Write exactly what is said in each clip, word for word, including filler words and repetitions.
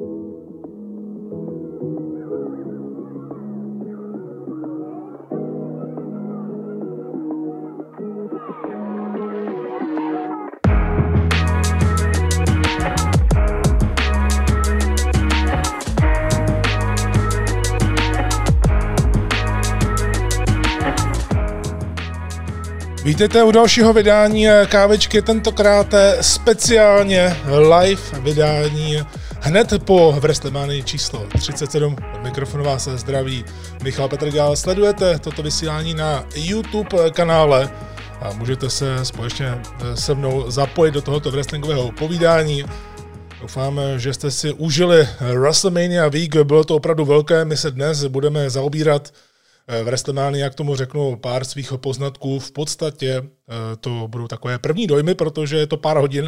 Vítejte u dalšího vydání Kávičky, tentokrát speciálně live vydání hned po WrestleManii číslo třicet sedm. Od mikrofonu vás zdraví Michal Petrgal. Sledujete toto vysílání na YouTube kanále a můžete se společně se mnou zapojit do tohoto wrestlingového povídání. Doufám, že jste si užili WrestleMania Week, bylo to opravdu velké. My se dnes budeme zaobírat v WrestleManii, jak tomu řeknu, pár svých poznatků. V podstatě to budou takové první dojmy, protože je to pár hodin,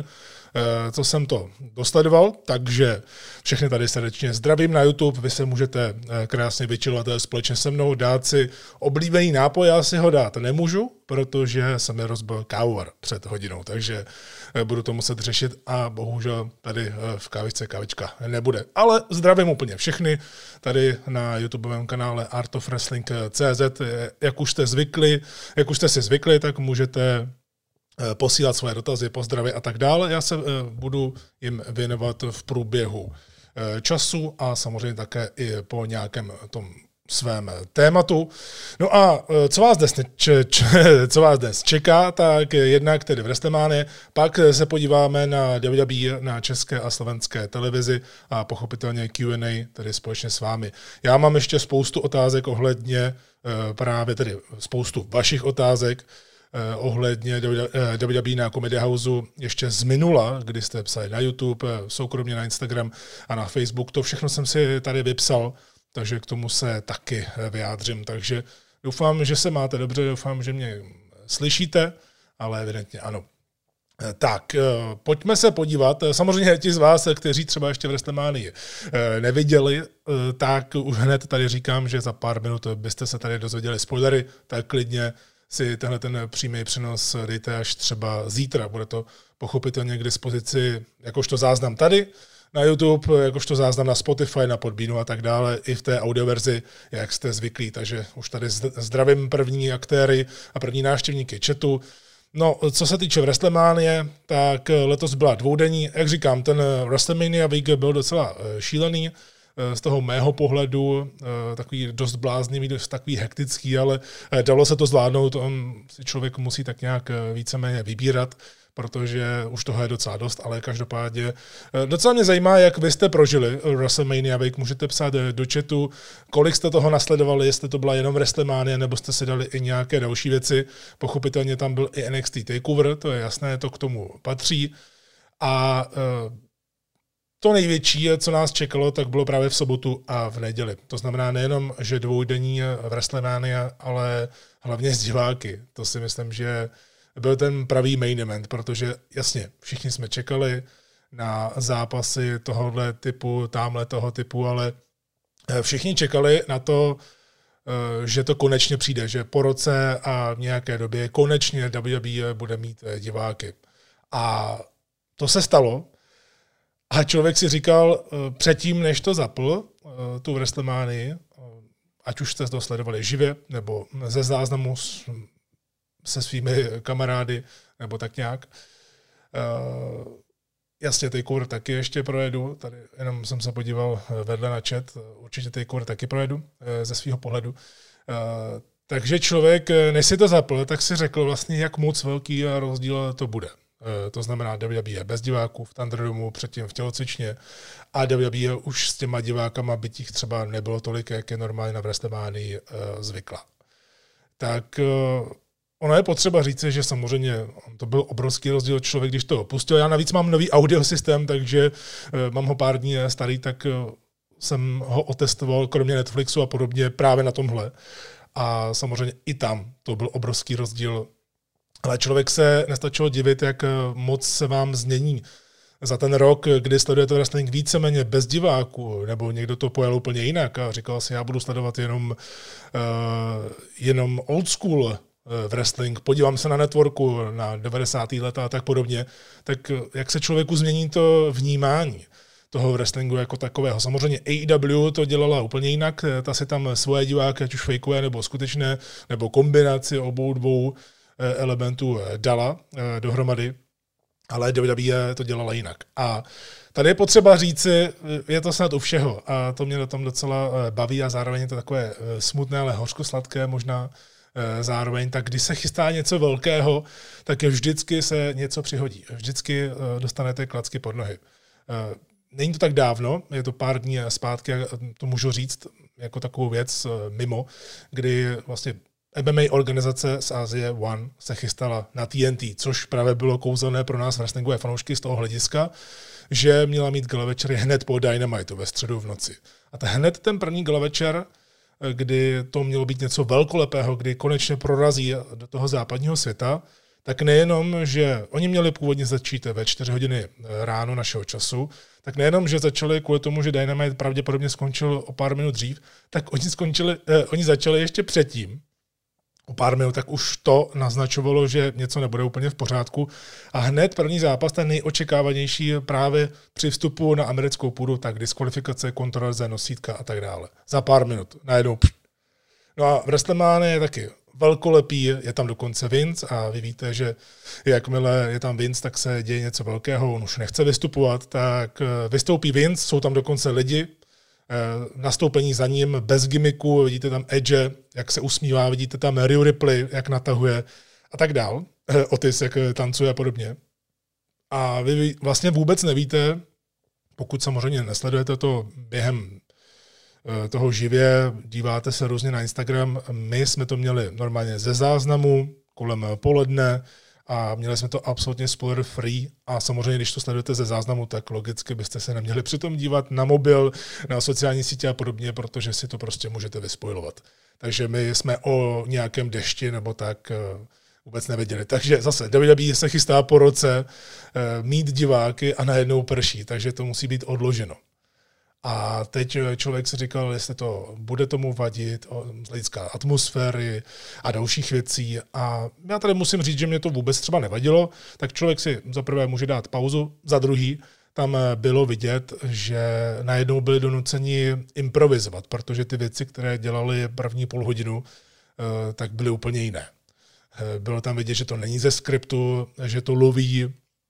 co jsem to dosledoval, takže všechny tady srdečně zdravím na YouTube, vy se můžete krásně vyčilovat společně se mnou, dát si oblíbený nápoj, já si ho dát nemůžu, protože jsem rozbil kávovar před hodinou, takže budu to muset řešit a bohužel tady v kávičce kávička nebude. Ale zdravím úplně všechny tady na YouTubeovém kanále Art of Wrestling tečka cé zet, jak už jste zvykli, jak už jste si zvykli, tak můžete posílat svoje dotazy, pozdravy a tak dále. Já se budu jim věnovat v průběhu času a samozřejmě také i po nějakém tom svém tématu. No a co vás dnes, č, č, co vás dnes čeká, tak jednak tedy v WrestleManii, pak se podíváme na W W E na české a slovenské televizi a pochopitelně Q and A, tedy společně s vámi. Já mám ještě spoustu otázek ohledně právě tedy spoustu vašich otázek, ohledně W W E na Comedy Houseu ještě z minula, kdy jste psali na YouTube, soukromně na Instagram a na Facebook. To všechno jsem si tady vypsal, takže k tomu se taky vyjádřím. Takže doufám, že se máte dobře, doufám, že mě slyšíte, ale evidentně ano. Tak, pojďme se podívat. Samozřejmě ti z vás, kteří třeba ještě v WrestleManii neviděli, tak už hned tady říkám, že za pár minut byste se tady dozvěděli spoilery, tak klidně si tenhle ten přímý přenos dejte až třeba zítra. Bude to pochopitelně k dispozici jakožto záznam tady na YouTube, jakožto záznam na Spotify, na Podbeanu a tak dále, i v té audioverzi, jak jste zvyklí. Takže už tady zdravím první aktéry a první návštěvníky chatu. No, co se týče WrestleManie, tak letos byla dvoudenní. Jak říkám, ten WrestleMania Week byl docela šílený. Z toho mého pohledu takový dost bláznivý, dost takový hektický, ale dalo se to zvládnout, on si člověk musí tak nějak víceméně vybírat, protože už toho je docela dost, ale každopádně docela mě zajímá, jak vy jste prožili WrestleMania Week, můžete psát do chatu, kolik jste toho nasledovali, jestli to byla jenom WrestleMania, nebo jste si dali i nějaké další věci, pochopitelně tam byl i N X T TakeOver, to je jasné, to k tomu patří a to největší, co nás čekalo, tak bylo právě v sobotu a v neděli. To znamená nejenom, že dvoudenní WrestleMania, ale hlavně s diváky. To si myslím, že byl ten pravý main event, protože jasně, všichni jsme čekali na zápasy tohohle typu, támhle toho typu, ale všichni čekali na to, že to konečně přijde, že po roce a v nějaké době konečně W W E bude mít diváky. A to se stalo. A člověk si říkal předtím, než to zapl, tu WrestleManii, ať už jste to sledovali živě, nebo ze záznamu se svými kamarády, nebo tak nějak. Jasně, TakeOver taky ještě projedu, tady jenom jsem se podíval vedle na chat, určitě TakeOver taky projedu ze svého pohledu. Takže člověk, než si to zapl, tak si řekl vlastně, jak moc velký rozdíl to bude. To znamená W W E bez diváků v Thunderdomu, předtím v tělocvičně a W W E už s těma divákama, byť jich třeba nebylo tolik, jak je normálně na WrestleManii zvykla. Tak ono je potřeba říct, že samozřejmě to byl obrovský rozdíl člověk, když to opustil. Já navíc mám nový audio systém, takže mám ho pár dní starý, tak jsem ho otestoval, kromě Netflixu a podobně, právě na tomhle. A samozřejmě i tam to byl obrovský rozdíl. Ale člověk se nestačilo divit, jak moc se vám změní za ten rok, kdy sledujete wrestling víceméně bez diváků, nebo někdo to pojal úplně jinak a říkal si, já budu sledovat jenom, uh, jenom old school wrestling, podívám se na networku, na devadesátá léta a tak podobně, tak jak se člověku změní to vnímání. toho wrestlingu jako takového. Samozřejmě A E W to dělala úplně jinak, ta si tam svoje diváky, ať už fejkové nebo skutečné, nebo kombinaci obou dvou elementů dala dohromady, ale W W E to dělala jinak. A tady je potřeba říci, je to snad u všeho a to mě na tom docela baví a zároveň je to takové smutné, ale hořko-sladké možná zároveň, tak když se chystá něco velkého, tak vždycky se něco přihodí. Vždycky dostanete klacky pod nohy. Není to tak dávno, je to pár dní zpátky, to můžu říct jako takovou věc mimo, kdy vlastně M M A organizace z Asie One se chystala na T N T, což právě bylo kouzelné pro nás wrestlingové fanoušky z toho hlediska, že měla mít gala večery hned po Dynamitu ve středu v noci. A to hned ten první gala večer, kdy to mělo být něco velkolepého, kdy konečně prorazí do toho západního světa, tak nejenom, že oni měli původně začít ve čtyři hodiny ráno našeho času, tak nejenom, že začali kvůli tomu, že Dynamite pravděpodobně skončil o pár minut dřív, tak oni, skončili, eh, oni začali ještě předtím, o pár minut, tak už to naznačovalo, že něco nebude úplně v pořádku. A hned první zápas, ten nejočekávanější právě při vstupu na americkou půdu, tak diskvalifikace, kontroverze, nosítka a tak dále. Za pár minut, najednou. No a WrestleMania je taky velkolepý, je tam dokonce Vince a vy víte, že jakmile je tam Vince, tak se děje něco velkého, on už nechce vystupovat, tak vystoupí Vince, jsou tam dokonce lidi, nastoupení za ním bez gimmiku, vidíte tam Edge, jak se usmívá, vidíte tam Rhea Ripley, jak natahuje a tak dál, Otis, jak tancuje a podobně. A vy vlastně vůbec nevíte, pokud samozřejmě nesledujete to během toho živě, díváte se různě na Instagram, my jsme to měli normálně ze záznamu, kolem poledne, a měli jsme to absolutně spoiler free a samozřejmě, když to sledujete ze záznamu, tak logicky byste se neměli přitom dívat na mobil, na sociální sítě a podobně, protože si to prostě můžete vyspoilovat. Takže my jsme o nějakém dešti nebo tak vůbec nevěděli. Takže zase W W E se chystá po roce mít diváky a najednou prší, takže to musí být odloženo. A teď člověk si říkal, jestli to bude tomu vadit z hlediska atmosféry a dalších věcí. A já tady musím říct, že mě to vůbec třeba nevadilo, tak člověk si za prvé může dát pauzu, za druhý tam bylo vidět, že najednou byli donuceni improvizovat, protože ty věci, které dělali první půl hodinu, tak byly úplně jiné. Bylo tam vidět, že to není ze skriptu, že to loví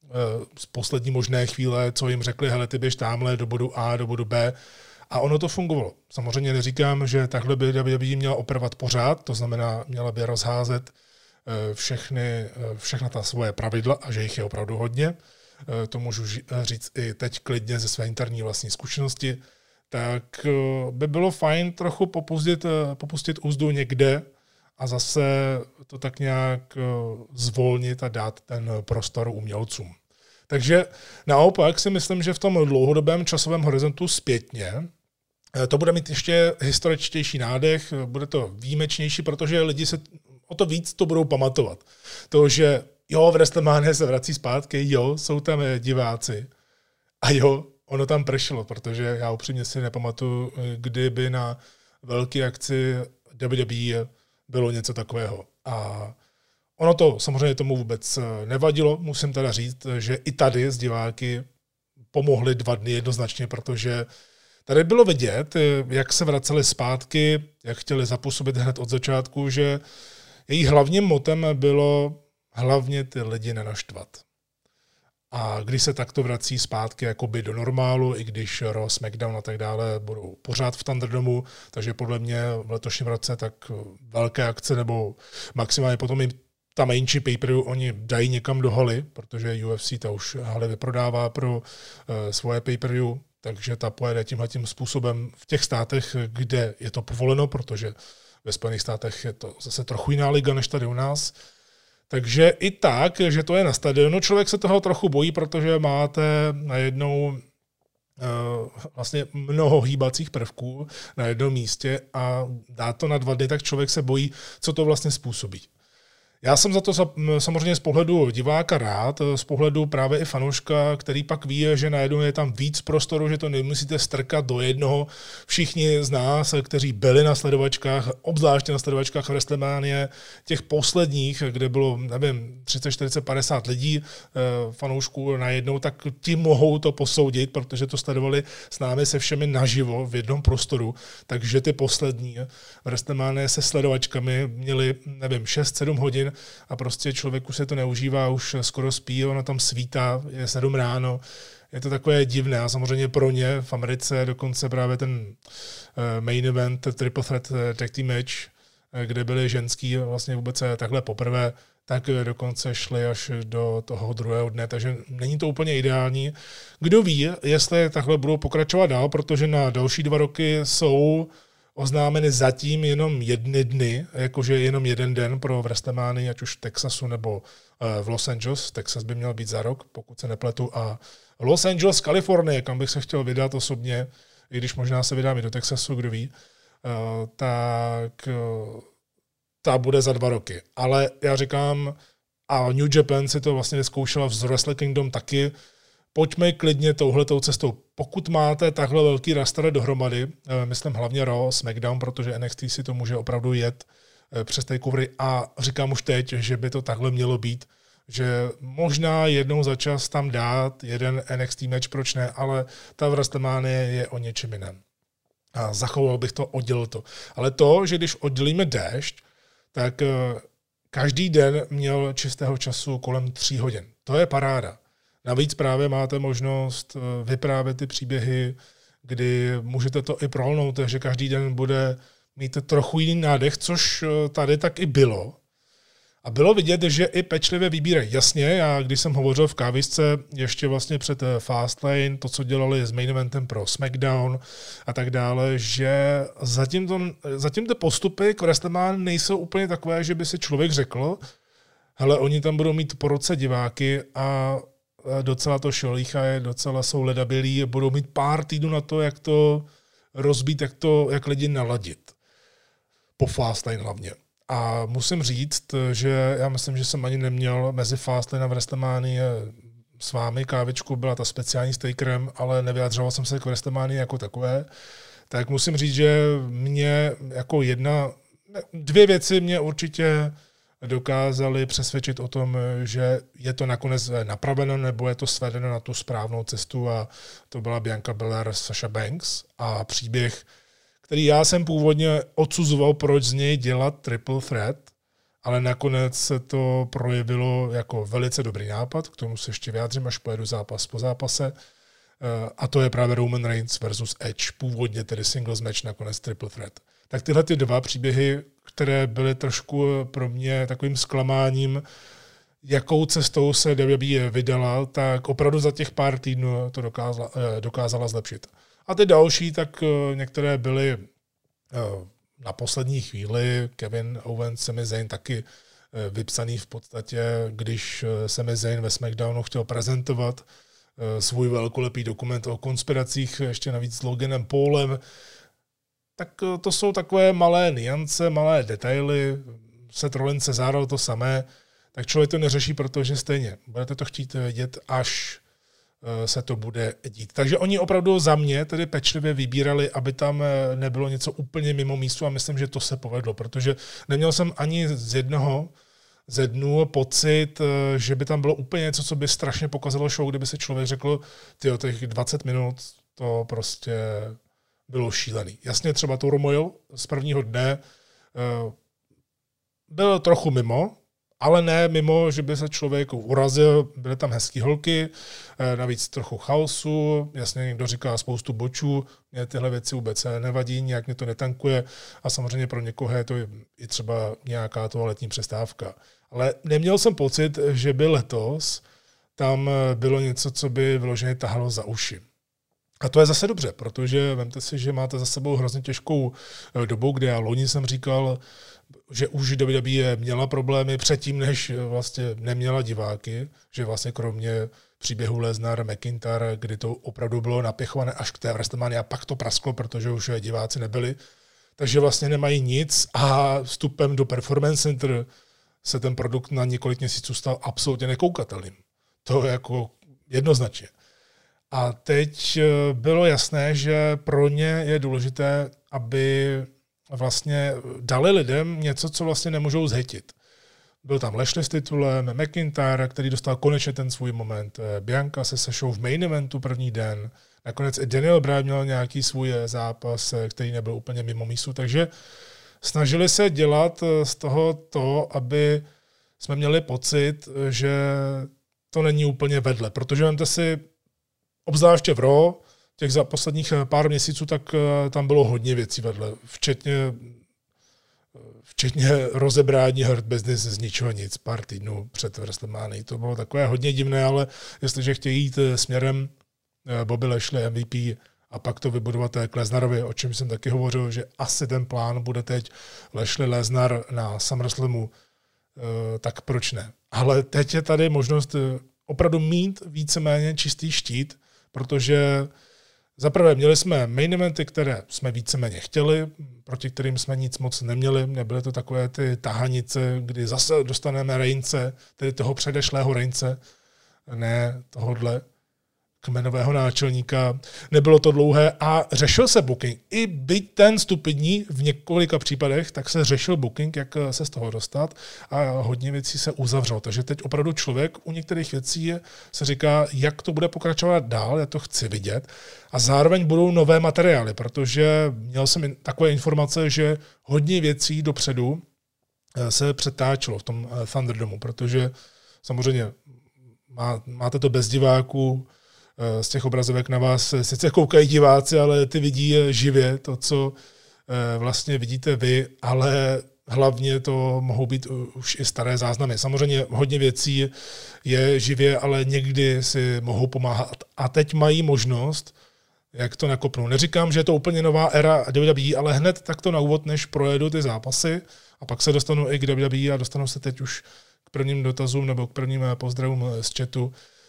z poslední možné chvíle, co jim řekli, hele, ty běž tamhle do bodu A, do bodu B. A ono to fungovalo. Samozřejmě neříkám, že takhle by W W E měla operovat pořád, to znamená, měla by rozházet všechny, všechna ta svoje pravidla a že jich je opravdu hodně. To můžu říct i teď klidně ze své interní vlastní zkušenosti. Tak by bylo fajn trochu popustit, popustit úzdu někde a zase to tak nějak zvolnit a dát ten prostor umělcům. Takže naopak si myslím, že v tom dlouhodobém časovém horizontu zpětně to bude mít ještě historičtější nádech, bude to výjimečnější, protože lidi se o to víc to budou pamatovat. To, že jo, v WrestleMania se vrací zpátky, jo, jsou tam diváci a jo, ono tam pršelo, protože já upřímně si nepamatuju, kdyby na velké akci W W E bylo něco takového. A ono to samozřejmě tomu vůbec nevadilo, musím teda říct, že i tady z diváky pomohly dva dny jednoznačně, protože tady bylo vidět, jak se vraceli zpátky, jak chtěli zapůsobit hned od začátku, že jejich hlavním motem bylo hlavně ty lidi nenaštvat. A když se takto vrací zpátky jakoby do normálu, i když Raw, SmackDown a tak dále budou pořád v Thunderdomu, takže podle mě v letošním roce tak velké akce nebo maximálně potom jim ta menší pay-per-view oni dají někam do haly, protože U F C ta už haly vyprodává pro uh, svoje pay-per-view, takže ta pojede tímhletím způsobem v těch státech, kde je to povoleno, protože ve Spojených státech je to zase trochu jiná liga než tady u nás. Takže i tak, že to je na stadionu, člověk se toho trochu bojí, protože máte najednou uh, vlastně mnoho hýbacích prvků na jednom místě a dá to na dva dny, tak člověk se bojí, co to vlastně způsobí. Já jsem za to samozřejmě z pohledu diváka rád, z pohledu právě i fanouška, který pak ví, že najednou je tam víc prostoru, že to nemusíte strkat do jednoho. Všichni z nás, kteří byli na sledovačkách, obzvláště na sledovačkách WrestleMania, těch posledních, kde bylo, nevím, třicet, čtyřicet, padesát lidí, fanoušků najednou, tak ti mohou to posoudit, protože to sledovali s námi se všemi naživo v jednom prostoru. Takže ty poslední WrestleMania se sledovačkami měli, nevím, šest sedm hodin a prostě člověku se to neužívá, už skoro spí, ono tam svítá, je sedm ráno. Je to takové divné a samozřejmě pro ně v Americe dokonce právě ten main event, Triple Threat Tag Team Match, kde byli ženský vlastně vůbec takhle poprvé, tak dokonce šli až do toho druhého dne, takže není to úplně ideální. Kdo ví, jestli takhle budou pokračovat dál, protože na další dva roky jsou oznámeny zatím jenom jedny dny, jakože jenom jeden den pro WrestleMania, ať už v Texasu nebo v Los Angeles. Texas by měl být za rok, pokud se nepletu, a Los Angeles, Kalifornie, kam bych se chtěl vydat osobně, i když možná se vydám i do Texasu, kdo ví, tak ta bude za dva roky. Ale já říkám, a New Japan si to vlastně vyzkoušela z Wrestle Kingdom taky, pojďme klidně touhletou cestou. Pokud máte takhle velký roster dohromady, myslím hlavně Raw, SmackDown, protože N X T si to může opravdu jet přes takeovery a říkám už teď, že by to takhle mělo být, že možná jednou za čas tam dát jeden N X T match, proč ne, ale ta WrestleMania je o něčem jiném. A zachoval bych to, oddělil to. Ale to, že když oddělíme déšť, tak každý den měl čistého času kolem tří hodin. To je paráda. Navíc právě máte možnost vyprávět ty příběhy, kdy můžete to i prolnout, že každý den bude mít trochu jiný nádech, což tady tak i bylo. A bylo vidět, že i pečlivě vybírají. Jasně, já když jsem hovořil v kávisce ještě vlastně před Fastlane, to, co dělali s main eventem pro SmackDown a tak dále, že zatím, to, zatím ty postupy k WrestleMania nejsou úplně takové, že by si člověk řekl, hele, oni tam budou mít po roce diváky a docela to šolíchají, docela jsou ledabilí, budou mít pár týdnů na to, jak to rozbít, jak, to, jak lidi naladit. Po Fastlane hlavně. A musím říct, že já myslím, že jsem ani neměl mezi Fastlane a WrestleMania s vámi kávičku, byla ta speciální s Takerem, ale nevyjadřoval jsem se k WrestleMania jako takové. Tak musím říct, že mě jako jedna, dvě věci mě určitě dokázali přesvědčit o tom, že je to nakonec napraveno nebo je to svedeno na tu správnou cestu a to byla Bianca Belair, Sasha Banks a příběh, který já jsem původně odsuzoval, proč z něj dělat triple threat, ale nakonec se to projevilo jako velice dobrý nápad, k tomu se ještě vyjádřím, až pojedu zápas po zápase, a to je právě Roman Reigns versus Edge, původně tedy singles match, nakonec triple threat. Tak tyhle ty dva příběhy, které byly trošku pro mě takovým zklamáním, jakou cestou se W W E vydala, tak opravdu za těch pár týdnů to dokázala, dokázala zlepšit. A ty další, tak některé byly na poslední chvíli, Kevin Owens, Sami Zayn taky vypsaný v podstatě, když Sami Zayn ve SmackDownu chtěl prezentovat svůj velkolepý dokument o konspiracích, ještě navíc s Loganem Paulem, tak to jsou takové malé niance, malé detaily, Seth Rollins, Cesaro to samé, tak člověk to neřeší, protože stejně budete to chtít vědět, až se to bude dít. Takže oni opravdu za mě tedy pečlivě vybírali, aby tam nebylo něco úplně mimo místu a myslím, že to se povedlo, protože neměl jsem ani z jednoho ze dnů pocit, že by tam bylo úplně něco, co by strašně pokazalo show, kdyby si člověk řekl, tyjo, těch dvacet minut, to prostě bylo šílený. Jasně, třeba Turmoil z prvního dne byl trochu mimo, ale ne mimo, že by se člověk urazil, byly tam hezký holky, navíc trochu chaosu, jasně někdo říká spoustu bočů, mě tyhle věci vůbec nevadí, nějak mě to netankuje a samozřejmě pro někoho je to i třeba nějaká toaletní přestávka. Ale neměl jsem pocit, že by letos tam bylo něco, co by vyloženě tahalo za uši. A to je zase dobře, protože vemte si, že máte za sebou hrozně těžkou dobu, kde já loni jsem říkal, že už W W E měla problémy předtím, než vlastně neměla diváky, že vlastně kromě příběhu Lesnar, McIntyre, kdy to opravdu bylo napěchované až k té WrestleMania, a pak to prasklo, protože už diváci nebyli, takže vlastně nemají nic a vstupem do Performance Center se ten produkt na několik měsíců stal absolutně nekoukatelným. To je jako jednoznačně. A teď bylo jasné, že pro ně je důležité, aby vlastně dali lidem něco, co vlastně nemůžou zhytit. Byl tam Lashley s titulem, McIntyre, který dostal konečně ten svůj moment, Bianca se sešou v main eventu první den, nakonec i Daniel Bryan měl nějaký svůj zápas, který nebyl úplně mimo mísu, takže snažili se dělat z toho to, aby jsme měli pocit, že to není úplně vedle, protože vemte si, obzvláště v Raw, těch za posledních pár měsíců, tak tam bylo hodně věcí vedle, včetně, včetně rozebrání Hurt Business z ničeho nic, pár týdnů před WrestleMania. To bylo takové hodně divné, ale jestliže chtějí jít směrem Bobby Lashley, M V P, a pak to vybudovat k Lesnarovi, o čem jsem taky hovořil, že asi ten plán bude teď Lashley Lesnar na SummerSlamu, tak proč ne? Ale teď je tady možnost opravdu mít víceméně čistý štít, protože zaprvé měli jsme main eventy, které jsme víceméně chtěli, proti kterým jsme nic moc neměli. Nebyly to takové ty tahanice, kdy zase dostaneme Reince, tedy toho předešlého Reince, ne tohodle kmenového náčelníka. Nebylo to dlouhé a řešil se booking. I byť ten stupidní v několika případech, tak se řešil booking, jak se z toho dostat a hodně věcí se uzavřelo. Takže teď opravdu člověk u některých věcí se říká, jak to bude pokračovat dál, já to chci vidět. A zároveň budou nové materiály, protože měl jsem takové informace, že hodně věcí dopředu se přetáčelo v tom Thunderdomu, protože samozřejmě má, máte to bez diváků, z těch obrazovek na vás sice koukají diváci, ale ty vidí živě to, co vlastně vidíte vy, ale hlavně to mohou být už i staré záznamy. Samozřejmě hodně věcí je živě, ale někdy si mohou pomáhat. A teď mají možnost, jak to nakopnou. Neříkám, že je to úplně nová éra W W E, ale hned takto na úvod, než projedu ty zápasy a pak se dostanu i k W W E a dostanu se teď už k prvním dotazům nebo k prvním pozdravům z chatu,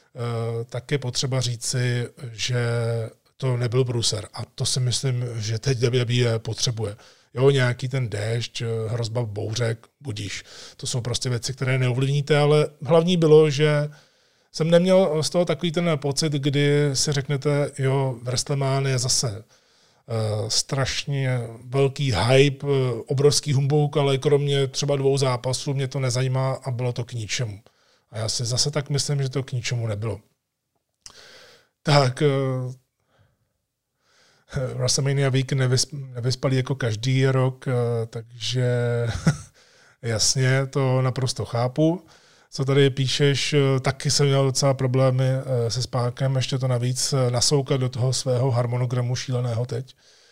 tak je potřeba říci, že to nebyl průser. A to si myslím, že teď W W E potřebuje. Jo, nějaký ten déšť, hrozba bouřek, budíš. To jsou prostě věci, které neovlivníte, ale hlavní bylo, že jsem neměl z toho takový ten pocit, kdy si řeknete, jo, WrestleMania je zase uh, strašně velký hype, uh, obrovský humbuk, ale kromě třeba dvou zápasů mě to nezajímá a bylo to k ničemu. A já si zase tak myslím, že to k ničemu nebylo. Tak, uh, WrestleMania Week nevysp, nevyspalý jako každý rok, uh, takže jasně, to naprosto chápu. Co tady píšeš, taky jsem měl docela problémy se spánkem, ještě to navíc nasoukat do toho svého harmonogramu šíleného teď.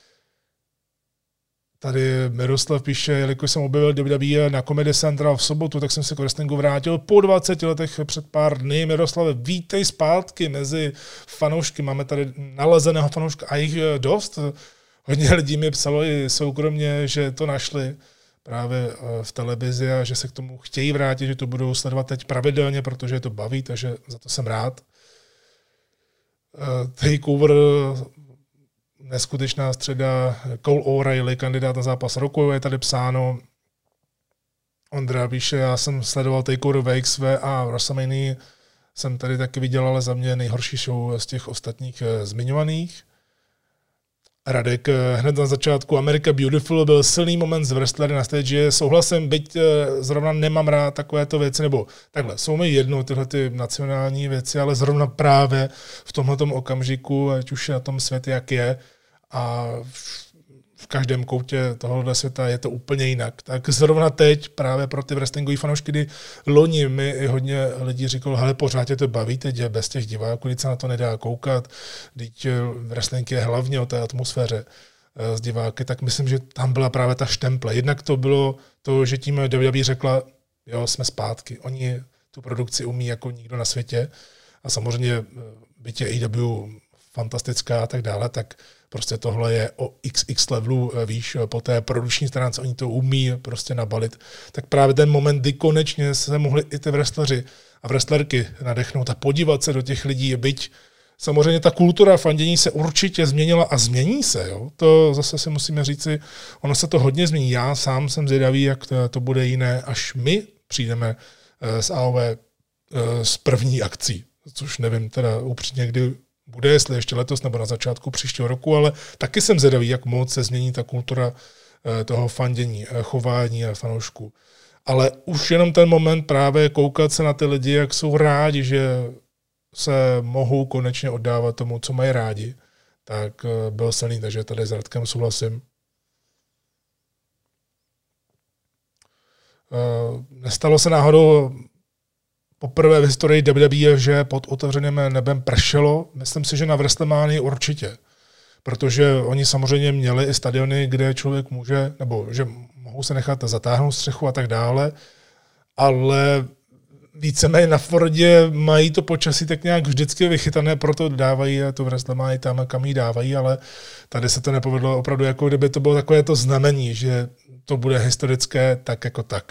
Tady Miroslav píše, jelikož jsem objevil W W E na Comedy Central v sobotu, tak jsem se k wrestlingu vrátil po dvaceti letech před pár dny. Miroslave, vítej zpátky mezi fanoušky. Máme tady nalezeného fanouška a jich dost. Hodně lidí mi psalo i soukromně, že to našli právě v televizi a že se k tomu chtějí vrátit, že to budou sledovat teď pravidelně, protože je to baví, takže za to jsem rád. Takeover, neskutečná středa, Cole O'Reilly, kandidát na zápas roku, je tady psáno. Ondra píše, já jsem sledoval Takeover V X V a WrestleMania jsem tady taky viděl, ale za mě nejhorší show z těch ostatních zmiňovaných. Radek, hned na začátku America Beautiful byl silný moment z wrestlery na stage, souhlasím, byť zrovna nemám rád takovéto věci, nebo takhle, jsou mi jedno tyhle ty nacionální věci, ale zrovna právě v tomhletom okamžiku, ať už je na tom svět jak je a v každém koutě tohohle světa je to úplně jinak. Tak zrovna teď právě pro ty wrestlingový fanoušky, kdy loni mi hodně lidí říkalo, hele, pořád tě to baví teď bez těch diváků, když se na to nedá koukat, teď wrestling je hlavně o té atmosféře s diváky, tak myslím, že tam byla právě ta štemple. Jednak to bylo to, že tím W W E řekla, jo, jsme zpátky. Oni tu produkci umí jako nikdo na světě a samozřejmě byť je A W fantastická a tak dále, tak prostě tohle je o iks iks levelu, víš, po té produkční stránce oni to umí prostě nabalit. Tak právě ten moment, kdy konečně se mohli i ty wrestleri a wrestlerky nadechnout a podívat se do těch lidí, byť samozřejmě ta kultura fandění se určitě změnila a změní se. Jo? To zase si musíme říci, ono se to hodně změní. Já sám jsem zvědavý, jak to, to bude jiné, až my přijdeme z A O V s první akcí, což nevím teda upřímně, kdy bude, jestli ještě letos nebo na začátku příštího roku, ale taky jsem zvědavý, jak moc se změní ta kultura toho fandění, chování a fanoušků. Ale už jenom ten moment právě koukat se na ty lidi, jak jsou rádi, že se mohou konečně oddávat tomu, co mají rádi, tak byl silný, takže tady s Radkem souhlasím. Nestalo se náhodou poprvé v historii W W E, že pod otevřeným nebem pršelo. Myslím si, že na WrestleManii určitě. Protože oni samozřejmě měli i stadiony, kde člověk může, nebo že mohou se nechat zatáhnout střechu a tak dále, ale víceméně na Fordě mají to počasí tak nějak vždycky vychytané, proto dávají to WrestleMania tam, kam jí dávají, ale tady se to nepovedlo opravdu, jako kdyby to bylo takové to znamení, že to bude historické tak jako tak.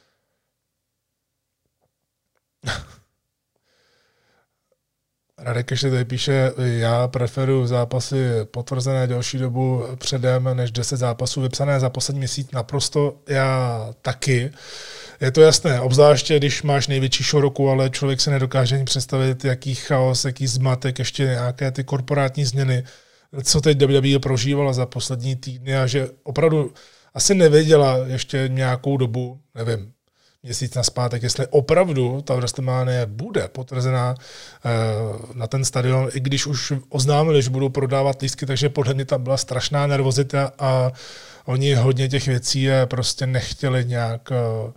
Radek ještě tady píše, já preferuji zápasy potvrzené delší dobu předem, než deset zápasů vypsané za poslední měsíc. Naprosto já taky. Je to jasné, obzvláště když máš největší show roku, ale člověk se nedokáže ani představit, jaký chaos, jaký zmatek, ještě nějaké ty korporátní změny, co teď W W E prožívala za poslední týdny a že opravdu asi nevěděla ještě nějakou dobu, nevím, měsíc nazpátek, jestli opravdu ta WrestleMania bude potvrzená na ten stadion, i když už oznámili, že budou prodávat lístky, takže podle mě tam byla strašná nervozita a oni hodně těch věcí prostě nechtěli nějak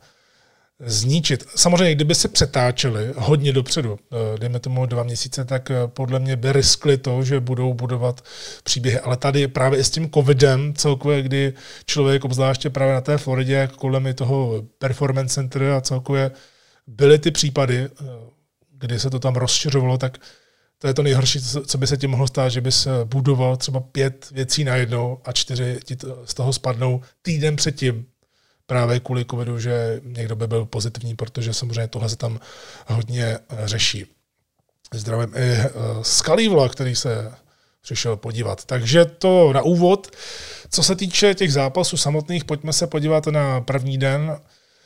zničit. Samozřejmě, kdyby se přetáčeli hodně dopředu, dejme tomu dva měsíce, tak podle mě by riskli to, že budou budovat příběhy. Ale tady právě i s tím covidem celkově, kdy člověk, obzvláště právě na té Floridě, jak kolem toho performance center a celkově byly ty případy, kdy se to tam rozšiřovalo, tak to je to nejhorší, co by se ti mohlo stát, že bys budoval třeba pět věcí najednou a čtyři ti z toho spadnou týden předtím. Právě kvůli covidu, že někdo by byl pozitivní, protože samozřejmě tohle se tam hodně řeší. Zdravím i Skalívla, který se přišel podívat. Takže to na úvod. Co se týče těch zápasů samotných, pojďme se podívat na první den.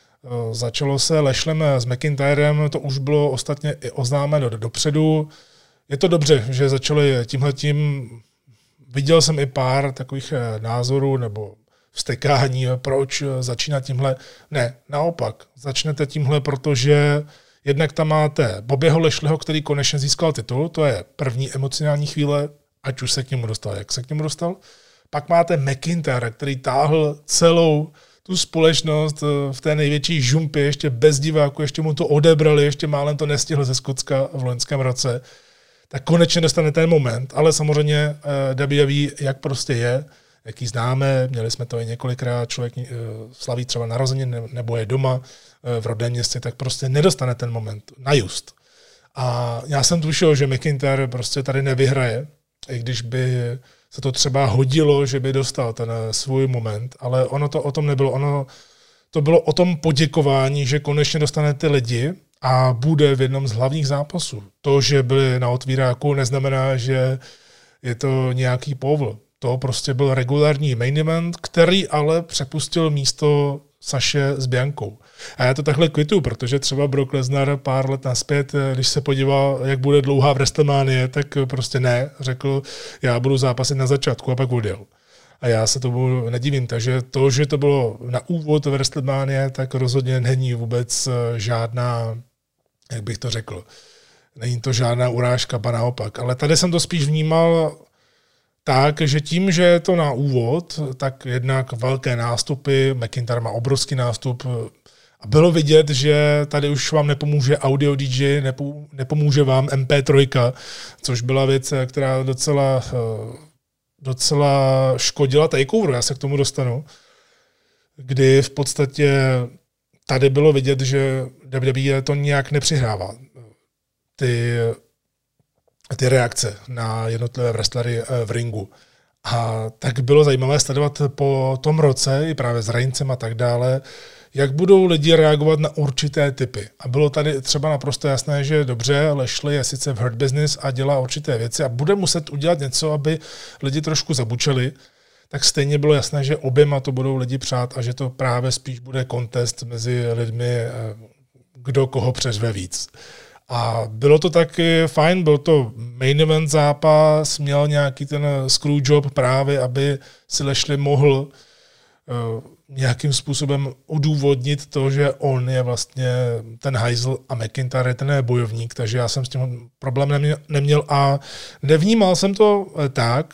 Začalo se Lashlem s McIntyrem, to už bylo ostatně i oznámeno dopředu. Je to dobře, že začali tímhletím. Viděl jsem i pár takových názorů nebo vztekání, proč začínat tímhle. Ne, naopak, začnete tímhle, protože jednak tam máte Bobbyho Lashleyho, který konečně získal titul, to je první emocionální chvíle, ať už se k němu dostal, jak se k němu dostal. Pak máte McIntyre, který táhl celou tu společnost v té největší žumpě, ještě bez diváku, ještě mu to odebrali, ještě málem to nestihl ze Skotska v loňském roce. Tak konečně dostane ten moment, ale samozřejmě W W E, jak prostě je, jaký známe, měli jsme to i několikrát, člověk slaví třeba narozeniny nebo je doma v rodném městě, tak prostě nedostane ten moment na just. A já jsem tušil, že McIntyre prostě tady nevyhraje, i když by se to třeba hodilo, že by dostal ten svůj moment, ale ono to o tom nebylo. Ono to bylo o tom poděkování, že konečně dostane ty lidi a bude v jednom z hlavních zápasů. To, že byli na otvíráku, neznamená, že je to nějaký povl. To prostě byl regulární main event, který ale přepustil místo Saše s Biankou. A já to takhle kvituju, protože třeba Brock Lesnar pár let nazpět, když se podíval, jak bude dlouhá WrestleMania, tak prostě ne, řekl, já budu zápasit na začátku a pak odjel. A já se tomu nedivím, takže to, že to bylo na úvod WrestleMania, tak rozhodně není vůbec žádná, jak bych to řekl, není to žádná urážka, ba naopak. Ale tady jsem to spíš vnímal tak, že tím, že je to na úvod, tak jednak velké nástupy, McIntyre má obrovský nástup a bylo vidět, že tady už vám nepomůže audio D J, nepomůže vám M P tři, což byla věc, která docela, docela škodila takeoveru, já se k tomu dostanu, kdy v podstatě tady bylo vidět, že W W E to nějak nepřihrává. Ty ty reakce na jednotlivé wrestlery v ringu. A tak bylo zajímavé sledovat po tom roce, i právě s Reincem a tak dále, jak budou lidi reagovat na určité typy. A bylo tady třeba naprosto jasné, že dobře, Lashley je sice v Hurt Business a dělá určité věci a bude muset udělat něco, aby lidi trošku zabučeli. tak stejně bylo jasné, že oběma to budou lidi přát a že to právě spíš bude kontest mezi lidmi, kdo koho přeřve víc. A bylo to taky fajn, byl to main event zápas, měl nějaký ten screwjob právě, aby si Lashley mohl uh, nějakým způsobem odůvodnit to, že on je vlastně ten hajzl a McIntyre je ten bojovník, takže já jsem s tím problém neměl, neměl a nevnímal jsem to tak,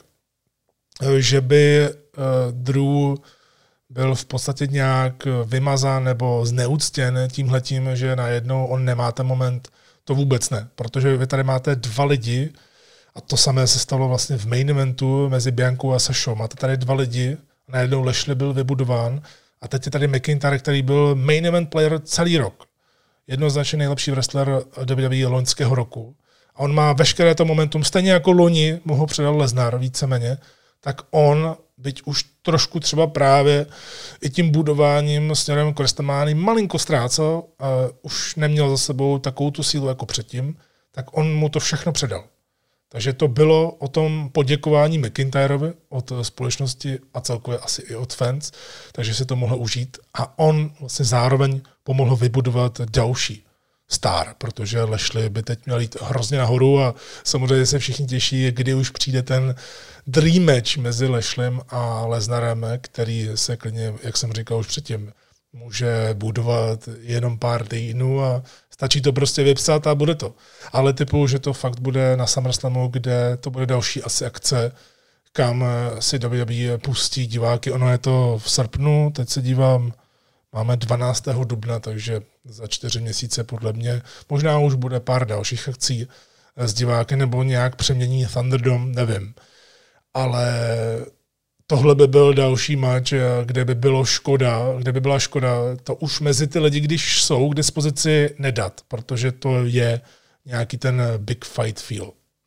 že by uh, Drew byl v podstatě nějak vymazán nebo zneuctěn tímhletím, že najednou on nemá ten moment. To vůbec ne, protože vy tady máte dva lidi a to samé se stalo vlastně v main eventu mezi Biankou a Sashou. Máte tady dva lidi, najednou Lashley byl vybudován a teď je tady McIntyre, který byl main event player celý rok. Jednoznačně nejlepší wrestler W W E loňského roku. A on má veškeré to momentum, stejně jako loni mu ho předal Lesnar víceméně, tak on, byť už trošku třeba právě i tím budováním směrem k WrestleManii malinko ztrácel a už neměl za sebou takovou tu sílu jako předtím, tak on mu to všechno předal. Takže to bylo o tom poděkování McIntyrovi od společnosti a celkově asi i od fans, takže si to mohl užít a on vlastně zároveň pomohl vybudovat další star, protože Lashley by teď měl jít hrozně nahoru a samozřejmě se všichni těší, kdy už přijde ten dream match mezi Lashlem a Lesnarem, který se klidně, jak jsem říkal už předtím, může budovat jenom pár týdnů a stačí to prostě vypsat a bude to. Ale typu, že to fakt bude na SummerSlamu, kde to bude další asi akce, kam si W W E pustí diváky. Ono je to v srpnu, teď se dívám, máme dvanáctého dubna, takže za čtyři měsíce podle mě možná už bude pár dalších akcí s diváky nebo nějak přemění Thunderdome, nevím. Ale tohle by byl další match, kde by bylo škoda, kde by byla škoda to už mezi ty lidi, když jsou k dispozici, nedat, protože to je nějaký ten big fight feel.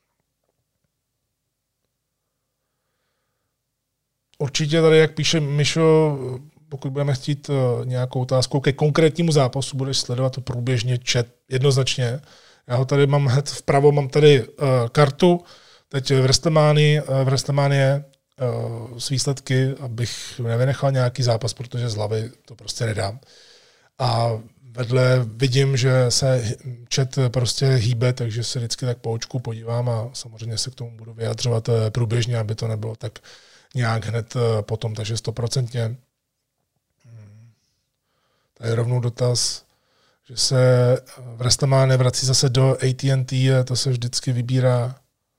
Určitě tady, jak píše Mišo, pokud budeme chtít nějakou otázku ke konkrétnímu zápasu, budeš sledovat to průběžně chat jednoznačně. Já ho tady mám hned vpravo, mám tady uh, kartu, teď v WrestleManii, uh, v WrestleManii uh, s výsledky, abych nevynechal nějaký zápas, protože z hlavy to prostě nedám. A vedle vidím, že se chat prostě hýbe, takže se vždycky tak po očku podívám a samozřejmě se k tomu budu vyjadřovat průběžně, aby to nebylo tak nějak hned potom, takže stoprocentně. Tady rovnou dotaz, že se v WrestleMania vrací zase do A T and T, to se vždycky vybírá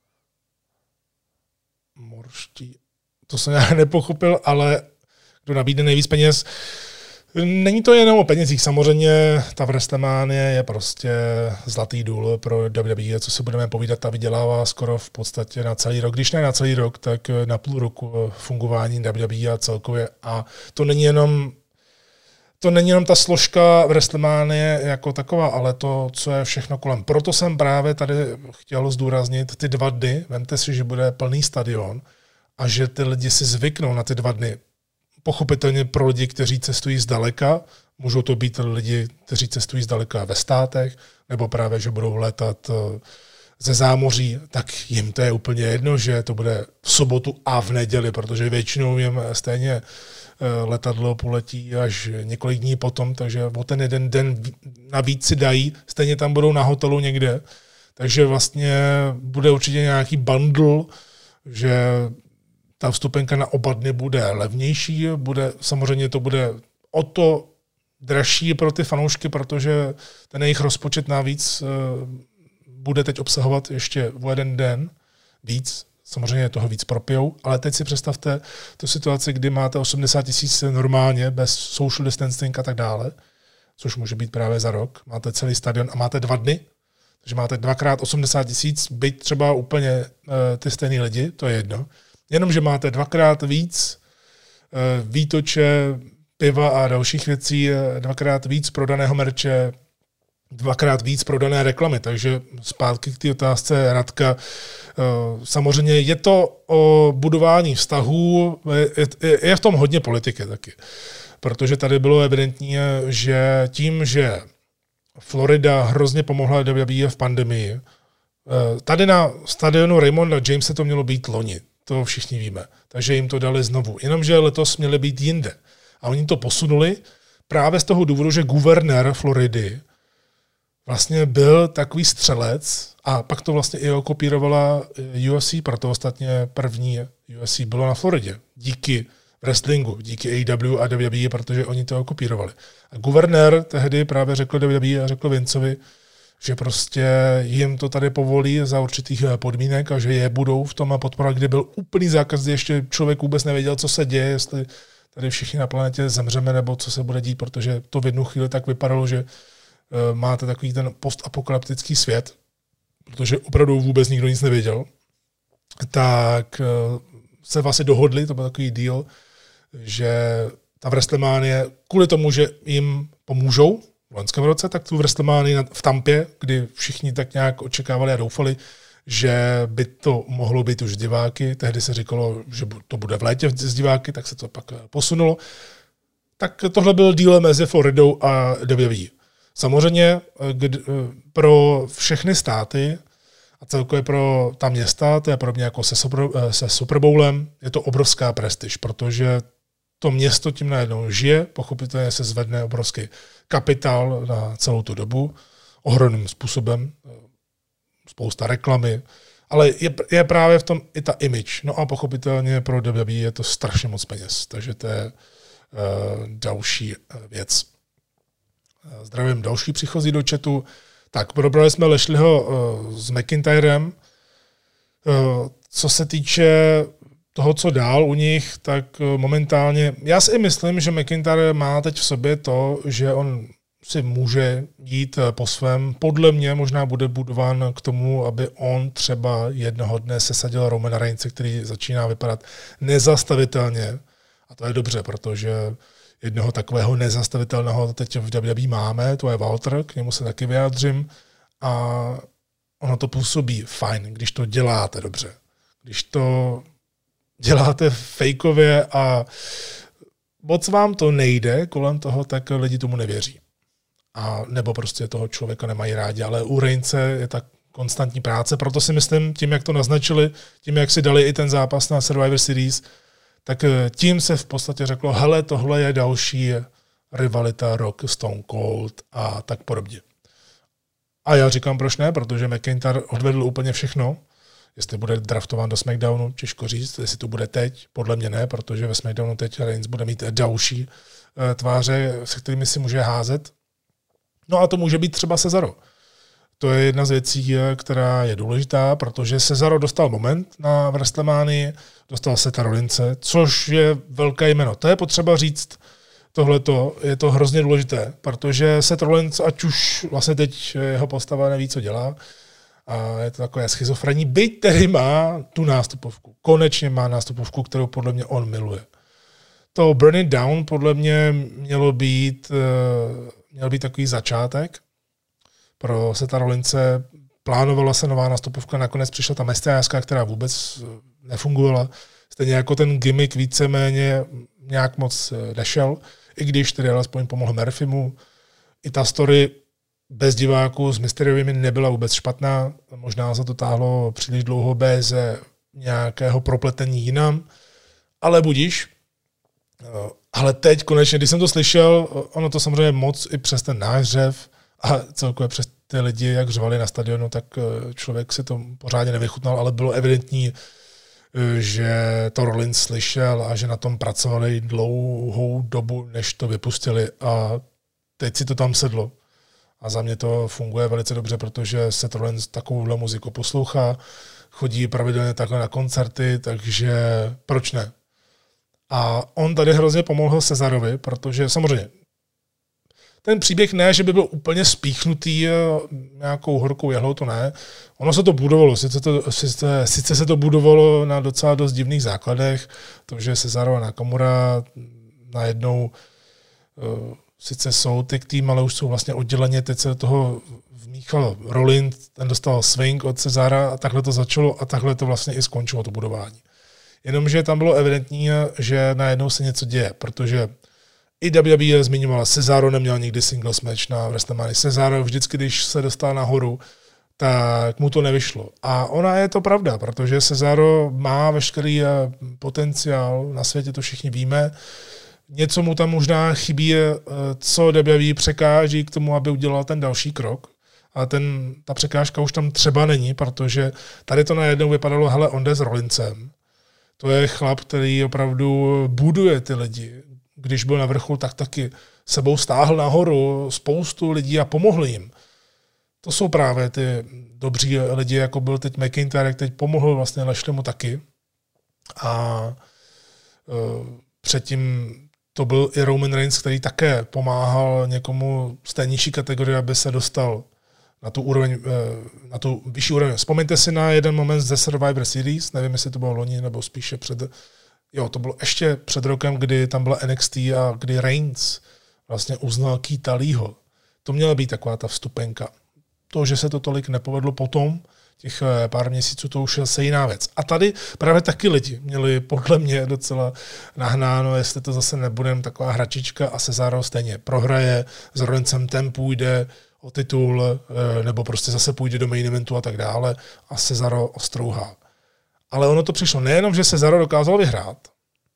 morští. To jsem já nepochopil, ale kdo nabídne nejvíc peněz. Není to jenom o penězích, samozřejmě ta WrestleMania je prostě zlatý důl pro W W E, co si budeme povídat, ta vydělává skoro v podstatě na celý rok, když ne na celý rok, tak na půl roku fungování W W E a celkově. A to není jenom To není jenom ta složka v WrestleMania jako taková, ale to, co je všechno kolem. Proto jsem právě tady chtěl zdůraznit ty dva dny. Vemte si, že bude plný stadion a že ty lidi si zvyknou na ty dva dny. Pochopitelně pro lidi, kteří cestují zdaleka, můžou to být lidi, kteří cestují zdaleka ve státech, nebo právě, že budou létat ze zámoří, tak jim to je úplně jedno, že to bude v sobotu a v neděli, protože většinou jim stejně letadlo poletí až několik dní potom, takže o ten jeden den navíc si dají, stejně tam budou na hotelu někde. Takže vlastně bude určitě nějaký bundle, že ta vstupenka na oba dny bude levnější, bude, samozřejmě to bude o to dražší pro ty fanoušky, protože ten jejich rozpočet navíc bude teď obsahovat ještě o jeden den víc. Samozřejmě toho víc propijou, ale teď si představte tu situaci, kdy máte osmdesát tisíc normálně, bez social distancing a tak dále, což může být právě za rok. Máte celý stadion a máte dva dny, takže máte dvakrát osmdesát tisíc, byť třeba úplně uh, ty stejný lidi, to je jedno. Jenomže máte dvakrát víc uh, výtoče, piva a dalších věcí, uh, dvakrát víc prodaného merče, dvakrát víc prodané reklamy, takže zpátky k té otázce Radka. Samozřejmě je to o budování vztahů, je v tom hodně politiky taky, protože tady bylo evidentní, že tím, že Florida hrozně pomohla W W E v pandemii, tady na stadionu Raymonda Jamese to mělo být loni. to všichni víme. Takže jim to dali znovu. Jenomže letos měli být jinde. A oni to posunuli právě z toho důvodu, že guvernér Floridy vlastně byl takový střelec a pak to vlastně i okopírovala U F C, proto ostatně první U F C bylo na Floridě. Díky wrestlingu, díky A E W a W W E, protože oni to okopírovali. A guvernér tehdy právě řekl W W E a řekl Vinceovi, že prostě jim to tady povolí za určitých podmínek a že je budou v tom podporovat, kdy byl úplný zákaz, kdy ještě člověk vůbec nevěděl, co se děje, jestli tady všichni na planetě zemřeme, nebo co se bude dít, protože to v jednu chvíli tak vypadalo, že uh, máte takový ten postapokalyptický svět, protože opravdu vůbec nikdo nic nevěděl, tak uh, se vlastně dohodli, to byl takový deal, že ta WrestleMania, kvůli tomu, že jim pomůžou v loňském roce, tak tu WrestleMania v Tampě, kdy všichni tak nějak očekávali a doufali, že by to mohlo být už s diváky. Tehdy se říkalo, že to bude v létě s diváky, tak se to pak posunulo. Tak tohle byl deal mezi Floridou a W W E. Samozřejmě pro všechny státy a celkově pro ta města, to je podobně jako se Super, se Super Bowlem, je to obrovská prestiž, protože to město tím najednou žije, pochopitelně se zvedne obrovský kapitál na celou tu dobu, ohromným způsobem, spousta reklamy, ale je, je právě v tom i ta image. No a pochopitelně pro W W E je to strašně moc peněz, takže to je uh, další věc. Zdravím další příchozí do chatu. Tak, probrali jsme Lashleyho uh, s McIntyrem. Uh, co se týče toho, co dál u nich, tak uh, momentálně, já si myslím, že McIntyre má teď v sobě to, že on si může jít po svém. Podle mě možná bude budován k tomu, aby on třeba jednoho dne sesadil Romana Reignse, který začíná vypadat nezastavitelně. A to je dobře, protože jednoho takového nezastavitelného teď v W W E máme, to je Walter, k němu se taky vyjádřím. A ono to působí fajn, když to děláte dobře. Když to děláte fejkově a moc vám to nejde kolem toho, tak lidi tomu nevěří. A nebo prostě toho člověka nemají rádi, ale u Reignse je ta konstantní práce, proto si myslím, tím, jak to naznačili, tím, jak si dali i ten zápas na Survivor Series, tak tím se v podstatě řeklo, hele, tohle je další rivalita Rock, Stone Cold a tak podobně. A já říkám, proč ne, protože McIntyre odvedl úplně všechno. Jestli bude draftován do SmackDownu, těžko říct, jestli to bude teď, podle mě ne, protože ve SmackDownu teď Reigns bude mít další tváře, se kterými si může házet. No a to může být třeba Cesaro. To je jedna z věcí, která je důležitá, protože Cesaro dostal moment na WrestleManii, dostal Setha Rollinse, což je velké jméno. To je potřeba říct, tohleto je to hrozně důležité, protože Seth Rollins, ať už vlastně teď jeho postava neví, co dělá, a je to takové schizofrení, byť tedy má tu nástupovku. Konečně má nástupovku, kterou podle mě on miluje. To Burn It Down podle mě mělo být, měl být takový začátek. Pro Setha Rollinse plánovala se nová nástupovka, nakonec přišla ta mesiářská, která vůbec nefungovala. Stejně jako ten gimmick víceméně nějak moc nešel, i když tedy alespoň pomohl Murphymu. I ta story bez diváků s Mysteriovými nebyla vůbec špatná. Možná se to táhlo příliš dlouho bez nějakého propletení jinam, ale budíš. Ale teď konečně, když jsem to slyšel, ono to samozřejmě moc i přes ten náš řev a celkově přes ty lidi, jak řvali na stadionu, tak člověk si to pořádně nevychutnal, ale bylo evidentní, že to Rollins slyšel a že na tom pracovali dlouhou dobu, než to vypustili a teď si to tam sedlo. A za mě to funguje velice dobře, protože Seth Rollins takovouhle muziku poslouchá, chodí pravidelně takhle na koncerty, takže proč ne? A on tady hrozně pomohl Cesarovi, protože samozřejmě ten příběh ne, že by byl úplně spíchnutý nějakou horkou jehlou, to ne. Ono se to budovalo, sice, to, sice, sice se to budovalo na docela dost divných základech, to, že Cesaro a Nakamura najednou uh, sice jsou tag tým, ale už jsou vlastně odděleně, teď se do toho vmíchal Rollins, ten dostal swing od Cesara a takhle to začalo a takhle to vlastně i skončilo, to budování. Jenomže tam bylo evidentní, že najednou se něco děje, protože i W W E zmiňovala, Cesaro neměl nikdy singles match na WrestleMania. Cesaro vždycky, když se dostal nahoru, tak mu to nevyšlo. A ona je to pravda, protože Cesaro má veškerý potenciál, na světě to všichni víme. Něco mu tam možná chybí, co W W E překáží k tomu, aby udělal ten další krok. A ten, ta překážka už tam třeba není, protože tady to najednou vypadalo, hele, on jde s Rollinsem. To je chlap, který opravdu buduje ty lidi. Když byl na vrcholu, tak taky sebou stáhl nahoru spoustu lidí a pomohl jim. To jsou právě ty dobří lidi, jako byl teď McIntyre, teď pomohl vlastně Lashleymu taky. A uh, předtím to byl i Roman Reigns, který také pomáhal někomu z té nižší kategorie, aby se dostal na tu, úroveň, na tu vyšší úroveň. Vzpomeňte si na jeden moment ze Survivor Series, nevím, jestli to bylo loni, nebo spíše před, jo, to bylo ještě před rokem, kdy tam byla N X T a kdy Reigns vlastně uznal Keitha Leeho. To měla být taková ta vstupenka. To, že se to tolik nepovedlo potom, těch pár měsíců, to už je se jiná věc. A tady právě taky lidi měli podle mě docela nahnáno, jestli to zase nebudeme taková hračička a Cesaro stejně prohraje, s Rollinsem ten půjde o titul, nebo prostě zase půjde do main eventu a tak dále a Cesaro ostrouhá. Ale ono to přišlo nejenom, že Cesaro dokázal vyhrát,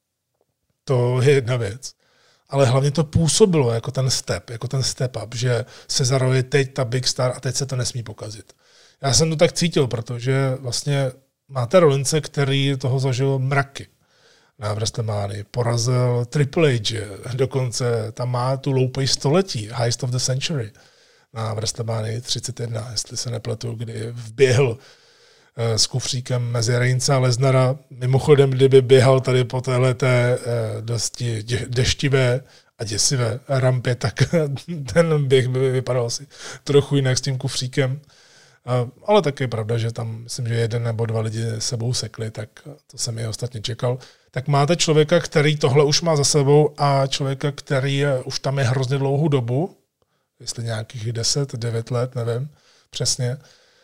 to je jedna věc, ale hlavně to působilo jako ten step, jako ten step up, že Cesaro je teď ta big star a teď se to nesmí pokazit. Já jsem to tak cítil, protože vlastně máte Rollinse, který toho zažil mraky na WrestleManii. Porazil Triple H, dokonce tam má tu loupej století, Heist of the Century na WrestleManii třicet jedna, jestli se nepletu, kdy vběhl s kufříkem mezi Reignse a Lesnara. Mimochodem, kdyby běhal tady po téhleté dosti deštivé a děsivé rampě, tak ten běh by vypadal asi trochu jinak s tím kufříkem. Ale taky je pravda, že tam myslím, že jeden nebo dva lidi sebou sekli, tak to jsem i ostatně čekal. Tak máte člověka, který tohle už má za sebou a člověka, který už tam je hrozně dlouhou dobu, jestli nějakých deset, devět let, nevím přesně.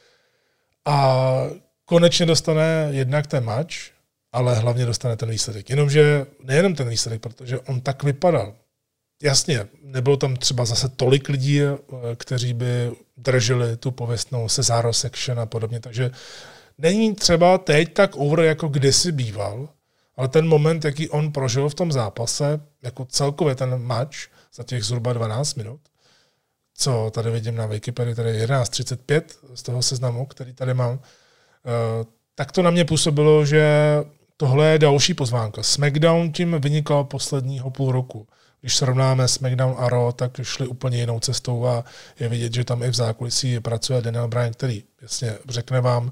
A konečně dostane jednak ten match, ale hlavně dostane ten výsledek. Jenomže nejenom ten výsledek, protože on tak vypadal. Jasně, nebylo tam třeba zase tolik lidí, kteří by drželi tu pověstnou Cesaro section a podobně, takže není třeba teď tak over, jako kdysi býval, ale ten moment, jaký on prožil v tom zápase, jako celkově ten match za těch zhruba dvanáct minut, co tady vidím na Wikipedii, tady jedenáct třicet pět z toho seznamu, který tady mám, tak to na mě působilo, že tohle je další pozvánka. SmackDown tím vynikal posledního půl roku. Když srovnáme SmackDown a Raw, tak šli úplně jinou cestou a je vidět, že tam i v zákulisí pracuje Daniel Bryan, který jasně řekne vám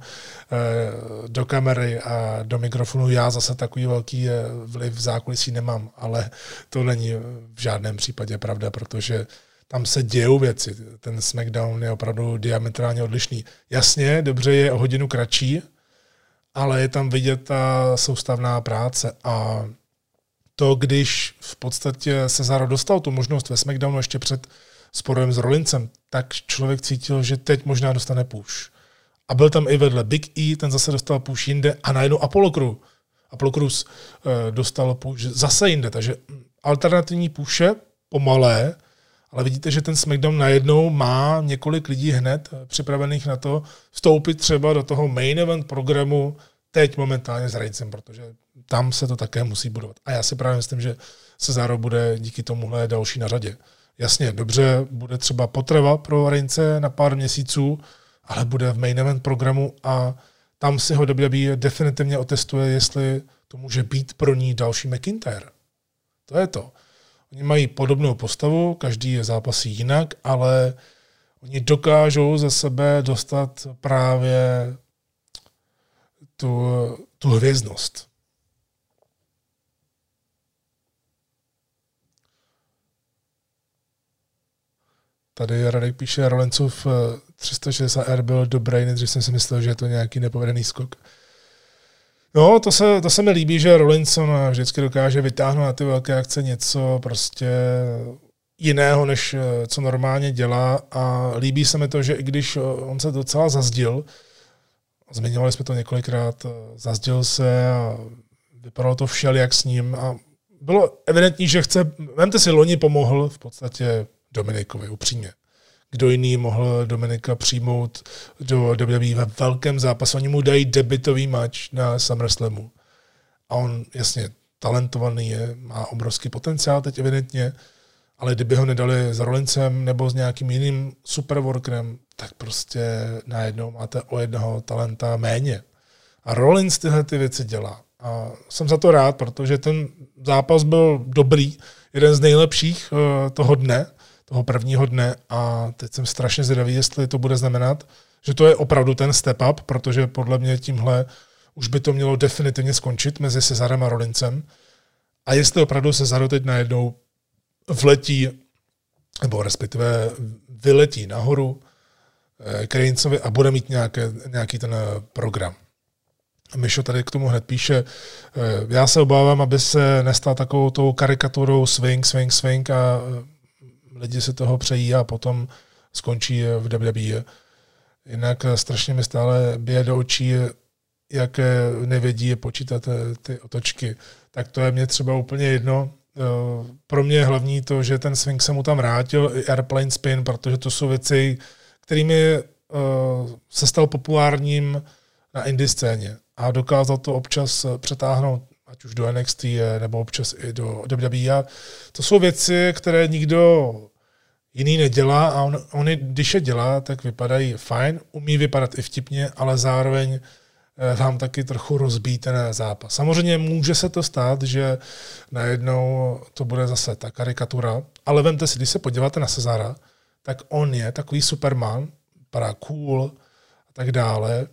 do kamery a do mikrofonu, já zase takový velký vliv v zákulisí nemám, ale to není v žádném případě pravda, protože tam se dějou věci. Ten SmackDown je opravdu diametrálně odlišný. Jasně, dobře je o hodinu kratší, ale je tam vidět ta soustavná práce a to, když v podstatě Cesaro dostal tu možnost ve SmackDownu ještě před sporem s Rollinsem, tak člověk cítil, že teď možná dostane push. A byl tam i vedle Big E, ten zase dostal push jinde a najednou Apollo Crews. Apollo Crews eh, dostal push zase jinde, takže alternativní pushe, pomalé, ale vidíte, že ten SmackDown najednou má několik lidí hned připravených na to vstoupit třeba do toho main event programu teď momentálně s Reignsem, protože tam se to také musí budovat. A já si právě myslím, že Cesaro bude díky tomuhle další na řadě. Jasně, dobře, bude třeba potrava pro Reignse na pár měsíců, ale bude v main event programu a tam si ho W W E definitivně otestuje, jestli to může být pro ní další McIntyre. To je to. Oni mají podobnou postavu, každý je zápasí jinak, ale oni dokážou ze sebe dostat právě tu, tu hvězdnost. Tady Radek píše, Rollinsův tři sta šedesát R byl dobrý, nejdřív jsem si myslel, že je to nějaký nepovedený skok. No, to se, to se mi líbí, že Rollinson vždycky dokáže vytáhnout na ty velké akce něco prostě jiného, než co normálně dělá a líbí se mi to, že i když on se docela zazdil, zmiňovali jsme to několikrát, zazdil se a vypadalo to všelijak s ním a bylo evidentní, že chce, vemte si, loni pomohl v podstatě Dominikovi, upřímně. kdo jiný mohl Dominika přijmout do W W E ve velkém zápasu. Oni mu dají debutový match na SummerSlamu. A on jasně talentovaný je, má obrovský potenciál teď evidentně, ale kdyby ho nedali s Rollinsem nebo s nějakým jiným superworkerem, tak prostě najednou máte o jednoho talenta méně. A Rollins tyhle ty věci dělá. A jsem za to rád, protože ten zápas byl dobrý, jeden z nejlepších toho dne, toho prvního dne a teď jsem strašně zvědavý, jestli to bude znamenat, že to je opravdu ten step up, protože podle mě tímhle už by to mělo definitivně skončit mezi Cezarem a Rollinsem. A jestli opravdu Cezaro teď najednou vletí, nebo respektive vyletí nahoru k Reignsovi a bude mít nějaké, nějaký ten program. Mišo tady k tomu hned píše, já se obávám, aby se nestal takovou tou karikaturou swing, swing, swing a lidi si toho přejí a potom skončí v W W E. Jinak strašně mi stále bije do očí, jak nevědí počítat ty otočky. Tak to je mě třeba úplně jedno. Pro mě je hlavní to, že ten swing se mu tam vrátil, i airplane spin, protože to jsou věci, kterými se stal populárním na indie scéně a dokázal to občas přetáhnout, ať už do N X T nebo občas i do W W E. A to jsou věci, které nikdo jiný nedělá a on, on když je dělá, tak vypadají fajn, umí vypadat i vtipně, ale zároveň vám taky trochu rozbíjí ten zápas. Samozřejmě může se to stát, že najednou to bude zase ta karikatura, ale vemte si, když se podíváte na Cezara, tak on je takový Superman, vypadá cool a tak dále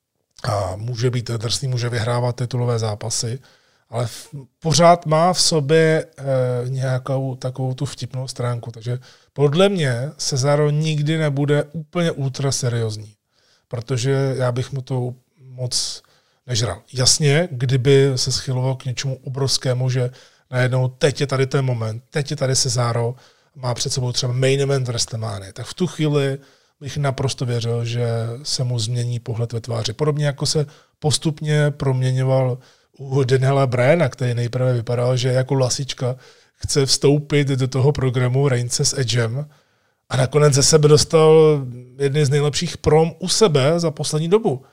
a může být drsný, může vyhrávat titulové zápasy, ale v, pořád má v sobě e, nějakou takovou tu vtipnou stránku, takže podle mě Cesaro nikdy nebude úplně ultra seriózní, protože já bych mu to moc nežral. Jasně, kdyby se schyloval k něčemu obrovskému, že najednou teď je tady ten moment, teď je tady Cesaro, má před sebou třeba main event WrestleMania, tak v tu chvíli bych naprosto věřil, že se mu změní pohled ve tváři. Podobně jako se postupně proměňoval u Daniela Bryana, který nejprve vypadal, že jako lasička chce vstoupit do toho programu Reignse s Edgem a nakonec ze sebe dostal jedny z nejlepších prom u sebe za poslední dobu.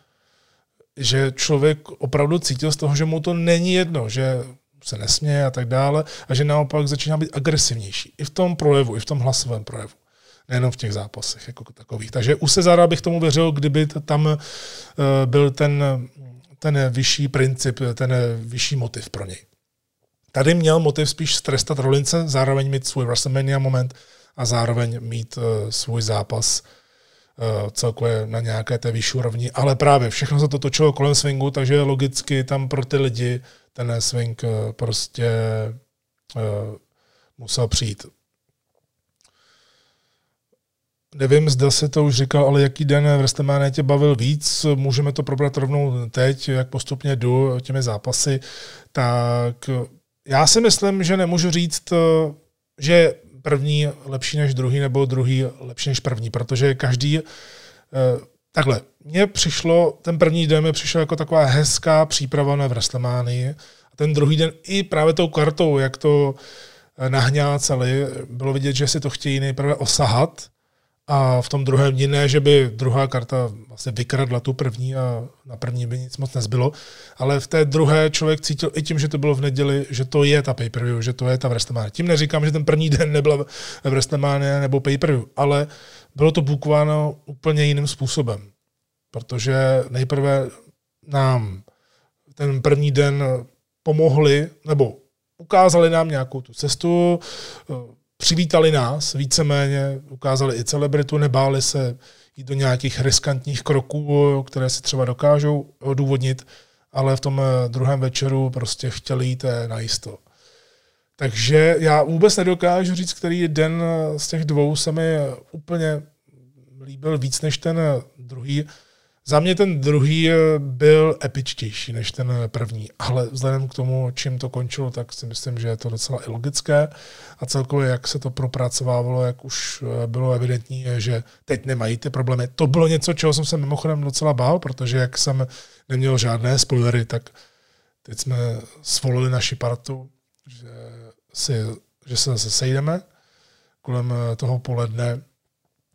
Že člověk opravdu cítil z toho, že mu to není jedno, že se nesměje a tak dále a že naopak začíná být agresivnější. I v tom projevu, i v tom hlasovém projevu. Nejenom v těch zápasech jako takových. Takže u Cezara bych tomu věřil, kdyby tam uh, byl ten, ten vyšší princip, ten vyšší motiv pro něj. Tady měl motiv spíš strestat Rollinse, zároveň mít svůj WrestleMania moment a zároveň mít uh, svůj zápas uh, celkově na nějaké té vyšší úrovni. Ale právě všechno se to točilo kolem swingu, takže logicky tam pro ty lidi ten swing uh, prostě uh, musel přijít. Nevím, zda se to už říkal, ale jaký den v WrestleMania tě bavil víc, můžeme to probrat rovnou teď, jak postupně jdu těmi zápasy, tak já si myslím, že nemůžu říct, že první lepší než druhý, nebo druhý lepší než první, protože každý, takhle, mně přišlo, ten první den mi přišel jako taková hezká příprava na WrestleMania a ten druhý den i právě tou kartou, jak to nahňáceli, bylo vidět, že si to chtějí nejprve osahat, a v tom druhém dní ne, že by druhá karta vlastně vykradla tu první a na první by nic moc nezbylo, ale v té druhé člověk cítil i tím, že to bylo v neděli, že to je ta pay-per-view, že to je ta WrestleMania. Tím neříkám, že ten první den nebyla WrestleMania nebo pay-per-view, ale bylo to bookováno úplně jiným způsobem, protože nejprve nám ten první den pomohli, nebo ukázali nám nějakou tu cestu, přivítali nás, víceméně ukázali i celebritu, nebáli se jít do nějakých riskantních kroků, které si třeba dokážou odůvodnit, ale v tom druhém večeru prostě chtěli jít najisto. Takže já vůbec nedokážu říct, který den z těch dvou se mi úplně líbil víc než ten druhý. Za mě ten druhý byl epičtější než ten první, ale vzhledem k tomu, čím to končilo, tak si myslím, že je to docela i logické a celkově, jak se to propracovávalo, jak už bylo evidentní, že teď nemají ty problémy. To bylo něco, čeho jsem se mimochodem docela bál, protože jak jsem neměl žádné spoilery, tak teď jsme svolili naši partu, že, si, že se zase sejdeme kolem toho poledne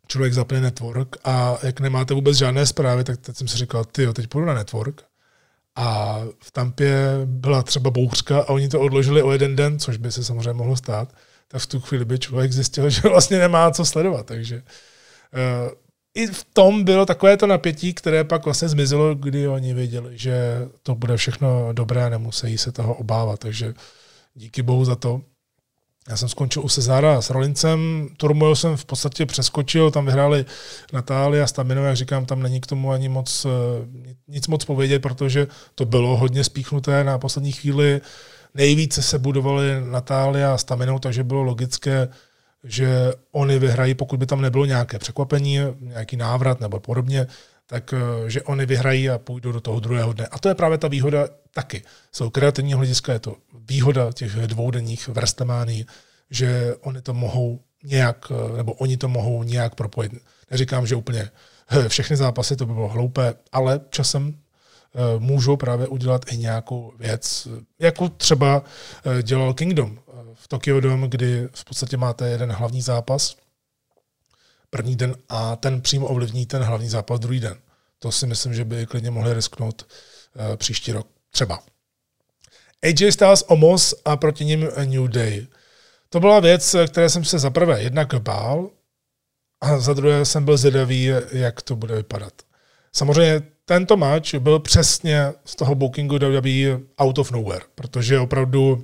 člověk zapne network a jak nemáte vůbec žádné zprávy, tak teď jsem si říkal, tyjo, teď půjdu na network. A v Tampě byla třeba bouřka a oni to odložili o jeden den, což by se samozřejmě mohlo stát. Tak v tu chvíli by člověk zjistil, že vlastně nemá co sledovat. Takže uh, i v tom bylo takové to napětí, které pak vlastně zmizelo, kdy oni věděli, že to bude všechno dobré a nemusí se toho obávat. Takže díky bohu za to. Já jsem skončil u Cezára s Rollincem, turmoil jsem v podstatě přeskočil, tam vyhráli Natália a Stamino, jak říkám, tam není k tomu ani moc, nic moc povědět, protože to bylo hodně spíchnuté na poslední chvíli. Nejvíce se budovali Natália a Stamino, takže bylo logické, že oni vyhrají, pokud by tam nebylo nějaké překvapení, nějaký návrat nebo podobně, tak že oni vyhrají a půjdou do toho druhého dne. A to je právě ta výhoda taky. Z kreativního hlediska je to výhoda těch dvoudenních WrestleManii, že oni to mohou nějak, nebo oni to mohou nějak propojit. Neříkám, že úplně všechny zápasy, to by bylo hloupé, ale časem můžou právě udělat i nějakou věc, jako třeba dělal Kingdom v Tokyo Dome, kdy v podstatě máte jeden hlavní zápas první den a ten přímo ovlivní ten hlavní zápas druhý den. To si myslím, že by klidně mohli risknout uh, příští rok. Třeba. A J Styles, Omos a proti nim New Day. To byla věc, které jsem se za prvé jednak bál a za druhé jsem byl zvědavý, jak to bude vypadat. Samozřejmě tento match byl přesně z toho bookingu W W E out of nowhere, protože opravdu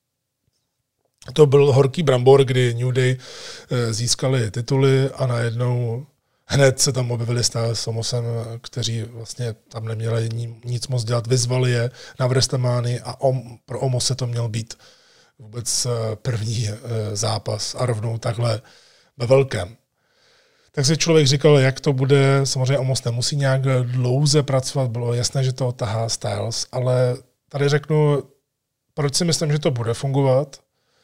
to byl horký brambor, kdy New Day získali tituly a najednou hned se tam objevili Styles s Omosem, kteří vlastně tam neměli nic moc dělat, vyzvali je na WrestleManii a om, pro Omose to měl být vůbec první zápas a rovnou takhle ve velkém. Tak si člověk říkal, jak to bude, samozřejmě Omos nemusí nějak dlouze pracovat, bylo jasné, že to otahá Styles, ale tady řeknu, proč si myslím, že to bude fungovat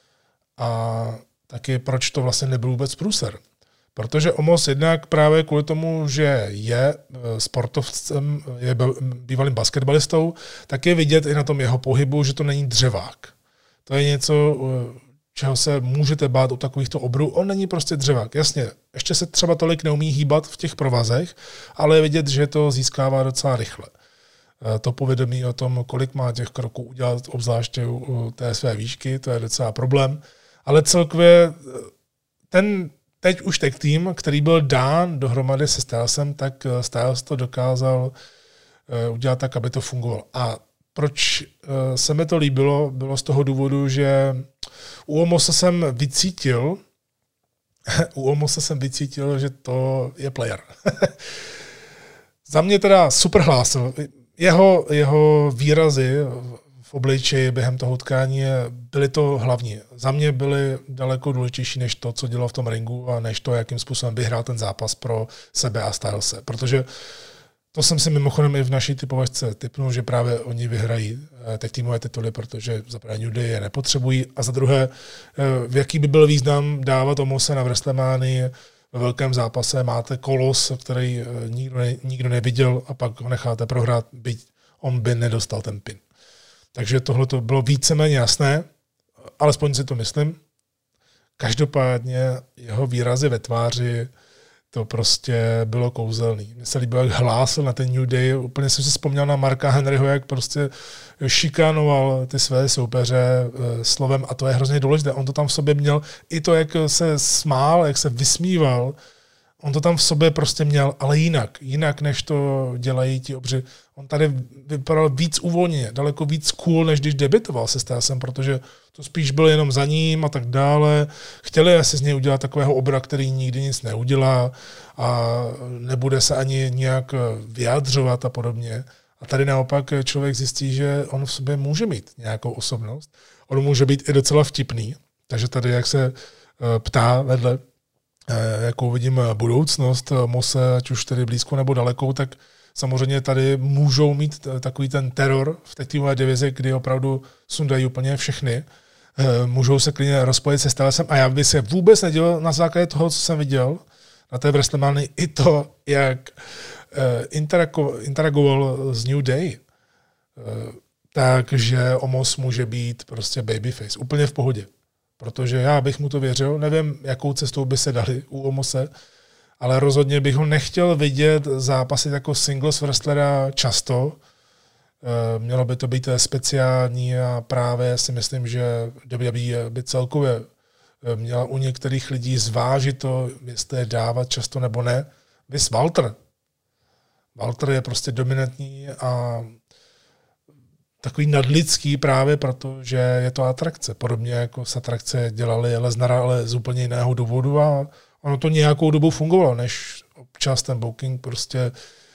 a taky proč to vlastně nebyl vůbec průser. Protože Omos jednak právě kvůli tomu, že je sportovcem, je bývalým basketbalistou, tak je vidět i na tom jeho pohybu, že to není dřevák. To je něco, čeho se můžete bát u takovýchto obrů. On není prostě dřevák. Jasně, ještě se třeba tolik neumí hýbat v těch provazech, ale je vidět, že to získává docela rychle. To povědomí o tom, kolik má těch kroků udělat, obzvláště u té své výšky, to je docela problém. Ale celkově ten teď už tag team, který byl dán dohromady se Stylesem, tak Styles to dokázal udělat tak, aby to fungovalo. A proč se mi to líbilo, bylo z toho důvodu, že u Omosa jsem vycítil, u Omosa jsem vycítil, že to je player. Za mě teda super hlásil. Jeho, jeho výrazy v obličeji během toho utkání byly to hlavní. Za mě byly daleko důležitější než to, co dělal v tom ringu a než to, jakým způsobem vyhrál ten zápas pro sebe a Stylese. Protože to jsem si mimochodem i v naší typovačce typnul, že právě oni vyhrají tag týmové tituly, protože za prvé New Day je nepotřebují a za druhé, v jaký by byl význam dávat Omose na WrestleManii ve velkém zápase, máte kolos, který nikdo, ne, nikdo neviděl a pak ho necháte prohrát, byť on by nedostal ten pin. Takže tohle to bylo víceméně jasné, alespoň si to myslím. Každopádně jeho výrazy ve tváři, to prostě bylo kouzelný. Mně se líbilo, jak hlásil na ten New Day. Úplně jsem si vzpomněl na Marka Henryho, jak prostě šikanoval ty své soupeře slovem a to je hrozně důležité. On to tam v sobě měl, i to, jak se smál, jak se vysmíval, on to tam v sobě prostě měl, ale jinak. Jinak, než to dělají ti obři. On tady vypadal víc uvolněně, daleko víc cool, než když debitoval se Stylesem, protože to spíš bylo jenom za ním a tak dále. Chtěli asi z něj udělat takového obra, který nikdy nic neudělá a nebude se ani nějak vyjadřovat a podobně. A tady naopak člověk zjistí, že on v sobě může mít nějakou osobnost. On může být i docela vtipný. Takže tady, jak se ptá vedle, jakou vidím budoucnost Mose, ať už tedy blízko nebo dalekou, tak samozřejmě tady můžou mít takový ten teror v té týmové divizi, kdy opravdu sundají úplně všechny. Můžou se klidně rozpojit se Stylesem a já bych se vůbec nedělal na základě toho, co jsem viděl na té WrestleManii, i to, jak interagoval s New Day. Takže Omos může být prostě babyface. Úplně v pohodě. Protože já bych mu to věřil, nevím, jakou cestou by se dali u Omose, ale rozhodně bych ho nechtěl vidět zápasit jako singles wrestlera často. Mělo by to být speciální a právě si myslím, že W W E by celkově měla u některých lidí zvážit to, jestli je dávat často nebo ne. Vys Walter. Walter je prostě dominantní a takový nadlidský právě proto, že je to atrakce. Podobně jako z atrakce dělali Lesnara, ale z úplně jiného důvodu a ono to nějakou dobu fungovalo, než občas ten booking prostě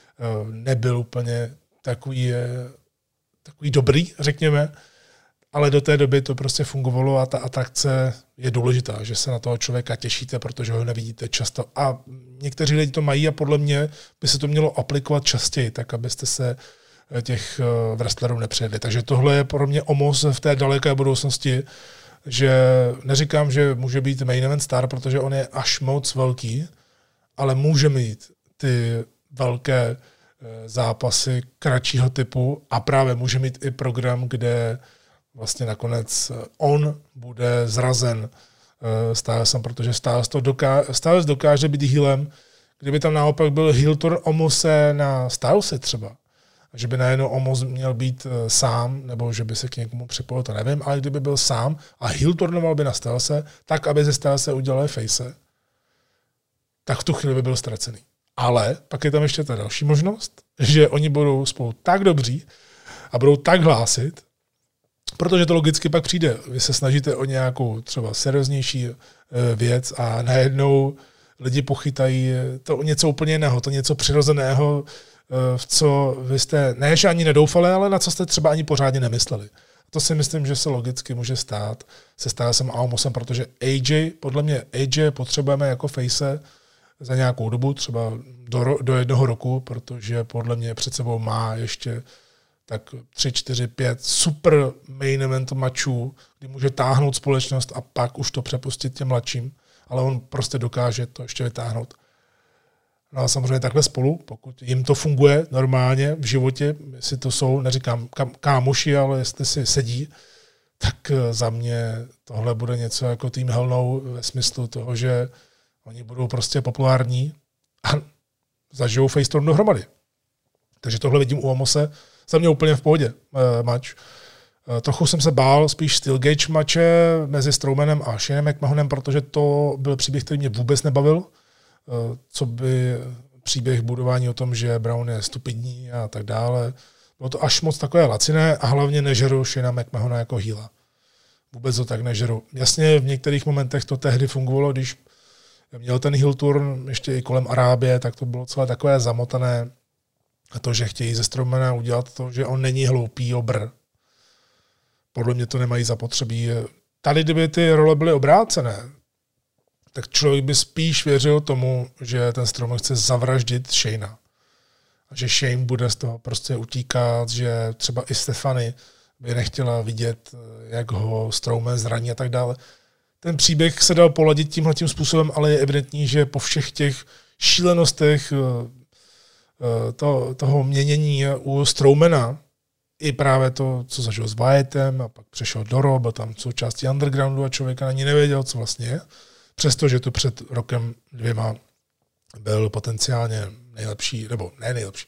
nebyl úplně takový, takový dobrý, řekněme, ale do té doby to prostě fungovalo a ta atrakce je důležitá, že se na toho člověka těšíte, protože ho nevidíte často. A někteří lidi to mají a podle mě by se to mělo aplikovat častěji, tak abyste se těch wrestlerů nepřejedli. Takže tohle je pro mě omos v té daleké budoucnosti, že neříkám, že může být main event star, protože on je až moc velký, ale může mít ty velké zápasy kratšího typu a právě může mít i program, kde vlastně nakonec on bude zrazen Stylesem, protože Styles, to dokáže, Styles dokáže být healem, kdyby tam naopak byl heel turn Omose na Stylese třeba, že by najednou Omos měl být sám, nebo že by se k někomu připojil, to nevím, ale kdyby byl sám a heel turnoval by na Stylese, tak, aby ze Stylese udělali face, tak v tu chvíli by byl ztracený. Ale pak je tam ještě ta další možnost, že oni budou spolu tak dobří a budou tak hlásit, protože to logicky pak přijde. Vy se snažíte o nějakou třeba serióznější věc a najednou lidi pochytají to o něco úplně jiného, to něco přirozeného, v co vy jste ne, že ani nedoufali, ale na co jste třeba ani pořádně nemysleli. To si myslím, že se logicky může stát se Stylesem a Omosem, protože A J, podle mě A J potřebujeme jako face za nějakou dobu, třeba do, do jednoho roku, protože podle mě před sebou má ještě tak tři, čtyři, pět super main event mačů, kdy může táhnout společnost a pak už to přepustit těm mladším, ale on prostě dokáže to ještě vytáhnout. No a samozřejmě takhle spolu, pokud jim to funguje normálně v životě, jestli to jsou, neříkám kámoši, ale jestli si sedí, tak za mě tohle bude něco jako Team Hell No ve smyslu toho, že oni budou prostě populární a zažijou face turn dohromady. Takže tohle vidím u Omose, za mě úplně v pohodě uh, mač. Uh, trochu jsem se bál spíš Steel Cage mače mezi Strowmanem a Shanem McMahonem, protože to byl příběh, který mě vůbec nebavil. Uh, co by příběh budování o tom, že Brown je stupidní a tak dále. Bylo to až moc takové laciné a hlavně nežeru Shana McMahona jako heala. Vůbec to tak nežeru. Jasně v některých momentech to tehdy fungovalo, když měl ten heel turn ještě i kolem Arábie, tak to bylo celé takové zamotané. A to, že chtějí ze Strowmana udělat to, že on není hloupý obr. Podle mě to nemají zapotřebí. Tady, kdyby ty role byly obrácené, tak člověk by spíš věřil tomu, že ten Strowman chce zavraždit Shayna. A že Shane bude z toho prostě utíkat, že třeba i Stephanie by nechtěla vidět, jak ho Strowman zraní a tak dále. Ten příběh se dal poladit tímhletím způsobem, ale je evidentní, že po všech těch šílenostech To, toho měnění u Strowmana, i právě to, co zažil s Wyattem a pak přešel do Raw, byl tam součástí undergroundu a člověk ani nevěděl, co vlastně je. Přestože to před rokem dvěma byl potenciálně nejlepší, nebo ne nejlepší,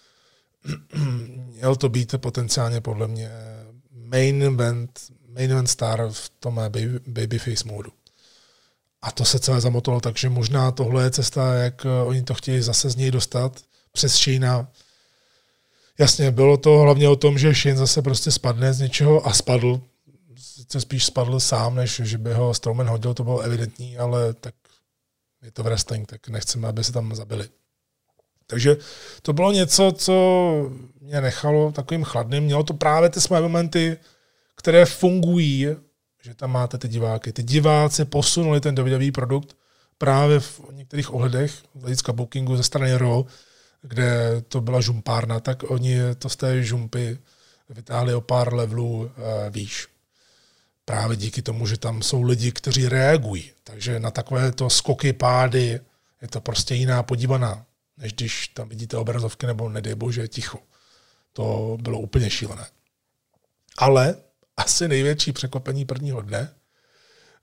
měl to být potenciálně podle mě main event, main event star v tom baby, babyface módu. A to se celé zamotalo, takže možná tohle je cesta, jak oni to chtějí zase z něj dostat, přes Shayna. Jasně, bylo to hlavně o tom, že Shane zase prostě spadne z něčeho a spadl. Sice spíš spadl sám, než že by ho Strowman hodil, to bylo evidentní, ale tak je to wrestling, tak nechceme, aby se tam zabili. Takže to bylo něco, co mě nechalo takovým chladným. Mělo to právě ty své momenty, které fungují, že tam máte ty diváky. Ty diváci posunuli ten W W E produkt právě v některých ohledech, z hlediska bookingu ze strany Raw, kde to byla žumpárna, tak oni to z té žumpy vytáhli o pár levelů e, výš. Právě díky tomu, že tam jsou lidi, kteří reagují. Takže na takovéto skoky, pády je to prostě jiná podívaná, než když tam vidíte obrazovky nebo nedej bože ticho. To bylo úplně šílené. Ale asi největší překvapení prvního dne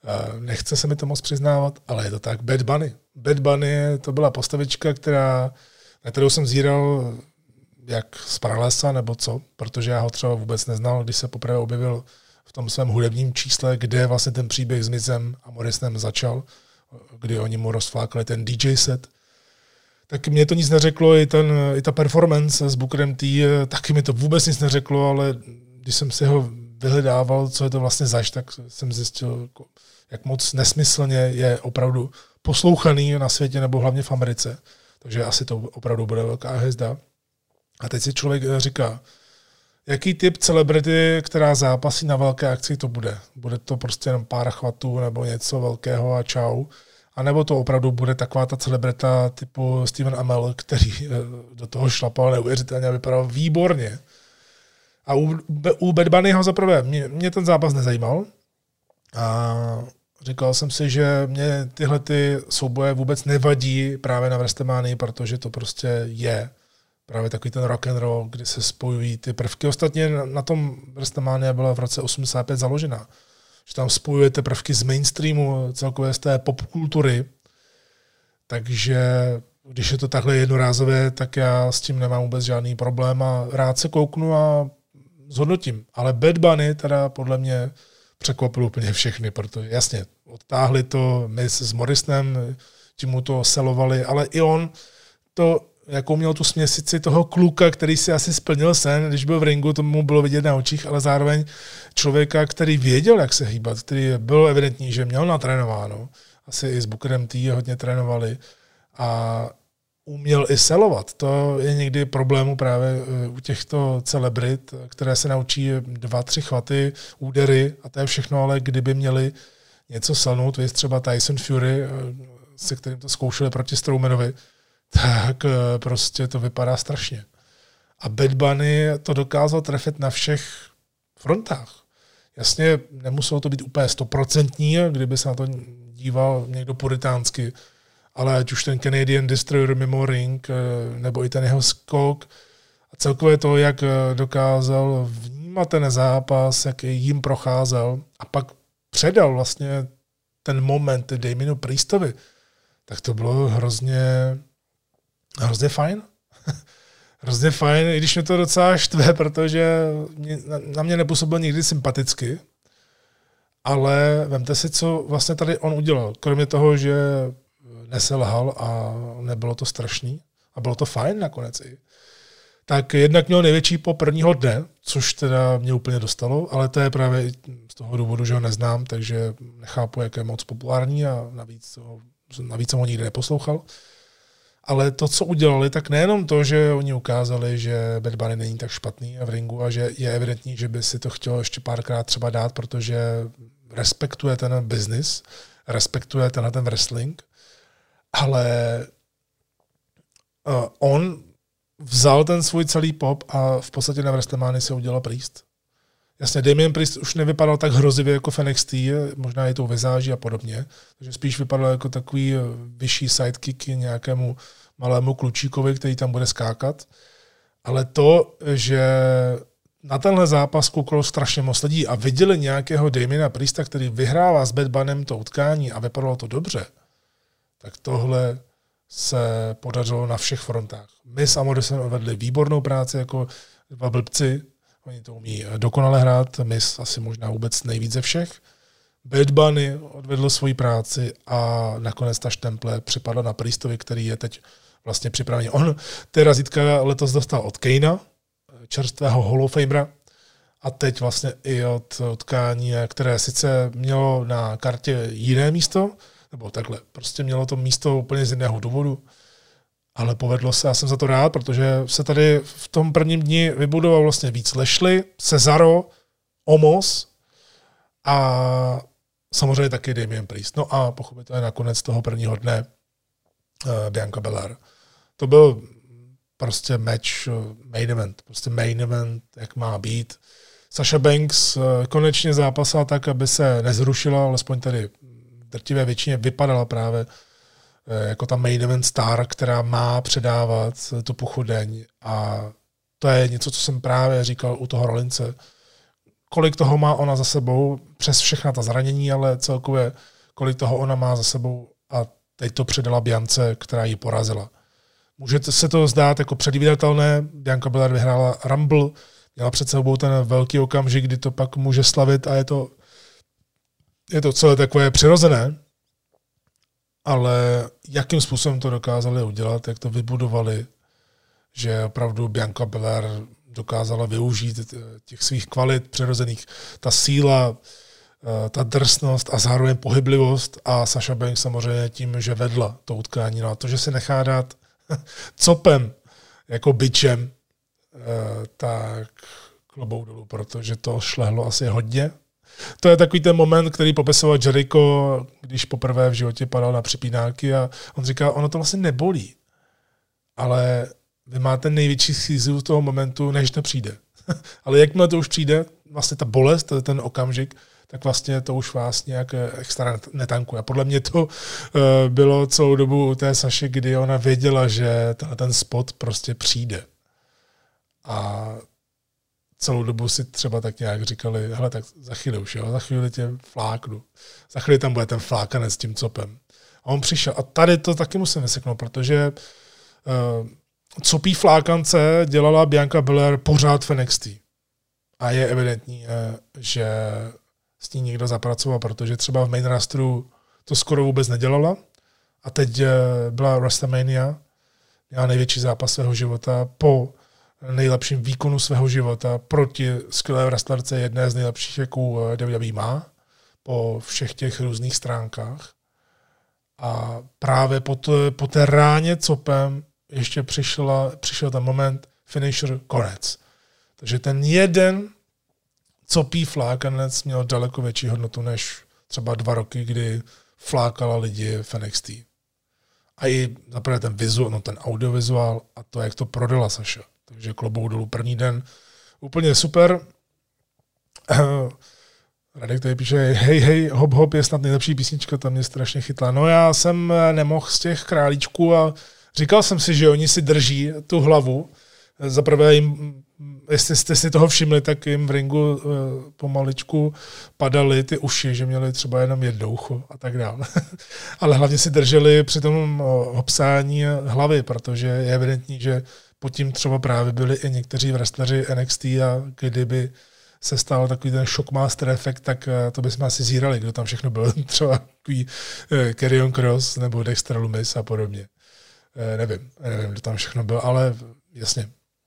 Nechce se mi to moc přiznávat, ale je to tak. Bad Bunny. Bad Bunny to byla postavička, která, na kterou jsem zíral jak z pralesa nebo co, protože já ho třeba vůbec neznal, když se poprvé objevil v tom svém hudebním čísle, kde vlastně ten příběh s Mizem a Morrisonem začal, kdy oni mu rozflákali ten D J set. Tak mě to nic neřeklo, i, ten, i ta performance s Bookerem T, taky mi to vůbec nic neřeklo, ale když jsem si ho vyhledával, co je to vlastně zač, tak jsem zjistil, jak moc nesmyslně je opravdu poslouchaný na světě nebo hlavně v Americe. Takže asi to opravdu bude velká hvězda. A teď si člověk říká, jaký typ celebrity, která zápasí na velké akci, to bude. Bude to prostě jenom pár chvatů nebo něco velkého a čau. A nebo to opravdu bude taková ta celebrita typu Stephen Amell, který do toho šlapal neuvěřitelně a vypadal výborně. A u, u Bad Bunnyho zaprvé mě, mě ten zápas nezajímal. A říkal jsem si, že mě tyhle ty souboje vůbec nevadí právě na WrestleManii, protože to prostě je právě takový ten rock and roll, kdy se spojují ty prvky. Ostatně na tom WrestleMania byla v roce osmdesát pět založena. Že tam spojujete prvky z mainstreamu, celkově z té popkultury. Takže když je to takhle jednorázové, tak já s tím nemám vůbec žádný problém a rád se kouknu a zhodnotím. Ale Bad Bunny teda podle mě překvapil úplně všechny, protože jasně, odtáhli to Miz s Morrisonem, tím mu to selovali, ale i on to, jakou měl tu směsici toho kluka, který si asi splnil sen, když byl v ringu, to mu bylo vidět na očích, ale zároveň člověka, který věděl, jak se hýbat, který bylo evidentní, že měl natrénováno, asi i s Bookerem T hodně trénovali a uměl i selovat. To je někdy problému právě u těchto celebrit, které se naučí dva, tři chvaty, údery a to je všechno, ale kdyby měli něco selnout, víc třeba Tyson Fury, se kterým to zkoušeli proti Strowmanovi, tak prostě to vypadá strašně. A Bad Bunny to dokázal trefit na všech frontách. Jasně, nemuselo to být úplně stoprocentní, kdyby se na to díval někdo puritánsky, ale ať už ten Canadian Destroyer mimo ring, nebo i ten jeho skok a celkově to, jak dokázal vnímat ten zápas, jak jim procházel a pak předal vlastně ten moment Damienu Priestovi, tak to bylo hrozně, hrozně fajn. hrozně fajn, i když mě to docela štve, protože mě, na mě nepůsobil nikdy sympaticky, ale vemte si, co vlastně tady on udělal. Kromě toho, že neselhal a nebylo to strašný a bylo to fajn nakonec i. Tak jednak měl největší po prvního dne, což teda mě úplně dostalo, ale to je právě z toho důvodu, že ho neznám, takže nechápu, jak je moc populární a navíc, navíc jsem ho nikdy neposlouchal. Ale to, co udělali, tak nejenom to, že oni ukázali, že Bad Bunny není tak špatný v ringu a že je evidentní, že by si to chtělo ještě párkrát třeba dát, protože respektuje ten business, respektuje ten, ten wrestling, ale uh, on vzal ten svůj celý pop a v podstatě na WrestleMania se udělal Priest. Jasně, Damien Priest už nevypadal tak hrozivě jako v N X T, možná i tou vizáží a podobně, takže spíš vypadal jako takový vyšší sidekick nějakému malému klučíkovi, který tam bude skákat. Ale to, že na tenhle zápas koukalo strašně moc lidí a viděli nějakého Damiena Priesta, který vyhrává s Bad Bunnym to utkání a vypadalo to dobře, tak tohle se podařilo na všech frontách. Miz a Morrison odvedli výbornou práci jako dva blbci, oni to umí dokonale hrát, Miz asi možná vůbec nejvíc ze všech. Bad Bunny odvedl svoji práci a nakonec ta štemple připadla na Priestovi, který je teď vlastně připravený. On ty razítka letos dostal od Kanea, čerstvého Hall of Famera, a teď vlastně i od utkání, které sice mělo na kartě jiné místo, nebo takhle, prostě mělo to místo úplně z jiného důvodu, ale povedlo se, já jsem za to rád, protože se tady v tom prvním dni vybudoval vlastně víc Lashley, Cesaro, Omos a samozřejmě taky Damien Priest. No a pochopitelně nakonec toho prvního dne uh, Bianca Belair. To byl prostě match, uh, main event, prostě main event, jak má být. Sasha Banks uh, konečně zápasila tak, aby se nezrušila, alespoň tady v drtivé většině vypadala právě jako ta main event star, která má předávat tu pochodeň. A to je něco, co jsem právě říkal u toho Rollince. kolik toho má ona za sebou, přes všechna ta zranění, ale celkově kolik toho ona má za sebou a teď to předala Biance, která ji porazila. Může se to zdát jako předvídatelné, Bianca Belair vyhrála Rumble, měla před sebou ten velký okamžik, kdy to pak může slavit a je to, je to celé takové přirozené, ale jakým způsobem to dokázali udělat, jak to vybudovali, že opravdu Bianca Belair dokázala využít těch svých kvalit přirozených, ta síla, ta drsnost a zároveň pohyblivost a Sasha Banks samozřejmě tím, že vedla to utkání. No a to, že se nechá dát copem jako bičem, tak klobouk dolů, protože to šlehlo asi hodně. To je takový ten moment, který popisoval Jericho, když poprvé v životě padal na připínálky a on říká, ono to vlastně nebolí, ale vy máte největší sílu z toho momentu, než to přijde. Ale jakmile to už přijde, vlastně ta bolest, ten okamžik, tak vlastně to už vás nějak extra netankuje. A podle mě to uh, bylo celou dobu u té Saši, kdy ona věděla, že ten spot prostě přijde. A celou dobu si třeba tak nějak říkali, hele, tak za chvíli už, jo, za chvíli tě fláknu. Za chvíli tam bude ten flákanec s tím copem. A on přišel. A tady to taky musím vyseknout, protože uh, copí flákance dělala Bianca Belair pořád v N X T. A je evidentní, že s ní někdo zapracoval, protože třeba v main rosteru to skoro vůbec nedělala. A teď byla WrestleMania, měla největší zápas svého života po nejlepším výkonu svého života proti skvělé wrestlerce, jedné z nejlepších, jakou W W E má, po všech těch různých stránkách. A právě po, to, po té ráně copem ještě přišla, přišel ten moment, finisher, konec. Takže ten jeden copí flákanec měl daleko větší hodnotu než třeba dva roky, kdy flákala lidi v N X T. A i zaprvé ten vizuál, no ten audiovizuál a to, jak to prodala Saša. Takže klobouk dolů první den. Úplně super. Radek tady píše, hej, hej, hop, hop je snad nejlepší písnička, tam mě strašně chytla. No já jsem nemohl z těch králíčků a říkal jsem si, že oni si drží tu hlavu. Zaprvé jim, jestli jste si toho všimli, tak jim v ringu uh, pomaličku padaly ty uši, že měli třeba jenom jedno ucho a tak dále. Ale hlavně si drželi při tom uh, hopsání hlavy, protože je evidentní, že pod tím třeba právě byli i někteří wrestleri N X T a kdyby se stál takový ten shockmaster efekt, tak uh, to bychom asi zírali, kdo tam všechno byl. Třeba takový uh, Karrion Kross nebo Dexter Lumis a podobně. Uh, nevím, nevím, kdo tam všechno byl, ale jasně.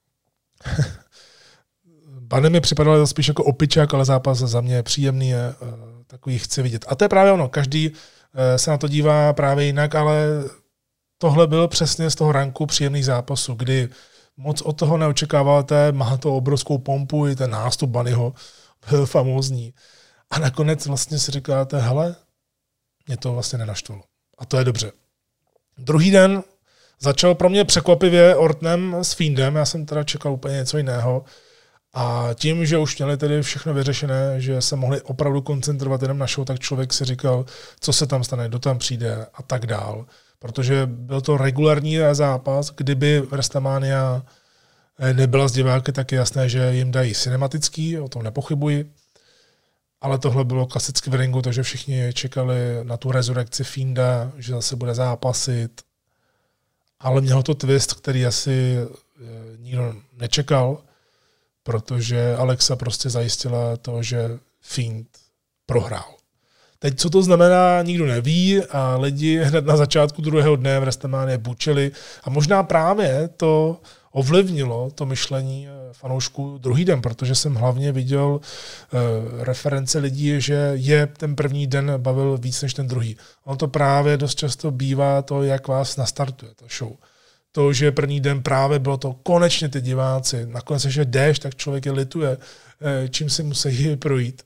Bany mi připadalo spíš jako opičák, ale zápas za mě je příjemný, je, uh, takový chci vidět. A to je právě ono, každý uh, se na to dívá právě jinak, ale tohle byl přesně z toho ranku příjemných zápasů, kdy moc od toho neočekáváte, má to obrovskou pompu, i ten nástup Bunnyho byl famózní. A nakonec vlastně si říkáte, hele, mě to vlastně nenaštvalo. A to je dobře. Druhý den začal pro mě překvapivě Ortonem s Fiendem, já jsem teda čekal úplně něco jiného. A tím, že už měli tedy všechno vyřešené, že se mohli opravdu koncentrovat jenom na show, tak člověk si říkal, co se tam stane, kdo tam přijde a tak dál. Protože byl to regulární zápas, kdyby WrestleMania nebyla z diváky, tak je jasné, že jim dají cinematický, o tom nepochybuji. Ale tohle bylo klasicky v ringu, takže všichni čekali na tu rezurekci Fienda, že zase bude zápasit. Ale mělo to twist, který asi nikdo nečekal, protože Alexa prostě zajistila to, že Fiend prohrál. Teď, co to znamená, nikdo neví a lidi hned na začátku druhého dne v WrestleMania bučili a možná právě to ovlivnilo to myšlení fanoušků druhý den, protože jsem hlavně viděl uh, reference lidí, že je ten první den bavil víc než ten druhý. On to právě dost často bývá to, jak vás nastartuje ta show. To, že první den právě bylo to konečně ty diváci, nakonec, že jdeš, tak člověk je lituje, čím si musí projít.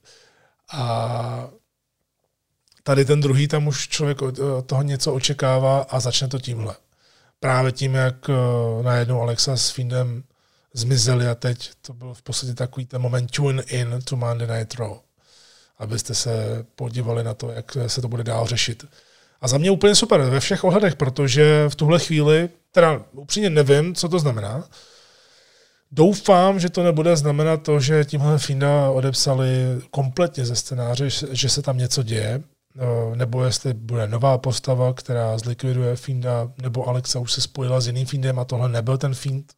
A tady ten druhý, tam už člověk od toho něco očekává a začne to tímhle. Právě tím, jak najednou Alexa s Fiendem zmizeli a teď to byl v podstatě takový ten moment tune in to Monday Night Raw. Abyste se podívali na to, jak se to bude dál řešit. A za mě úplně super ve všech ohledech, protože v tuhle chvíli, teda upřímně nevím, co to znamená, Doufám, že to nebude znamenat to, že tímhle Fienda odepsali kompletně ze scénáře, že se tam něco děje, nebo jestli bude nová postava, která zlikviduje Fienda, nebo Alexa už se spojila s jiným Fiendem a tohle nebyl ten Fiend.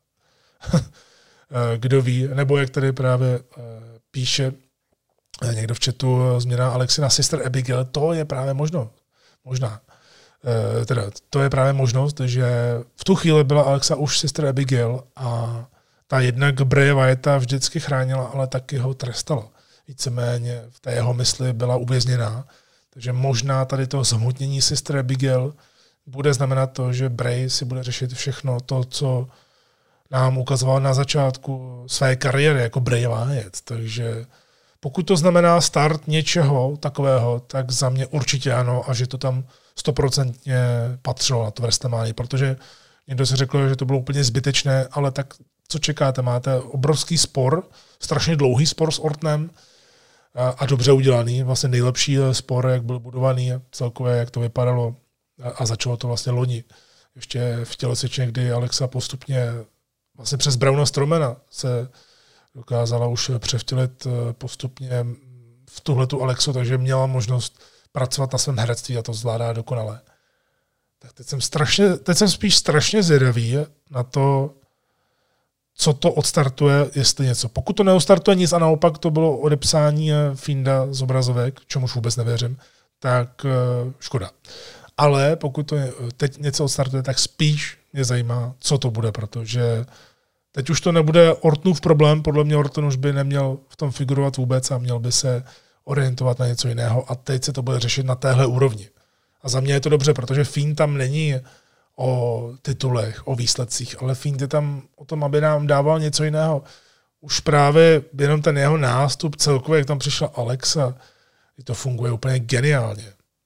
Kdo ví, nebo jak tady právě píše někdo v chatu, změna Alexy na Sister Abigail, to je právě možno. Možná. Teda, to je právě možnost, že v tu chvíli byla Alexa už Sister Abigail a ta jednak Bray Wyetta vždycky chránila, ale taky ho trestala. Víceméně v té jeho mysli byla uvězněná. Takže možná tady to zhmotnění Sister Abigail bude znamenat to, že Bray si bude řešit všechno to, co nám ukazoval na začátku své kariéry jako Bray Wyatt. Takže pokud to znamená start něčeho takového, tak za mě určitě ano a že to tam stoprocentně patřilo na to WrestleMania, protože někdo si řekl, že to bylo úplně zbytečné, ale tak co čekáte? Máte obrovský spor, strašně dlouhý spor s Ortonem a, a dobře udělaný, vlastně nejlepší spor, jak byl budovaný, celkově, jak to vypadalo a, a začalo to vlastně loni. Ještě v tělocvičně, kdy Alexa postupně vlastně přes Brauna Strowmana se dokázala už převtělit postupně v tuhletu Alexu, takže měla možnost pracovat na svém herectví a to zvládá dokonale. Tak teď jsem, strašně, teď jsem spíš strašně zvědavý na to, co to odstartuje, jestli něco. Pokud to neodstartuje nic a naopak to bylo odepsání Fienda z obrazovek, čemuž vůbec nevěřím, tak škoda. Ale pokud to teď něco odstartuje, tak spíš mě zajímá, co to bude, protože teď už to nebude Ortonův problém, podle mě Orton už by neměl v tom figurovat vůbec a měl by se orientovat na něco jiného a teď se to bude řešit na téhle úrovni. A za mě je to dobře, protože Fiend tam není o titulech, o výsledcích, ale Fiend je tam o tom, aby nám dával něco jiného. Už právě jenom ten jeho nástup celkově, jak tam přišla Alexa, to funguje úplně geniálně.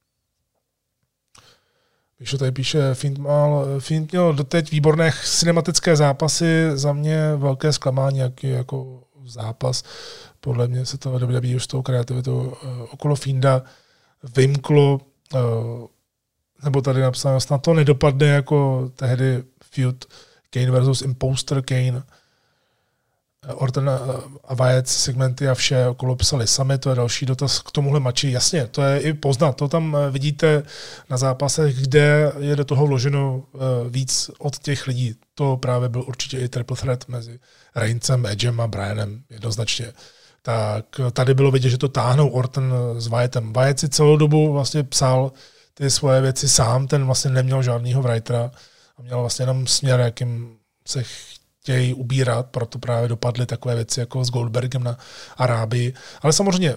Píšu tady píše, Fiend, mal, Fiend měl doteď výborné cinematické zápasy, za mě velké zklamání, jaký jako zápas. Podle mě se to W W E už s tou kreativitou uh, okolo Fienda vymklo, uh, nebo tady napsáno, snad to nedopadne jako tehdy feud Kane versus Imposter Kane. Orton a Wyatt segmenty a vše okolo psali sami, to je další dotaz k tomuhle mači. Jasně, to je i poznat, to tam vidíte na zápasech, kde je do toho vloženo víc od těch lidí. To právě byl určitě i triple threat mezi Reincem, Edgem a Bryanem jednoznačně. Tak tady bylo vidět, že to táhnou Orton s Wyattem. Wyatt si celou dobu vlastně psal ty svoje věci sám, ten vlastně neměl žádnýho writera a měl vlastně jenom směr, jakým se chtějí ubírat, proto právě dopadly takové věci jako s Goldbergem na Arábii. Ale samozřejmě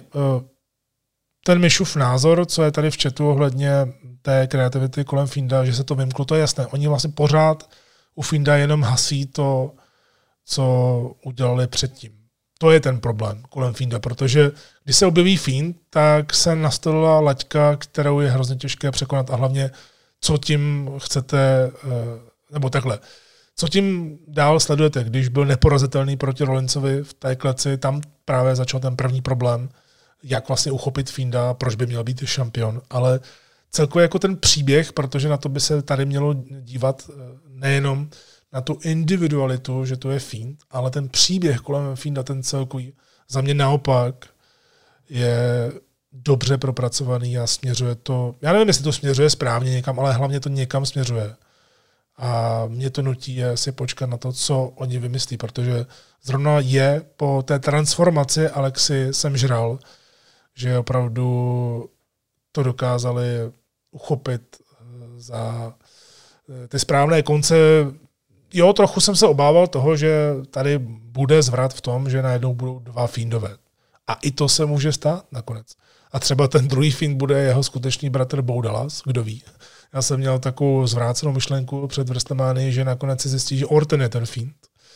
ten Mišův názor, co je tady v chatu ohledně té kreativity kolem Fienda, že se to vymklo, to je jasné. Oni vlastně pořád u Fienda jenom hasí to, co udělali předtím. To je ten problém kolem Fienda, protože když se objeví Fiend, tak se nastolila laťka, kterou je hrozně těžké překonat a hlavně, co tím chcete, nebo takhle, co tím dál sledujete, když byl neporazitelný proti Rollinsovi v té kleci, tam právě začal ten první problém, jak vlastně uchopit Fienda, proč by měl být šampion, ale celkově jako ten příběh, protože na to by se tady mělo dívat nejenom na tu individualitu, že to je Fiend, ale ten příběh kolem Fienda, ten celkový, za mě naopak je dobře propracovaný a směřuje to, já nevím, jestli to směřuje správně někam, ale hlavně to někam směřuje. A mě to nutí si počkat na to, co oni vymyslí, protože zrovna je po té transformaci Alexy jsem žral, že opravdu to dokázali uchopit za ty správné konce. Jo, trochu jsem se obával toho, že tady bude zvrat v tom, že najednou budou dva Fiendové. A i to se může stát nakonec. A třeba ten druhý Fiend bude jeho skutečný bratr Bo Dallas, kdo ví. Já jsem měl takovou zvrácenou myšlenku před WrestleMania, že nakonec se zjistí, že Orton je ten Fiend.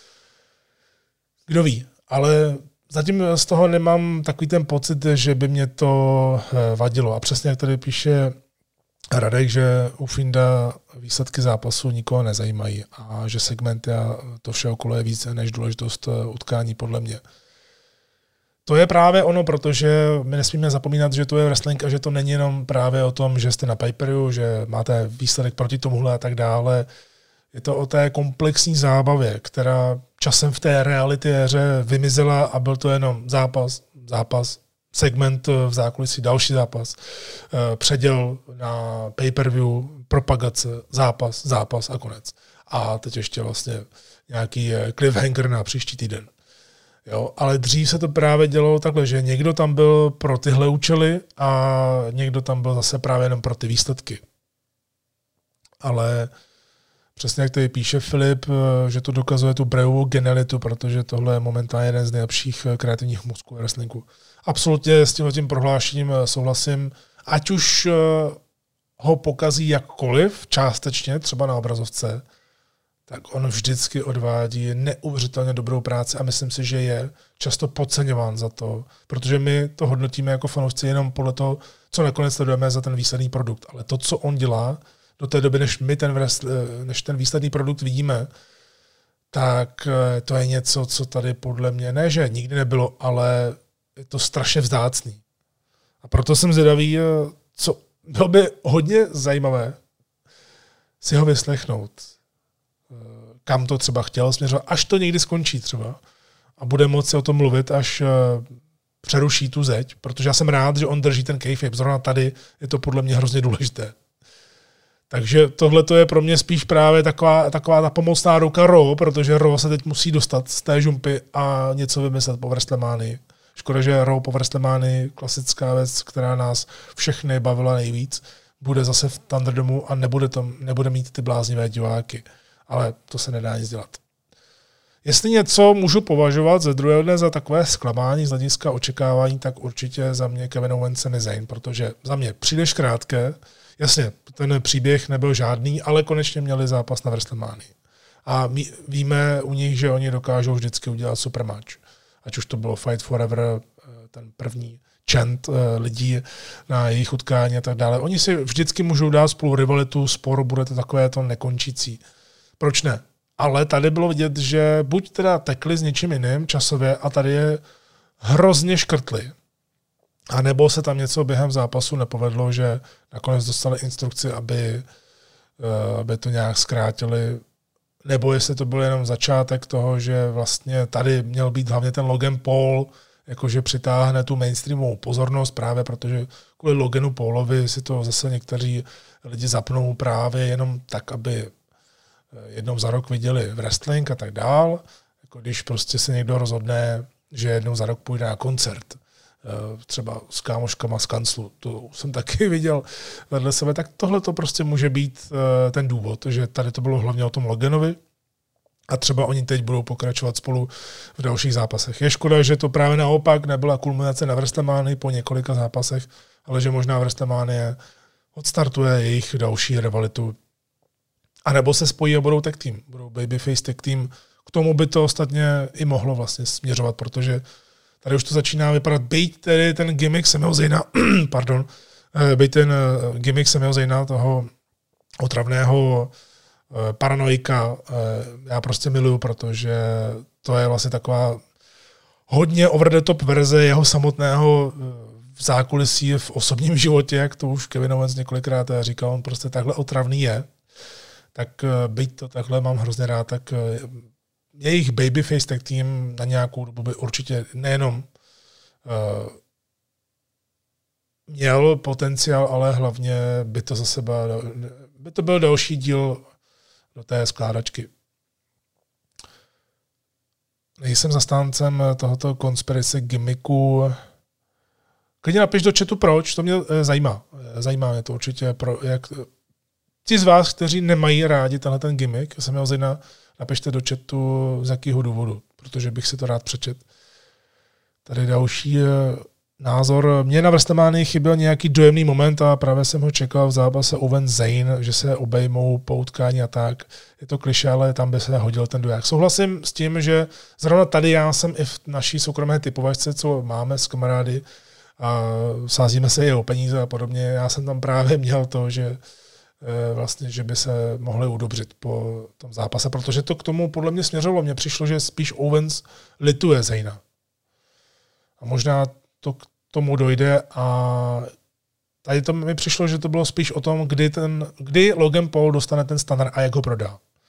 Kdo ví, ale zatím z toho nemám takový ten pocit, že by mě to vadilo. A přesně jak tady píše Radek, že u Fienda výsledky zápasu nikoho nezajímají a že segmenty a to vše okolo je více než důležitost utkání podle mě. To je právě ono, protože my nesmíme zapomínat, že to je wrestling a že to není jenom právě o tom, že jste na Piperu, že máte výsledek proti tomuhle a tak dále. Je to o té komplexní zábavě, která časem v té realitéře vymizela a byl to jenom zápas, zápas, segment v zákulisí, další zápas, předěl na pay-per-view, propagace, zápas, zápas a konec. A teď ještě vlastně nějaký cliffhanger na příští týden. Jo, ale dřív se to právě dělalo takhle, že někdo tam byl pro tyhle účely a někdo tam byl zase právě jenom pro ty výsledky. Ale přesně jak tady píše Filip, že to dokazuje tu Breuovu genialitu, protože tohle je momentálně jeden z nejlepších kreativních mozků wrestlingu. Absolutně s tímhle tím prohlášením souhlasím, ať už ho pokazí jakkoliv, částečně, třeba na obrazovce, tak on vždycky odvádí neuvěřitelně dobrou práci a myslím si, že je často podceňován za to, protože my to hodnotíme jako fanoušci jenom podle toho, co nakonec sledujeme za ten výsledný produkt. Ale to, co on dělá do té doby, než my ten, než ten výsledný produkt vidíme, tak to je něco, co tady podle mě, ne, že nikdy nebylo, ale je to strašně vzácný. A proto jsem zvědavý, co bylo by hodně zajímavé si ho vyslechnout, kam to třeba chtěl směřovat, až to někdy skončí třeba a bude moci o tom mluvit, až přeruší tu zeď, protože já jsem rád, že on drží ten kayfabe. Zrovna tady je to podle mě hrozně důležité. Takže tohle je pro mě spíš právě taková, taková ta pomocná ruka Raw, protože Raw se teď musí dostat z té žumpy a něco vymyslet po WrestleManii. Škoda, že Raw po WrestleManii, klasická věc, která nás všechny bavila nejvíc, bude zase v Thunderdomu a nebude, tam, nebude mít ty bláznivé diváky. Ale to se nedá nic dělat. Jestli něco můžu považovat ze druhého dne za takové zklamání z hlediska očekávání, tak určitě za mě Kevin Owens Sami Zayn, protože za mě příliš krátké. Jasně, ten příběh nebyl žádný, ale konečně měli zápas na WrestleManii. A my víme u nich, že oni dokážou vždycky udělat super match. Ať už to bylo Fight Forever, ten první chant lidí na jejich utkání a tak dále. Oni si vždycky můžou dát spolu rivalitu, spor, bude to takové to nekončící. Proč ne? Ale tady bylo vidět, že buď teda tekli s něčím jiným časově a tady je hrozně škrtli. A nebo se tam něco během zápasu nepovedlo, že nakonec dostali instrukci, aby, aby to nějak zkrátili. Nebo jestli to byl jenom začátek toho, že vlastně tady měl být hlavně ten Logan Paul, jakože přitáhne tu mainstreamovou pozornost právě, protože kvůli Loganu Paulovi si to zase někteří lidi zapnou právě jenom tak, aby jednou za rok viděli wrestling a tak dál. Jako když prostě se někdo rozhodne, že jednou za rok půjde na koncert, třeba s kámoškama z kanclu, to jsem taky viděl vedle sebe, tak tohle to prostě může být ten důvod, že tady to bylo hlavně o tom Loganovi a třeba oni teď budou pokračovat spolu v dalších zápasech. Je škoda, že to právě naopak nebyla kulminace na WrestleManii po několika zápasech, ale že možná WrestleMania odstartuje jejich další rivalitu. A nebo se spojí a budou tag team, budou babyface tag team. K tomu by to ostatně i mohlo vlastně směřovat, protože tady už to začíná vypadat, byť tedy ten gimmick Samiho Zayna, pardon, byť ten gimmick Samiho Zayna, toho otravného paranoika, já prostě miluju, protože to je vlastně taková hodně over the top verze jeho samotného v zákulisí v osobním životě, jak to už Kevin Owens několikrát říkal, on prostě takhle otravný je. Tak byť to takhle mám hrozně rád, tak jejich babyface tag team na nějakou dobu by určitě nejenom uh, měl potenciál, ale hlavně by to zase byl, by to byl další díl do té skládačky. Nejsem zastáncem tohoto konspirace gimmicku. Klidně napiš do chatu proč, to mě zajímá. Zajímá mě to určitě, pro, jak ti z vás, kteří nemají rádi tenhle ten gimmick, jsem měl zejna, napište do chatu z jakého důvodu, protože bych si to rád přečet. Tady další názor. Mně na WrestleManii chyběl nějaký dojemný moment a právě jsem ho čekal v zápase Owens Zayn, že se obejmou po utkání a tak. Je to klišé, ale tam by se hodil ten duják. Souhlasím s tím, že zrovna tady já jsem i v naší soukromé typovačce, co máme s kamarády, a sázíme se i o peníze a podobně. Já jsem tam právě měl to, že vlastně, že by se mohli udobřit po tom zápase, protože to k tomu podle mě směřovalo. Mně přišlo, že spíš Owens lituje Zayna. A možná to k tomu dojde a tady to mi přišlo, že to bylo spíš o tom, kdy, ten, kdy Logan Paul dostane ten standard a jak ho prodá.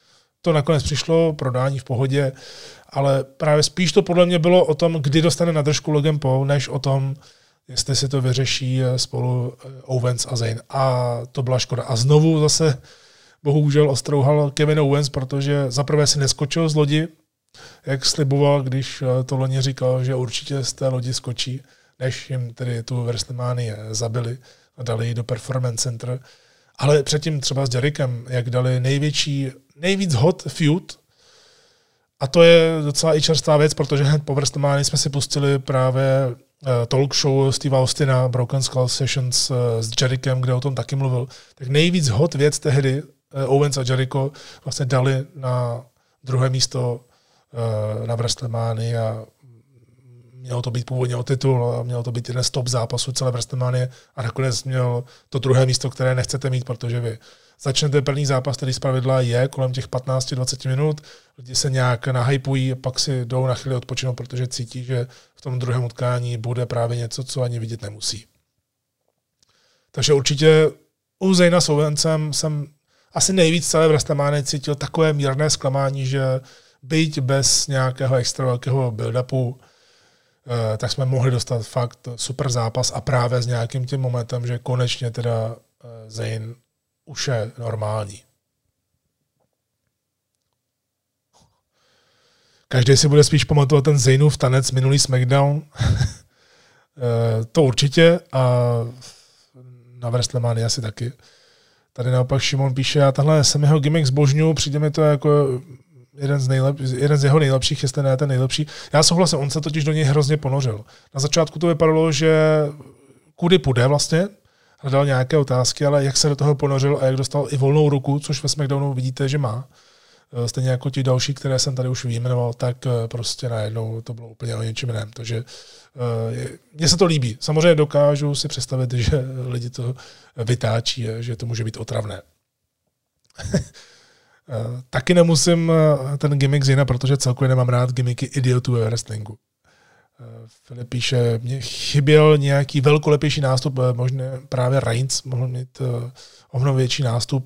to nakonec přišlo, prodání v pohodě, ale právě spíš to podle mě bylo o tom, kdy dostane na držku Logan Paul, než o tom, jestli si to vyřeší spolu Owens a Zayn. A to byla škoda. A znovu zase bohužel ostrouhal Kevin Owens, protože zaprvé si neskočil z lodi, jak sliboval, když to loni říkal, že určitě z té lodi skočí, než jim tedy tu WrestleManii zabili a dali ji do Performance Center. Ale předtím třeba s Jerikem, jak dali největší, nejvíc hot feud, a to je docela i čerstvá věc, protože hned po WrestleManii jsme si pustili právě talk show Steve Austina, Broken Skull Sessions s Jerikem, kde o tom taky mluvil. Tak nejvíc hot věc tehdy Owens a Jericho vlastně dali na druhé místo na WrestleManii a mělo to být původně o titul a mělo to být jeden z top zápasů celé WrestleManie a nakonec měl to druhé místo, které nechcete mít, protože vy začnete první zápas, který zpravidla je kolem těch patnáct dvacet minut, lidi se nějak nahypují, pak si jdou na chvíli odpočinout, protože cítí, že v tom druhém utkání bude právě něco, co ani vidět nemusí. Takže určitě u Zayna s Owensem jsem asi nejvíc celé WrestleMania cítil takové mírné zklamání, že byť bez nějakého extra velkého build-upu, tak jsme mohli dostat fakt super zápas a právě s nějakým tím momentem, že konečně teda Zayn už je normální. Každý si bude spíš pamatovat ten Zaynův tanec minulý SmackDown. To určitě a na WrestleMania asi taky. Tady naopak Šimon píše, já tahle jsem jeho gimmick zbožňuju, přijde mi to jako jeden z, nejlep, jeden z jeho nejlepších, jestli ne ten nejlepší. Já souhlasím, on se totiž do něj hrozně ponořil. Na začátku to vypadalo, že kudy půjde vlastně, hledal nějaké otázky, ale jak se do toho ponořil a jak dostal i volnou ruku, což ve SmackDownu vidíte, že má. Stejně jako ti další, které jsem tady už vyjmenoval, tak prostě najednou to bylo úplně o něčem jiném. Takže mně se to líbí. Samozřejmě dokážu si představit, že lidi to vytáčí, že to může být otravné. Taky nemusím ten gimmick Zayna, protože celkově nemám rád gimmicky idiotů ve wrestlingu. Filip píše, mně chyběl nějaký velkolepější nástup, možná právě Reigns mohl mít o mnoho větší nástup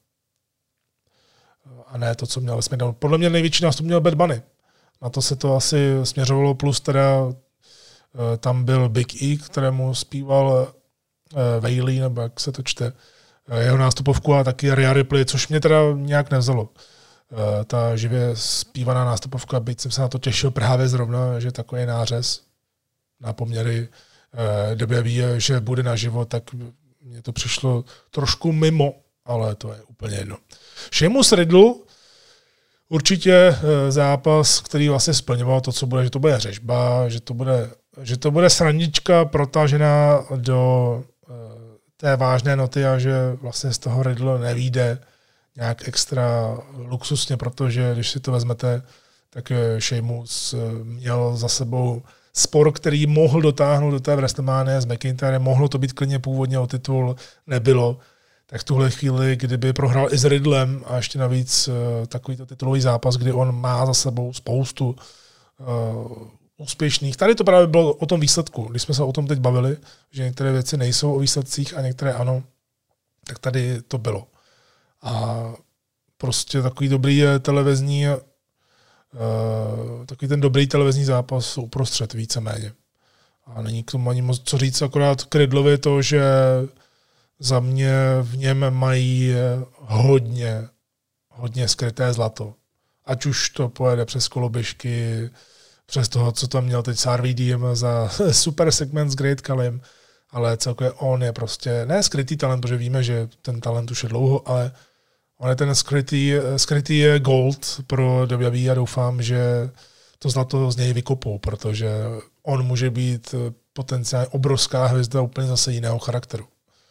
a ne to, co měl SmackDown. Podle mě největší nástup měl Bad Bunny. Na to se to asi směřovalo, plus teda tam byl Big E, kterému zpíval Bayley, nebo jak se to čte, jeho nástupovku a taky Rhea Ripley, což mě teda nějak nevzalo. Ta živě zpívaná nástupovka, byť jsem se na to těšil právě zrovna, že takový nářez na poměry době ví, že bude naživo, tak mně to přišlo trošku mimo, ale to je úplně jedno. Sheamus Riddle, určitě zápas, který vlastně splňoval to, co bude, že to bude řežba, že to bude, že to bude srandička protažená do té vážné noty a že vlastně z toho Riddle nevyjde nějak extra luxusně, protože když si to vezmete, tak Sheamus měl za sebou spor, který mohl dotáhnout do té WrestleMania s McIntyrem, mohlo to být klidně původně o titul, nebylo. Tak v tuhle chvíli, kdyby prohrál i s Riddlem a ještě navíc takovýto titulový zápas, kdy on má za sebou spoustu uh, úspěšných. Tady to právě bylo o tom výsledku. Když jsme se o tom teď bavili, že některé věci nejsou o výsledcích a některé ano, tak tady to bylo. A prostě takový dobrý televizní, uh, takový ten dobrý televizní zápas uprostřed víceméně. A není k tomu ani moc co říct, akorát k Riddlovi to, že za mě v něm mají hodně, hodně skryté zlato. Ať už to pojede přes koloběžky, přes toho, co tam měl teď s R V D M za super segment s Great Kalim, ale celkově on je prostě, ne skrytý talent, protože víme, že ten talent už je dlouho, ale on je ten skrytý, skrytý gold pro W W E a doufám, že to zlato z něj vykopou, protože on může být potenciálně obrovská hvězda úplně zase jiného charakteru.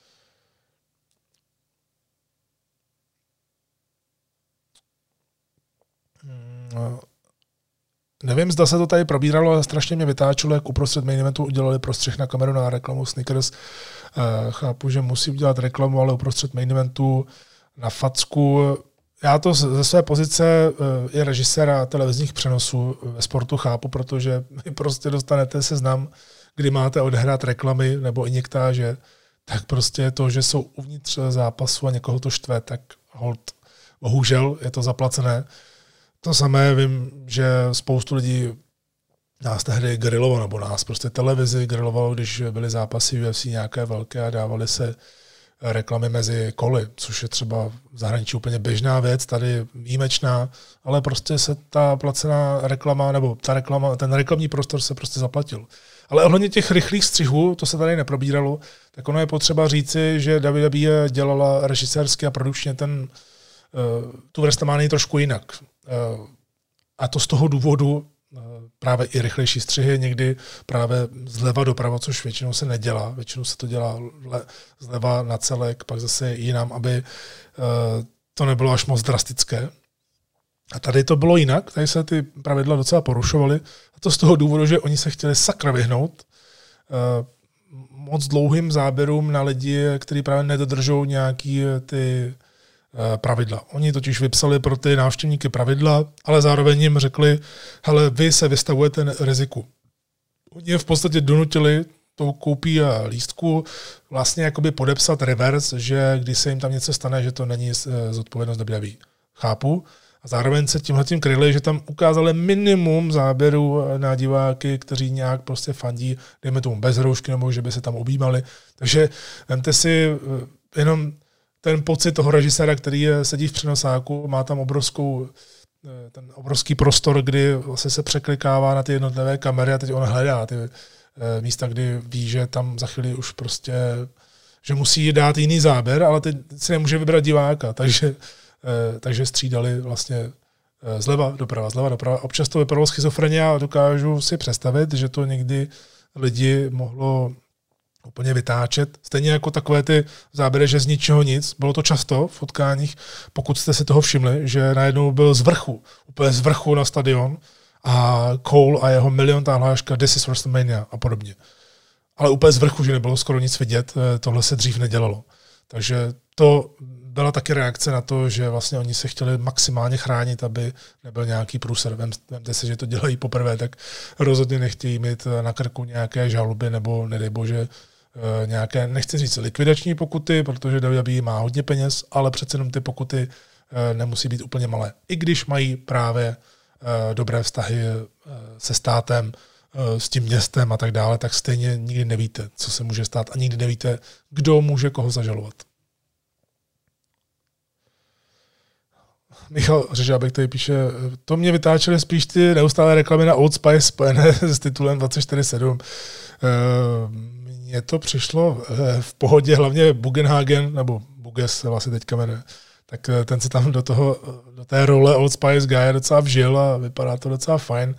Nevím, zda se to tady probíralo, ale strašně mě vytáčelo, jak uprostřed main eventu udělali prostřih na kameru na reklamu Snickers. Chápu, že musí udělat reklamu, ale uprostřed main eventu na facku. Já to ze své pozice je režiséra televizních přenosů ve sportu chápu, protože vy prostě dostanete seznam, kdy máte odehrát reklamy nebo injektáže, tak prostě to, že jsou uvnitř zápasu a někoho to štve, tak hold bohužel je to zaplacené. To samé vím, že spoustu lidí nás tehdy grilovalo, nebo nás prostě televizi grilovalo, když byly zápasy U F C nějaké velké a dávaly se reklamy mezi koly, což je třeba v zahraničí úplně běžná věc, tady výjimečná, ale prostě se ta placená reklama, nebo ta reklama, ten reklamní prostor se prostě zaplatil. Ale ohledně těch rychlých střihů, to se tady neprobíralo, tak ono je potřeba říci, že W W E dělala režisérsky a produkčně ten, tu WrestleManii trošku jinak. A to z toho důvodu právě i rychlejší střihy, někdy právě zleva doprava, což většinou se nedělá. Většinou se to dělá zleva na celek, pak zase jinam, aby to nebylo až moc drastické. A tady to bylo jinak, tady se ty pravidla docela porušovaly. A to z toho důvodu, že oni se chtěli sakra vyhnout moc dlouhým záběrům na lidi, kteří právě nedodržou nějaký ty pravidla. Oni totiž vypsali pro ty návštěvníky pravidla, ale zároveň jim řekli, hele, vy se vystavujete riziku. Oni je v podstatě donutili tou koupí lístku vlastně jakoby podepsat reverse, že když se jim tam něco stane, že to není zodpovědnost W W E. Chápu. A zároveň se tímhletím kryli, že tam ukázali minimum záběrů na diváky, kteří nějak prostě fandí, dejme tomu bez roušky, nebo že by se tam objímali. Takže vemte si jenom ten pocit toho režiséra, který sedí v přenosáku, má tam obrovskou, ten obrovský prostor, kdy vlastně se překlikává na ty jednotlivé kamery a teď on hledá ty místa, kdy ví, že tam za chvíli už prostě, že musí dát jiný záběr, ale teď si nemůže vybrat diváka, takže, takže střídali vlastně zleva doprava, zleva doprava. Občas to vypadalo schizofrenie a dokážu si představit, že to někdy lidi mohlo úplně vytáčet. Stejně jako takové ty záběry, že z ničeho nic. Bylo to často v utkáních, pokud jste si toho všimli, že najednou byl z vrchu, úplně z vrchu na stadion a Cole a jeho miliontá hláška This is WrestleMania a podobně. Ale úplně z vrchu, že nebylo skoro nic vidět, tohle se dřív nedělalo. Takže to byla taky reakce na to, že vlastně oni se chtěli maximálně chránit, aby nebyl nějaký průser. Vemte si, že to dělají poprvé, tak rozhodně nechtějí mít na krku nějaké žaloby nebo nedej bože nějaké, nechci říct likvidační pokuty, protože W W E má hodně peněz, ale přece jenom ty pokuty nemusí být úplně malé. I když mají právě dobré vztahy se státem, s tím městem a tak dále, tak stejně nikdy nevíte, co se může stát a nikdy nevíte, kdo může koho zažalovat. Michal Řežábek tady píše, to mě vytáčely spíš ty neustálé reklamy na Old Spice spojené s titulem dvacet čtyři sedm. Mně to přišlo v pohodě, hlavně Bugenhagen, nebo Buges se vlastně teďka jmenuje, tak ten se tam do, toho, do té role Old Spice Guy docela vžil a vypadá to docela fajn.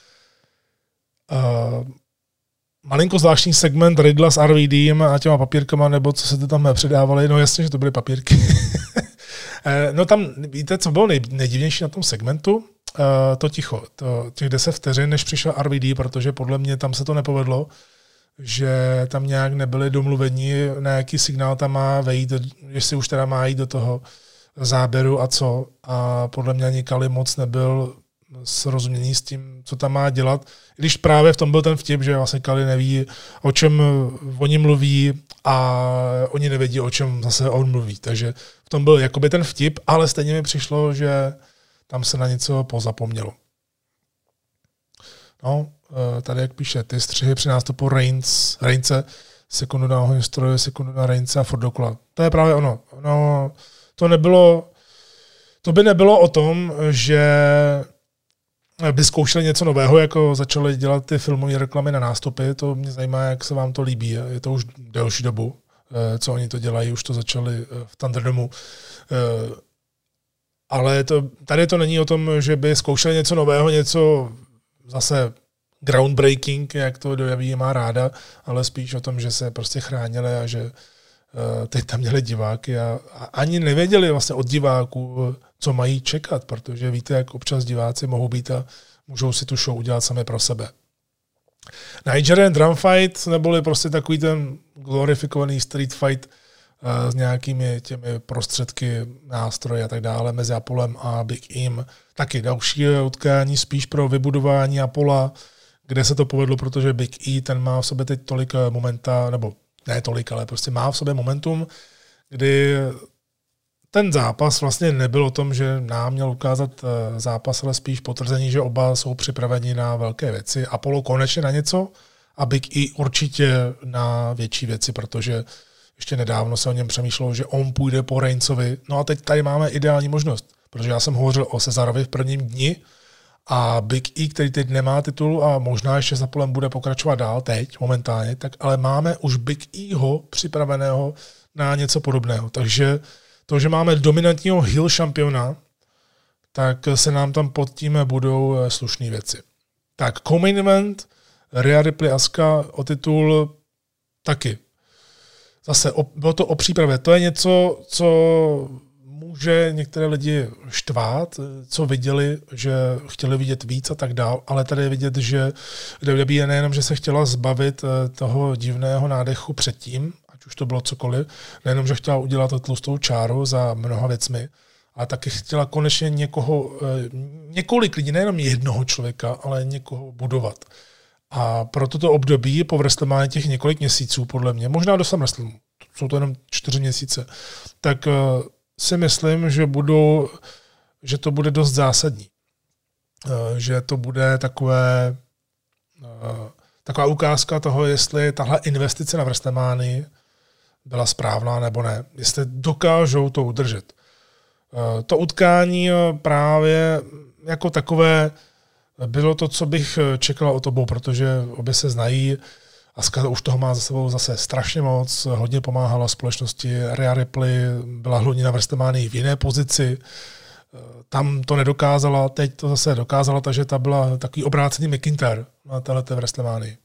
Uh, malinko zvláštní segment Riddla s R V D a těma papírkama, nebo co se to tam předávali, no jasně, že to byly papírky. No tam, víte, co bylo nej, nejdivnější na tom segmentu? Uh, to ticho, to, těch deset vteřin, než přišel R V D, protože podle mě tam se to nepovedlo, že tam nějak nebyli domluveni, na jaký signál tam má vejít, jestli už teda má jít do toho záběru a co. A podle mě ani Kali moc nebyl srozumění s tím, co tam má dělat. Když právě v tom byl ten vtip, že vlastně Kali neví, o čem oni mluví a oni nevědí, o čem zase on mluví. Takže v tom byl jakoby ten vtip, ale stejně mi přišlo, že tam se na něco pozapomnělo. No, tady jak píše, ty střihy při nástupu Reigns, Reignse, sekundu na historii, sekundu na Reignse a furt dokola. To je právě ono. No, to nebylo, to by nebylo o tom, že by zkoušeli něco nového, jako začali dělat ty filmové reklamy na nástupy. To mě zajímá, jak se vám to líbí. Je to už delší dobu, co oni to dělají, už to začali v Thunderdomu. Ale to, tady to není o tom, že by zkoušeli něco nového, něco zase groundbreaking, jak to do W W E má ráda, ale spíš o tom, že se prostě chránili a že teď tam měli diváky a, a ani nevěděli vlastně od diváků, co mají čekat, protože víte, jak občas diváci mohou být a můžou si tu show udělat sami pro sebe. Nigerian Drum Fight, neboli prostě takový ten glorifikovaný street fight uh, s nějakými těmi prostředky, nástroje a tak dále mezi Apolem a Big Em. Taky další utkání spíš pro vybudování Apola, kde se to povedlo, protože Big E ten má v sobě teď tolik momenta, nebo ne tolik, ale prostě má v sobě momentum, kdy ten zápas vlastně nebyl o tom, že nám měl ukázat zápas, ale spíš potvrzení, že oba jsou připraveni na velké věci. Apollo konečně na něco a Big E určitě na větší věci, protože ještě nedávno se o něm přemýšlelo, že on půjde po Reignsovi. No a teď tady máme ideální možnost, protože já jsem hovořil o Cesarovi v prvním dni a Big E, který teď nemá titul a možná ještě za polem bude pokračovat dál teď, momentálně, tak ale máme už Big Eho připraveného na něco podobného. Takže to, že máme dominantního heel šampiona, tak se nám tam pod tím budou slušné věci. Tak co-main event, Rhea Ripley Asuka o titul taky. Zase bylo to o přípravě. To je něco, co může některé lidi štvát, co viděli, že chtěli vidět víc a tak dál, ale tady je vidět, že W W E je nejenom, že se chtěla zbavit toho divného nádechu předtím, ať už to bylo cokoliv, nejenom, že chtěla udělat tlustou čáru za mnoha věcmi, ale taky chtěla konečně někoho, několik lidí, nejenom jednoho člověka, ale někoho budovat. A pro toto období po WrestleMania těch několik měsíců, podle mě, možná do SummerSlamu, jsou to jenom čtyři měsíce, tak si myslím, že, budou, že to bude dost zásadní. Že to bude takové, taková ukázka toho, jestli tahle investice na WrestleMania byla správná nebo ne. Jestli dokážou to udržet. To utkání právě jako takové bylo to, co bych čekal od obou, protože obě se znají. Asuka už toho má za sebou zase strašně moc, hodně pomáhala společnosti. Rhea Ripley byla hlavně na WrestleMania v jiné pozici. Tam to nedokázala, teď to zase dokázala, takže ta byla takový obrácený McIntyre na této WrestleMania.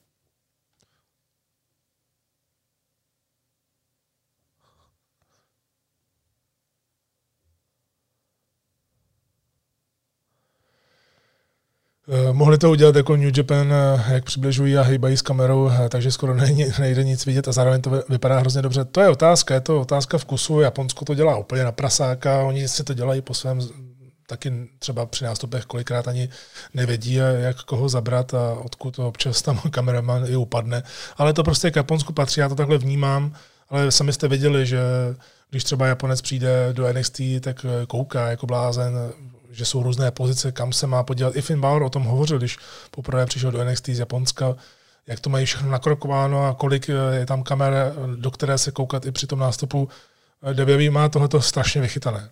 Mohli to udělat jako New Japan, jak přibližují a hejbají s kamerou, takže skoro nejde nic vidět a zároveň to vypadá hrozně dobře. To je otázka, je to otázka vkusu. Japonsko to dělá úplně na prasáka, oni si to dělají po svém, taky třeba při nástupech kolikrát ani nevědí, jak koho zabrat a odkud občas tam kameraman i upadne. Ale to prostě k Japonsku patří, já to takhle vnímám, ale sami jste viděli, že když třeba Japonec přijde do N X T, tak kouká jako blázen, že jsou různé pozice, kam se má podívat. I Finn Balor o tom hovořil, když poprvé přišel do N X T z Japonska, jak to mají všechno nakrokováno a kolik je tam kamer, do které se koukat i při tom nástupu. W W E má tohleto strašně vychytané.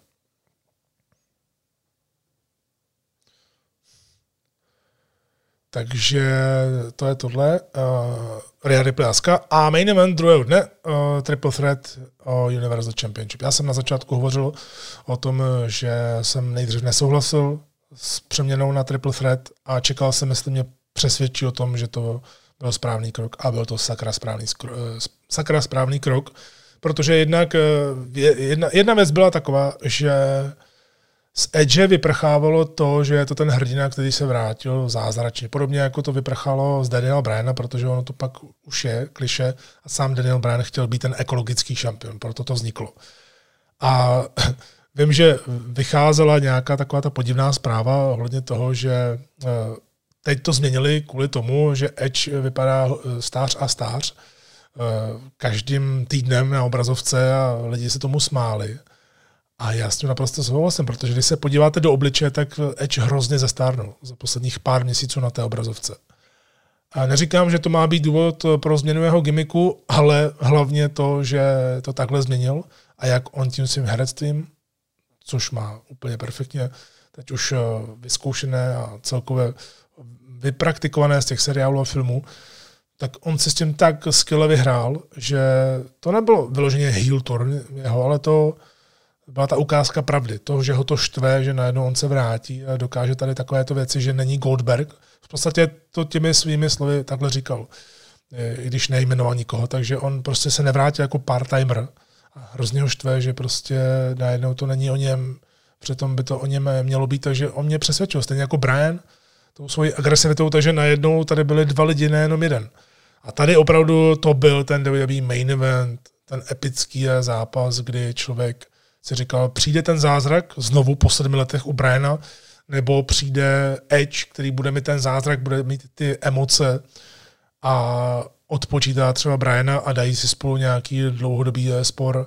Takže to je tohle. Uh, Rhea Ripley Asuka. A main event druhého dne, uh, Triple Threat o Universal Championship. Já jsem na začátku hovořil o tom, že jsem nejdřív nesouhlasil s přeměnou na Triple Threat a čekal jsem, jestli mě přesvědčí o tom, že to byl správný krok a byl to sakra správný, sakra správný krok, protože jednak jedna, jedna věc byla taková, že z Edge vyprchávalo to, že je to ten hrdina, který se vrátil zázračně. Podobně jako to vyprchalo z Daniela Bryana, protože ono to pak už je kliše a sám Daniel Bryan chtěl být ten ekologický šampion, proto to vzniklo. A vím, že vycházela nějaká taková ta podivná zpráva ohledně toho, že teď to změnili kvůli tomu, že Edge vypadá stář a stář každým týdnem na obrazovce a lidi se tomu smáli. A já s tím naprosto souhlasím, protože když se podíváte do obličeje, tak Edge hrozně zestárnul za posledních pár měsíců na té obrazovce. A neříkám, že to má být důvod pro změnu jeho gimmicku, ale hlavně to, že to takhle změnil a jak on tím svým herectvím, což má úplně perfektně, teď už vyzkoušené a celkově vypraktikované z těch seriálů a filmů, tak on si s tím tak skvěle vyhrál, že to nebylo vyloženě heel turn jeho, ale to byla ta ukázka pravdy. To, že ho to štve, že najednou on se vrátí a dokáže tady takovéto věci, že není Goldberg. V podstatě to těmi svými slovy takhle říkal, i když nejmenoval nikoho, takže on prostě se nevrátil jako part-timer. A hrozně ho štve, že prostě najednou to není o něm, přitom by to o něm mělo být, takže on mě přesvědčil. Stejně jako Brian, tou svojí agresivitou, takže najednou tady byli dva lidi, nejenom jeden. A tady opravdu to byl ten W W E main event, ten epický zápas, kdy člověk si říkal, přijde ten zázrak znovu po sedmi letech u Briana, nebo přijde Edge, který bude mít ten zázrak, bude mít ty emoce a odpočítá třeba Briana a dají si spolu nějaký dlouhodobý spor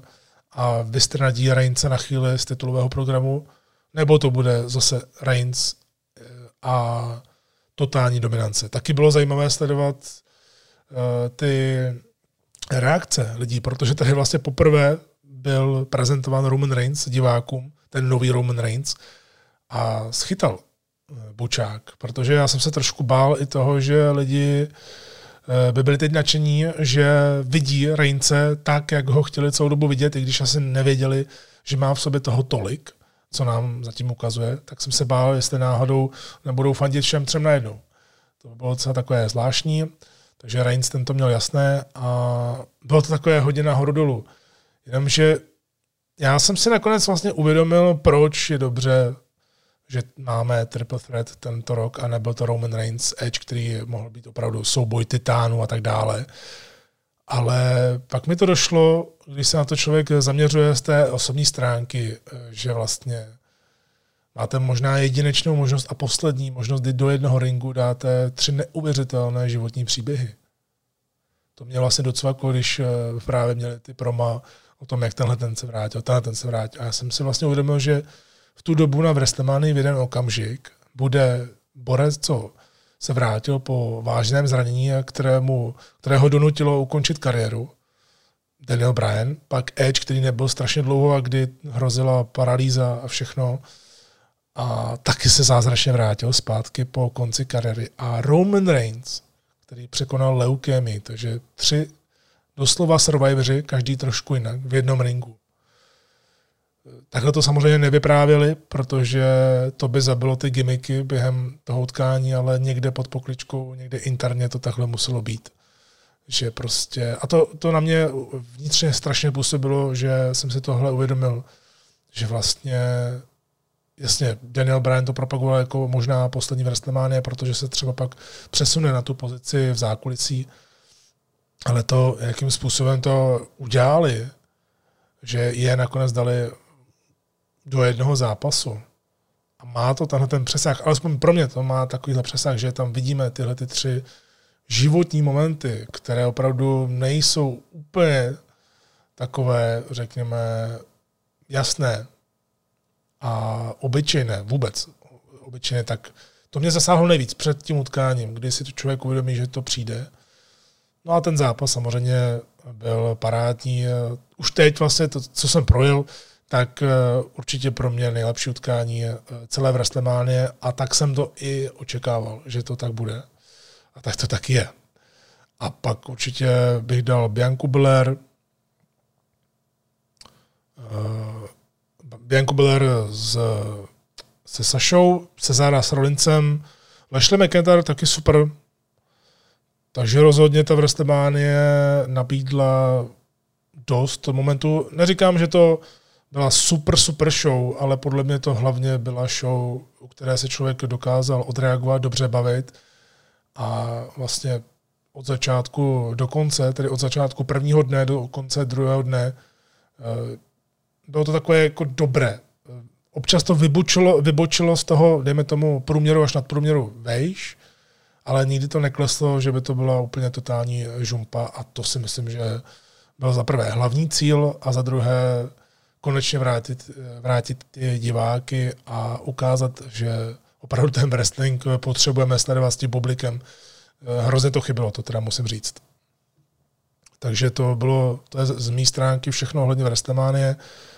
a vystrnadí Reignse na chvíli z titulového programu, nebo to bude zase Reigns a totální dominance. Taky bylo zajímavé sledovat uh, ty reakce lidí, protože tady vlastně poprvé byl prezentován Roman Reigns divákům, ten nový Roman Reigns, a schytal bučák, protože já jsem se trošku bál i toho, že lidi by byli teď nadšení, že vidí Reignse tak, jak ho chtěli celou dobu vidět, i když asi nevěděli, že má v sobě toho tolik, co nám zatím ukazuje, tak jsem se bál, jestli náhodou nebudou fandit všem třem najednou. To bylo docela takové zvláštní, takže Reigns tento měl jasné a bylo to takové hodně nahoru dolů. Jenomže já jsem si nakonec vlastně uvědomil, proč je dobře, že máme Triple Threat tento rok a nebyl to Roman Reigns, Edge, který mohl být opravdu souboj titánů a tak dále. Ale pak mi to došlo, když se na to člověk zaměřuje z té osobní stránky, že vlastně máte možná jedinečnou možnost a poslední možnost, kdy do jednoho ringu dáte tři neuvěřitelné životní příběhy. To mě vlastně docvaklo, když právě měli ty proma o tom, jak tenhle ten se vrátil, tenhle ten se vrátil. A já jsem si vlastně uvědomil, že v tu dobu na WrestleManii v jeden okamžik bude borec, co se vrátil po vážném zranění, kterému, kterého donutilo ukončit kariéru, Daniel Bryan, pak Edge, který nebyl strašně dlouho a kdy hrozila paralýza a všechno, a taky se zázračně vrátil zpátky po konci kariéry. A Roman Reigns, který překonal leukémii, takže tři doslova survivoři, každý trošku jinak, v jednom ringu. Takhle to samozřejmě nevyprávěli, protože to by zabilo ty gimmicky během toho utkání, ale někde pod pokličkou, někde interně to takhle muselo být. Že prostě, a to, to na mě vnitřně strašně působilo, že jsem si tohle uvědomil, že vlastně, jasně, Daniel Bryan to propagoval jako možná poslední WrestleMania, protože se třeba pak přesune na tu pozici v zákulisí, ale to, jakým způsobem to udělali, že je nakonec dali do jednoho zápasu. A má to tenhle ten přesah, alespoň pro mě to má takovýhle přesah, že tam vidíme tyhle ty tři životní momenty, které opravdu nejsou úplně takové, řekněme, jasné a obyčejné, vůbec obyčejné, tak to mě zasáhlo nejvíc před tím utkáním, kdy si to člověk uvědomí, že to přijde. No a ten zápas samozřejmě byl parádní. Už teď vlastně to, co jsem projel, tak určitě pro mě nejlepší utkání celé WrestleManie a tak jsem to i očekával, že to tak bude. A tak to taky je. A pak určitě bych dal Biancu Belair, uh, Biancu Belair s, se Sašou, Cezara s Rollinsem, Lashley McIntyre taky super. Takže rozhodně ta WrestleMania nabídla dost momentu. Neříkám, že to byla super, super show, ale podle mě to hlavně byla show, u které se člověk dokázal odreagovat, dobře bavit a vlastně od začátku do konce, tedy od začátku prvního dne do konce druhého dne, bylo to takové jako dobré. Občas to vybočilo, vybočilo z toho, dejme tomu, průměru až nad průměru vejš, ale nikdy to nekleslo, že by to byla úplně totální žumpa a to si myslím, že byl za prvé hlavní cíl a za druhé konečně vrátit, vrátit ty diváky a ukázat, že opravdu ten wrestling potřebujeme sledovat s tím publikem. Hrozně to chybilo, to teda musím říct. Takže to bylo, to je z mé stránky všechno ohledně WrestleManie.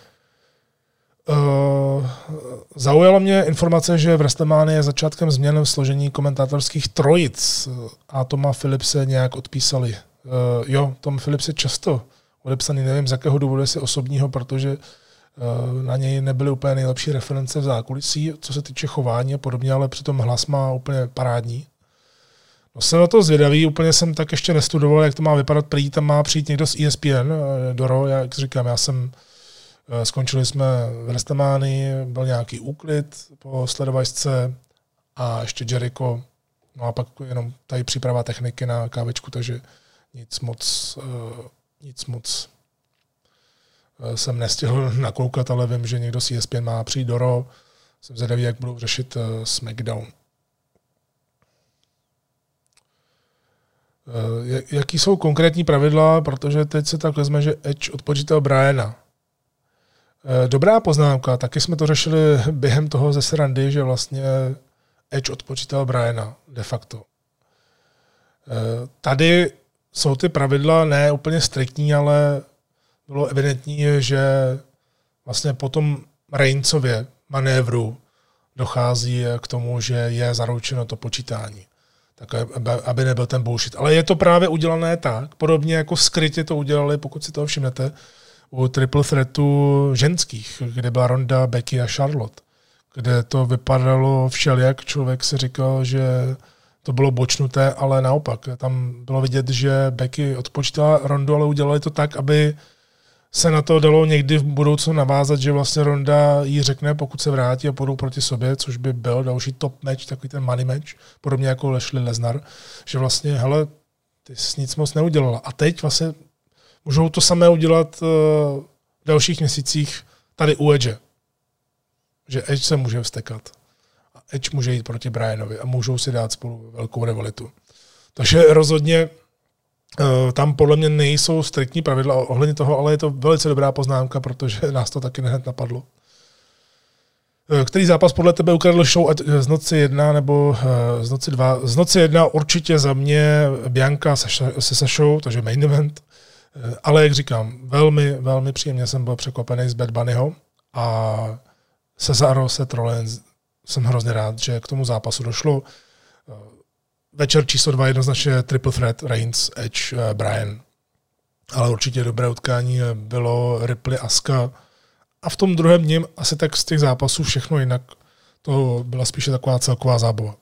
Uh, zaujalo mě informace, že WrestleMania je začátkem změn v složení komentátorských trojic a Toma Philipse nějak odpísali. Uh, jo, Tom Phillips je často odepsaný, nevím z jakého důvodu, jestli osobního, protože uh, na něj nebyly úplně nejlepší reference v zákulisí, co se týče chování a podobně, ale přitom hlas má úplně parádní. No, jsem na to zvědavý, úplně jsem tak ještě nestudoval, jak to má vypadat, prý tam má přijít někdo z E S P N do Raw, jak říkám, já jsem skončili jsme v WrestleManii, byl nějaký úklid po sledovačce a ještě Jericho, no a pak jenom tady příprava techniky na kávečku, takže nic moc, nic moc jsem nestihl nakoukat, ale vím, že někdo z E S P N má přijít do Raw, jsem zvědavý, jak budou řešit SmackDown. Jaký jsou konkrétní pravidla, protože teď se tak vezme, že Edge odpočítal Bryana. Dobrá poznámka, taky jsme to řešili během toho ze srandy, že vlastně Edge odpočítal Briana de facto. Tady jsou ty pravidla ne úplně striktní, ale bylo evidentní, že vlastně po tom Reinsově manévru dochází k tomu, že je zaručeno to počítání. Tak aby nebyl ten bullshit. Ale je to právě udělané tak, podobně jako skrytě to udělali, pokud si toho všimnete, u triple threatu ženských, kde byla Ronda, Becky a Charlotte, kde to vypadalo všelijak, člověk si říkal, že to bylo bočnuté, ale naopak. Tam bylo vidět, že Becky odpočítala Rondu, ale udělali to tak, aby se na to dalo někdy v budoucnu navázat, že vlastně Ronda jí řekne, pokud se vrátí a půjdou proti sobě, což by byl další top match, takový ten money match, podobně jako Lashley Lesnar, že vlastně, hele, ty jsi nic moc neudělala. A teď vlastně můžou to samé udělat v dalších měsících tady u Edge. Že Edge se může vztekat. A Edge může jít proti Brianovi a můžou si dát spolu velkou rivalitu. Takže rozhodně tam podle mě nejsou striktní pravidla ohledně toho, ale je to velice dobrá poznámka, protože nás to taky hned napadlo. Který zápas podle tebe ukradl show z noci jedna nebo z noci dva? Z noci jedna určitě za mě Bianca se Sašou, takže main event. Ale jak říkám, velmi, velmi příjemně jsem byl překvapený z Bad Bunnyho a Cesaro se Rollins jsem hrozně rád, že k tomu zápasu došlo. Večer číslo dva jednoznačně triple threat, Reigns, Edge, Bryan. Ale určitě dobré utkání bylo Ripley, Asuka. A v tom druhém dním asi tak z těch zápasů všechno jinak. To byla spíše taková celková zábava.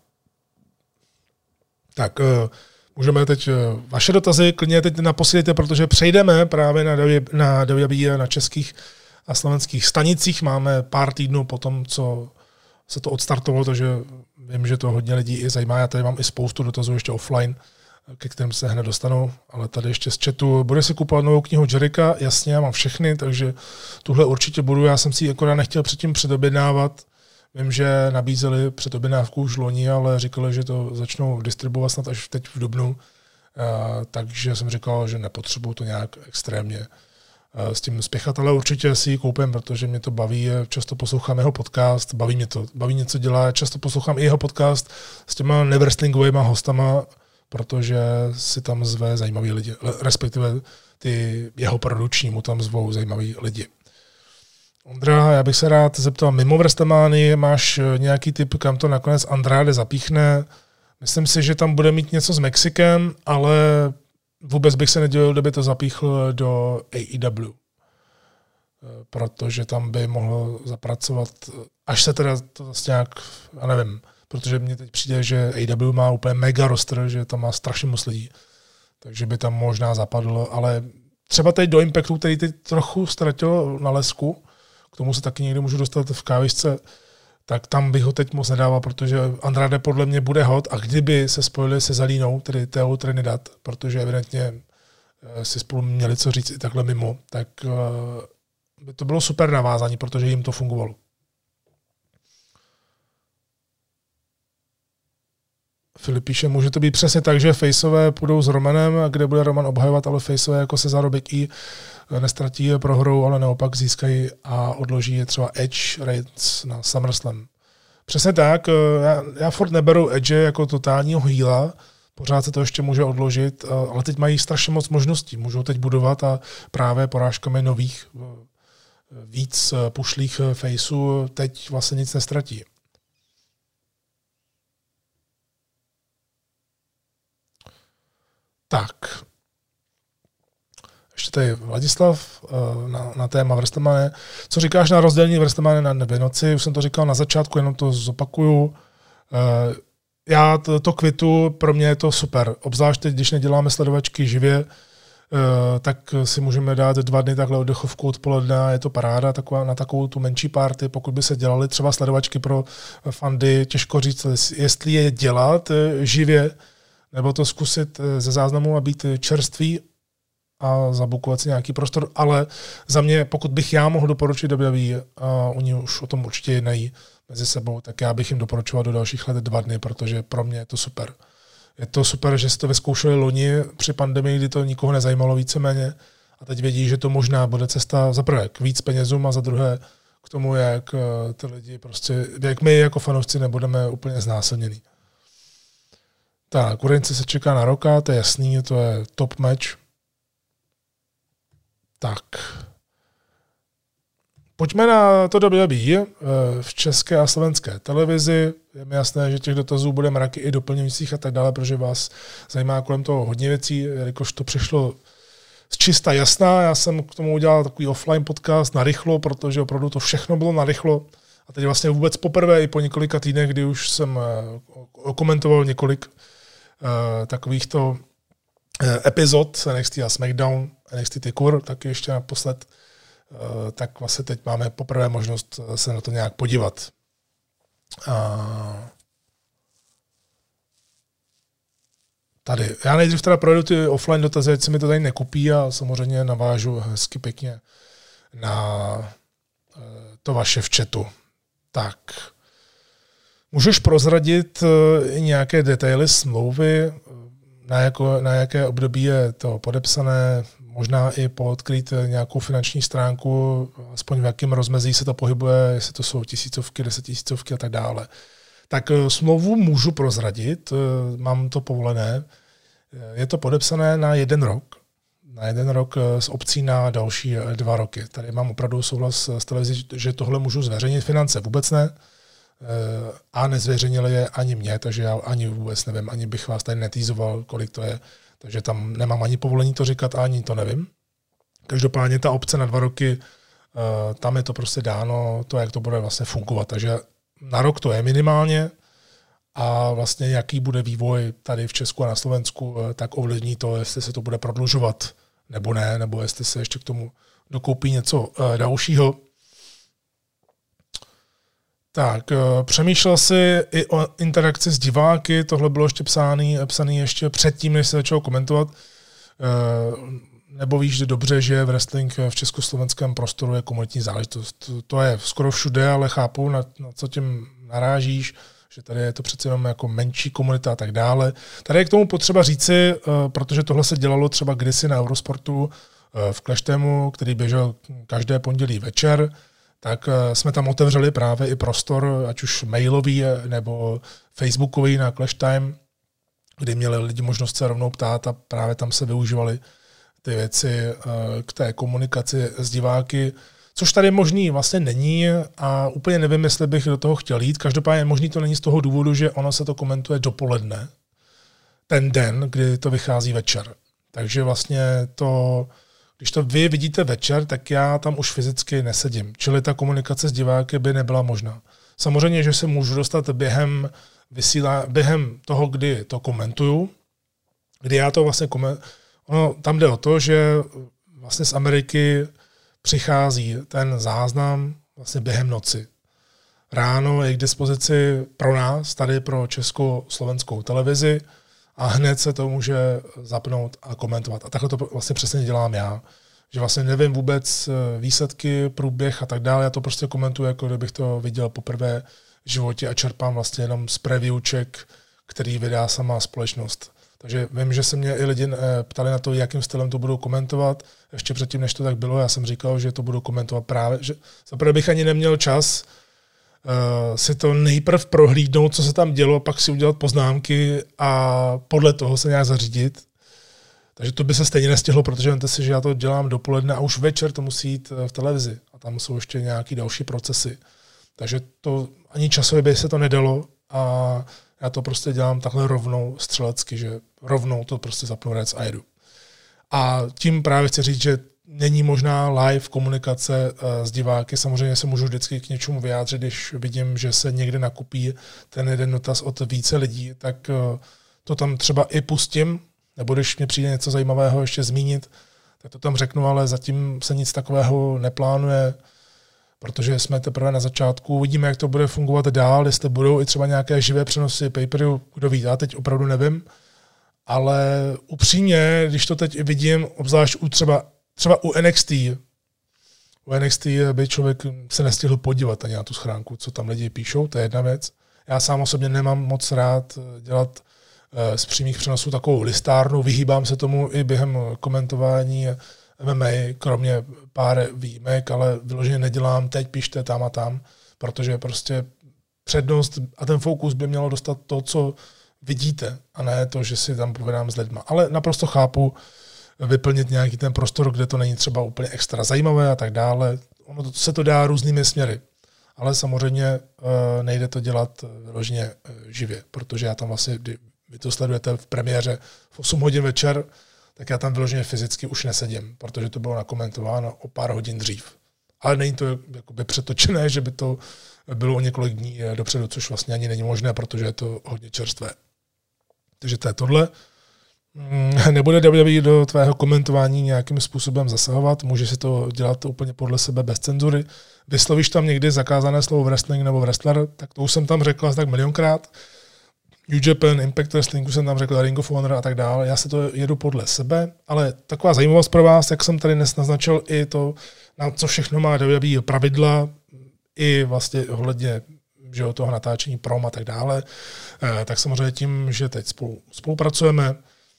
Tak můžeme teď vaše dotazy klidně teď naposílíte, protože přejdeme právě na na W W E na českých a slovenských stanicích. Máme pár týdnů po tom, co se to odstartovalo, takže vím, že to hodně lidí i zajímá. Já tady mám i spoustu dotazů ještě offline, ke kterým se hned dostanou, ale tady ještě z chatu. Bude si kupovat novou knihu Jericha? Jasně, já mám všechny, takže tuhle určitě budu. Já jsem si ji akorát nechtěl předtím předobjednávat. Vím, že nabízeli předobjednávku už loni, ale říkali, že to začnou distribuovat snad až teď v dubnu. Takže jsem říkal, že nepotřebuju to nějak extrémně s tím spěchat, ale určitě si ji koupím, protože mě to baví, často poslouchám jeho podcast, baví mě to, baví mě, co dělá, často poslouchám i jeho podcast s těma nevrestlingovými hostama, protože si tam zve zajímavý lidi, respektive ty jeho produční mu tam zvou zajímavý lidi. Ondra, já bych se rád zeptal, mimo WrestleManii máš nějaký tip, kam to nakonec Andrade zapíchne? Myslím si, že tam bude mít něco s Mexikem, ale vůbec bych se nedělal, kdyby to zapíchl do A E W. Protože tam by mohl zapracovat, až se teda to zase nějak, já nevím, protože mně teď přijde, že A E W má úplně mega roster, že tam má strašně moc lidí. Takže by tam možná zapadlo, ale třeba teď do Impactu, který teď trochu ztratil na lesku, k tomu se taky někdy můžu dostat v kávisce, tak tam bych ho teď moc nedával, protože Andrade podle mě bude hot a kdyby se spojili se Zalínou, tedy Teou Trinidad, protože evidentně si spolu měli co říct i takhle mimo, tak by to bylo super navázání, protože jim to fungovalo. Filip píše, může to být přesně tak, že faceové půjdou s Romanem, kde bude Roman obhajovat, ale faceové jako se zárobek i nestratí prohrou, ale naopak získají a odloží je třeba Edge, Reigns na SummerSlam. Přesně tak, já, já furt neberu Edge jako totálního heala, pořád se to ještě může odložit, ale teď mají strašně moc možností, můžou teď budovat a právě porážkami nových víc pušlých faceů teď vlastně nic nestratí. Tak, ještě tady Vladislav na, na téma WrestleMania. Co říkáš na rozdělení WrestleMania na dvě noci? Už jsem to říkal na začátku, jenom to zopakuju. Já to, to kvitu, pro mě je to super. Obzvlášť teď, když neděláme sledovačky živě, tak si můžeme dát dva dny takhle oddechovku odpoledne, je to paráda taková, na takovou tu menší party. Pokud by se dělaly třeba sledovačky pro fandy, těžko říct, jestli je dělat živě, nebo to zkusit ze záznamu a být čerstvý a zabukovat si nějaký prostor, ale za mě, pokud bych já mohl doporučit W W E, a oni už o tom určitě jednají mezi sebou, tak já bych jim doporučoval do dalších let dva dny, protože pro mě je to super. Je to super, že si to vyzkoušeli loni při pandemii, kdy to nikoho nezajímalo víceméně a teď vědí, že to možná bude cesta za prvé k víc penězům a za druhé k tomu, jak ty lidi prostě, jak my jako fanoušci nebudeme úplně znásilnění. Tak, Ukrajince se čeká na Roka, to je jasný, to je top match. Tak. Pojďme na to W W E v české a slovenské televizi. Je mi jasné, že těch dotazů bude mraky i doplňujících a tak dále, protože vás zajímá kolem toho hodně věcí, jelikož to přišlo z čista jasná. Já jsem k tomu udělal takový offline podcast na rychlo, protože opravdu to všechno bylo na rychlo. A teď vlastně vůbec poprvé i po několika týdnech, kdy už jsem komentoval několik uh, takovýchto uh, epizod N X T a SmackDown, N X T TakeOver, tak ještě naposled, uh, tak vlastně teď máme poprvé možnost se na to nějak podívat. Uh, tady. Já nejdřív teda projdu ty offline dotazy, ať se mi to tady nekupí a samozřejmě navážu hezky pěkně na uh, to vaše v chatu. Tak. Můžeš prozradit i nějaké detaily smlouvy, na, jako, na jaké období je to podepsané, možná i poodkryt nějakou finanční stránku, aspoň v jakém rozmezí se to pohybuje, jestli to jsou tisícovky, desetitisícovky a tak dále. Tak smlouvu můžu prozradit, mám to povolené. Je to podepsané na jeden rok. Na jeden rok s opcí na další dva roky. Tady mám opravdu souhlas s televizí, že tohle můžu zveřejnit, finance vůbec ne. A nezveřejnili je ani mě, takže já ani vůbec nevím, ani bych vás tady netýzoval, kolik to je. Takže tam nemám ani povolení to říkat, ani to nevím. Každopádně ta opce na dva roky, tam je to prostě dáno, to, jak to bude vlastně fungovat. Takže na rok to je minimálně a vlastně jaký bude vývoj tady v Česku a na Slovensku, tak ovlivní to, jestli se to bude prodlužovat nebo ne, nebo jestli se ještě k tomu dokoupí něco dalšího. Tak, přemýšlel jsi i o interakci s diváky, tohle bylo ještě psaný, psaný ještě předtím, než se začalo komentovat. Nebo víš dobře, že wrestling v československém prostoru je komunitní záležitost. To je skoro všude, ale chápu, na, na co tím narážíš, že tady je to přece jenom jako menší komunita a tak dále. Tady je k tomu potřeba říci, protože tohle se dělalo třeba kdysi na Eurosportu v Clashtamu, který běžel každé pondělí večer, tak jsme tam otevřeli právě i prostor, ať už mailový nebo facebookový na Clash Time, kdy měli lidi možnost se rovnou ptát a právě tam se využívaly ty věci k té komunikaci s diváky, což tady možný vlastně není a úplně nevím, jestli bych do toho chtěl jít. Každopádně možný to není z toho důvodu, že ono se to komentuje dopoledne, ten den, kdy to vychází večer. Takže vlastně to... Když to vy vidíte večer, tak já tam už fyzicky nesedím. Čili ta komunikace s diváky by nebyla možná. Samozřejmě, že se můžu dostat během, vysílá, během toho, kdy to komentuju, kdy já to vlastně komentuju. Ono, tam jde o to, že vlastně z Ameriky přichází ten záznam vlastně během noci. Ráno je k dispozici pro nás, tady pro československou televizi, a hned se to může zapnout a komentovat. A takhle to vlastně přesně dělám já. Že vlastně nevím vůbec výsledky, průběh a tak dále. Já to prostě komentuji, jako kdybych to viděl poprvé v životě a čerpám vlastně jenom z previewček, který vydá sama společnost. Takže vím, že se mě i lidi ptali na to, jakým stylem to budou komentovat. Ještě předtím, než to tak bylo, já jsem říkal, že to budu komentovat právě, že zaprvé bych ani neměl čas Uh, si to nejprv prohlídnout, co se tam dělo, pak si udělat poznámky a podle toho se nějak zařídit. Takže to by se stejně nestihlo, protože vemte si, že já to dělám dopoledne a už večer to musí jít v televizi. A tam jsou ještě nějaké další procesy. Takže to ani časově by se to nedalo a já to prostě dělám takhle rovnou střelecky, že rovnou to prostě zapnu rec a jedu. A tím právě chci říct, že není možná live komunikace s diváky. Samozřejmě se můžu vždycky k něčemu vyjádřit, když vidím, že se někde nakupí ten jeden dotaz od více lidí, tak to tam třeba i pustím, nebo když mě přijde něco zajímavého ještě zmínit, tak to tam řeknu, ale zatím se nic takového neplánuje, protože jsme teprve na začátku. Uvidíme, jak to bude fungovat dál, jestli budou i třeba nějaké živé přenosy pay-per-view, kdo ví, já teď opravdu nevím, ale upřímně, když to teď vidím, obzvlášť u třeba Třeba u N X T. U N X T by člověk se nestihl podívat ani na tu schránku, co tam lidi píšou, to je jedna věc. Já sám osobně nemám moc rád dělat z přímých přenosů takovou listárnu, vyhýbám se tomu i během komentování M M A, kromě pár výjimek, ale vyloženě nedělám, teď pište tam a tam, protože prostě přednost a ten fokus by mělo dostat to, co vidíte, a ne to, že si tam povídám s lidma. Ale naprosto chápu vyplnit nějaký ten prostor, kde to není třeba úplně extra zajímavé a tak dále. Ono se to dá různými směry. Ale samozřejmě nejde to dělat vyloženě živě, protože já tam vlastně, kdy vy to sledujete v premiéře v osm hodin večer, tak já tam vyloženě fyzicky už nesedím, protože to bylo nakomentováno o pár hodin dřív. Ale není to jakoby přetočené, že by to bylo o několik dní dopředu, což vlastně ani není možné, protože je to hodně čerstvé. Takže to je tohle. Nebude W W E do tvého komentování nějakým způsobem zasahovat, může si to dělat úplně podle sebe bez cenzury. Vyslovíš tam někdy zakázané slovo wrestling nebo wrestler, tak to už jsem tam řekl asi tak milionkrát. New Japan, Impact Wrestlingu jsem tam řekl, Ring of Honor a tak dále. Já si to jedu podle sebe, ale taková zajímavost pro vás, jak jsem tady dnes naznačil i to, na co všechno má W W E pravidla, i vlastně ohledně že toho natáčení prom a tak dále, tak samozřejmě tím, že teď spolu, spolupracujeme,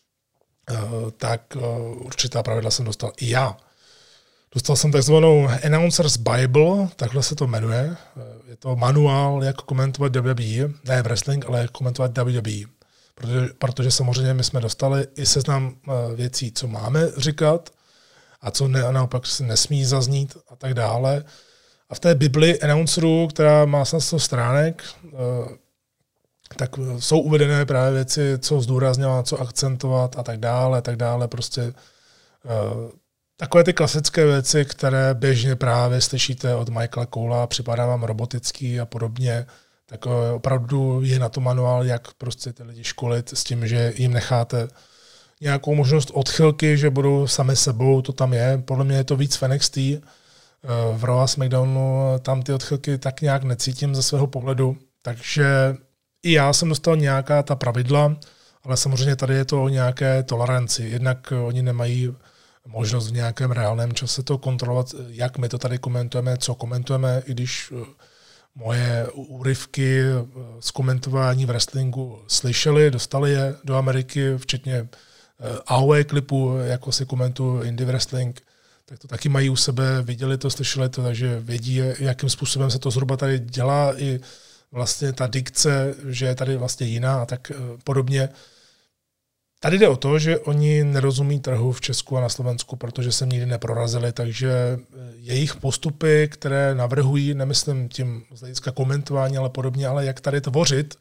tak určitá pravidla jsem dostal i já. Dostal jsem takzvanou Announcers Bible, takhle se to jmenuje. Je to manuál, jak komentovat W W E, ne wrestling, ale jak komentovat W W E. Protože, protože samozřejmě my jsme dostali i seznam věcí, co máme říkat a co ne, naopak se nesmí zaznít a tak dále. A v té Bibli announcerů, která má sto stránek, tak jsou uvedené právě věci, co zdůrazňovat, co akcentovat a tak dále, a tak dále. Prostě takové ty klasické věci, které běžně právě slyšíte od Michaela Cola, připadá vám robotický a podobně, tak opravdu je na to manuál, jak prostě ty lidi školit s tím, že jim necháte nějakou možnost odchylky, že budou sami sebou, to tam je. Podle mě je to víc v N X T. V Raw a SmackDownu tam ty odchylky tak nějak necítím ze svého pohledu, takže i já jsem dostal nějaká ta pravidla, ale samozřejmě tady je to o nějaké toleranci. Jednak oni nemají možnost v nějakém reálném čase to kontrolovat, jak my to tady komentujeme, co komentujeme, i když moje úryvky z komentování v wrestlingu slyšeli, dostali je do Ameriky, včetně A O E klipu, jako si komentuju indie wrestling, tak to taky mají u sebe, viděli to, slyšeli to, takže vědí, jakým způsobem se to zhruba tady dělá, i vlastně ta dikce, že je tady vlastně jiná a tak podobně. Tady jde o to, že oni nerozumí trhu v Česku a na Slovensku, protože se nikdy neprorazili, takže jejich postupy, které navrhují, nemyslím tím z hlediska komentování, ale podobně, ale jak tady tvořit,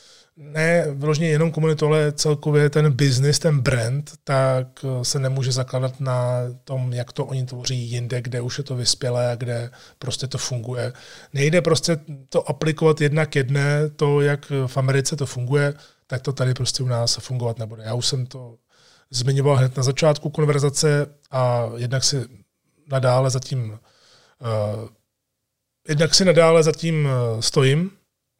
ne vyloženě jenom komunitu, ale celkově ten business, ten brand, tak se nemůže zakládat na tom, jak to oni tvoří jinde, kde už je to vyspělé a kde prostě to funguje. Nejde prostě to aplikovat jedna k jedné, to, jak v Americe to funguje, tak to tady prostě u nás fungovat nebude. Já už jsem to zmiňoval hned na začátku konverzace a jednak si nadále zatím, uh, jednak si nadále zatím stojím,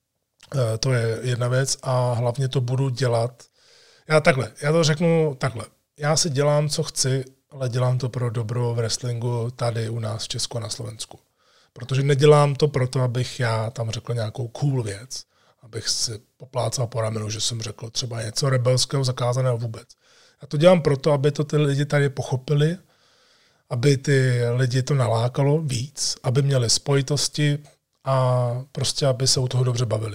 to je jedna věc a hlavně to budu dělat. Já takhle, já to řeknu takhle. Já si dělám, co chci, ale dělám to pro dobro wrestlingu tady u nás v Česku a na Slovensku. Protože nedělám to proto, abych já tam řekl nějakou cool věc, abych si poplácal po ramenu, že jsem řekl třeba něco rebelského, zakázaného vůbec. Já to dělám proto, aby to ty lidi tady pochopili, aby ty lidi to nalákalo víc, aby měli spojitosti a prostě, aby se u toho dobře bavili.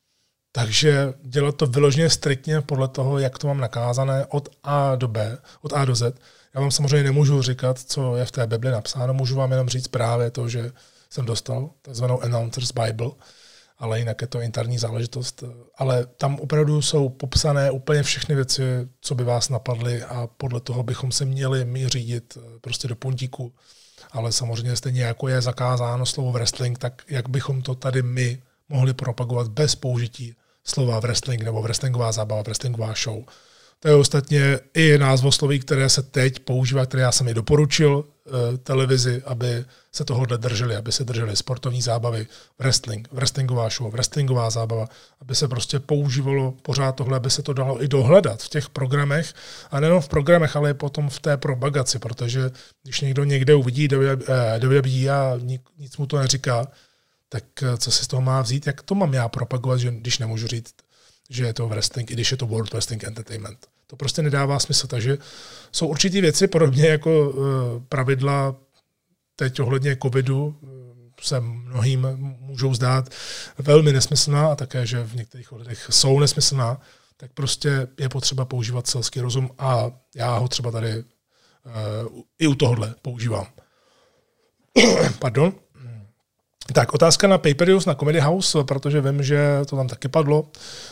Takže dělat to vyloženě striktně podle toho, jak to mám nakázané od A do B, od A do Z. Já vám samozřejmě nemůžu říkat, co je v té Bibli napsáno, můžu vám jenom říct právě to, že jsem dostal takzvanou Announcers Bible, ale jinak je to interní záležitost. Ale tam opravdu jsou popsané úplně všechny věci, co by vás napadly a podle toho bychom se měli my řídit prostě do puntíku. Ale samozřejmě stejně jako je zakázáno slovo wrestling, tak jak bychom to tady my mohli propagovat bez použití slova wrestling nebo wrestlingová zábava, wrestlingová show. To je ostatně i názvosloví, které se teď používá, které já jsem i doporučil eh, televizi, aby se tohohle drželi, aby se drželi sportovní zábavy, wrestling, wrestlingová show, wrestlingová zábava, aby se prostě používalo pořád tohle, aby se to dalo i dohledat v těch programech, a nejenom v programech, ale i potom v té propagaci, protože když někdo někde uvidí W W E a nic mu to neříká, tak co si z toho má vzít, jak to mám já propagovat, že když nemůžu říct, že je to wrestling, i když je to World Wrestling Entertainment. To prostě nedává smysl. Takže jsou určitý věci, podobně jako pravidla teď ohledně covidu, se mnohým můžou zdát velmi nesmyslná a také, že v některých ohledech jsou nesmyslná, tak prostě je potřeba používat selský rozum a já ho třeba tady uh, i u tohohle používám. Pardon. Tak, otázka na Paper na Comedy House, protože vím, že to tam taky padlo,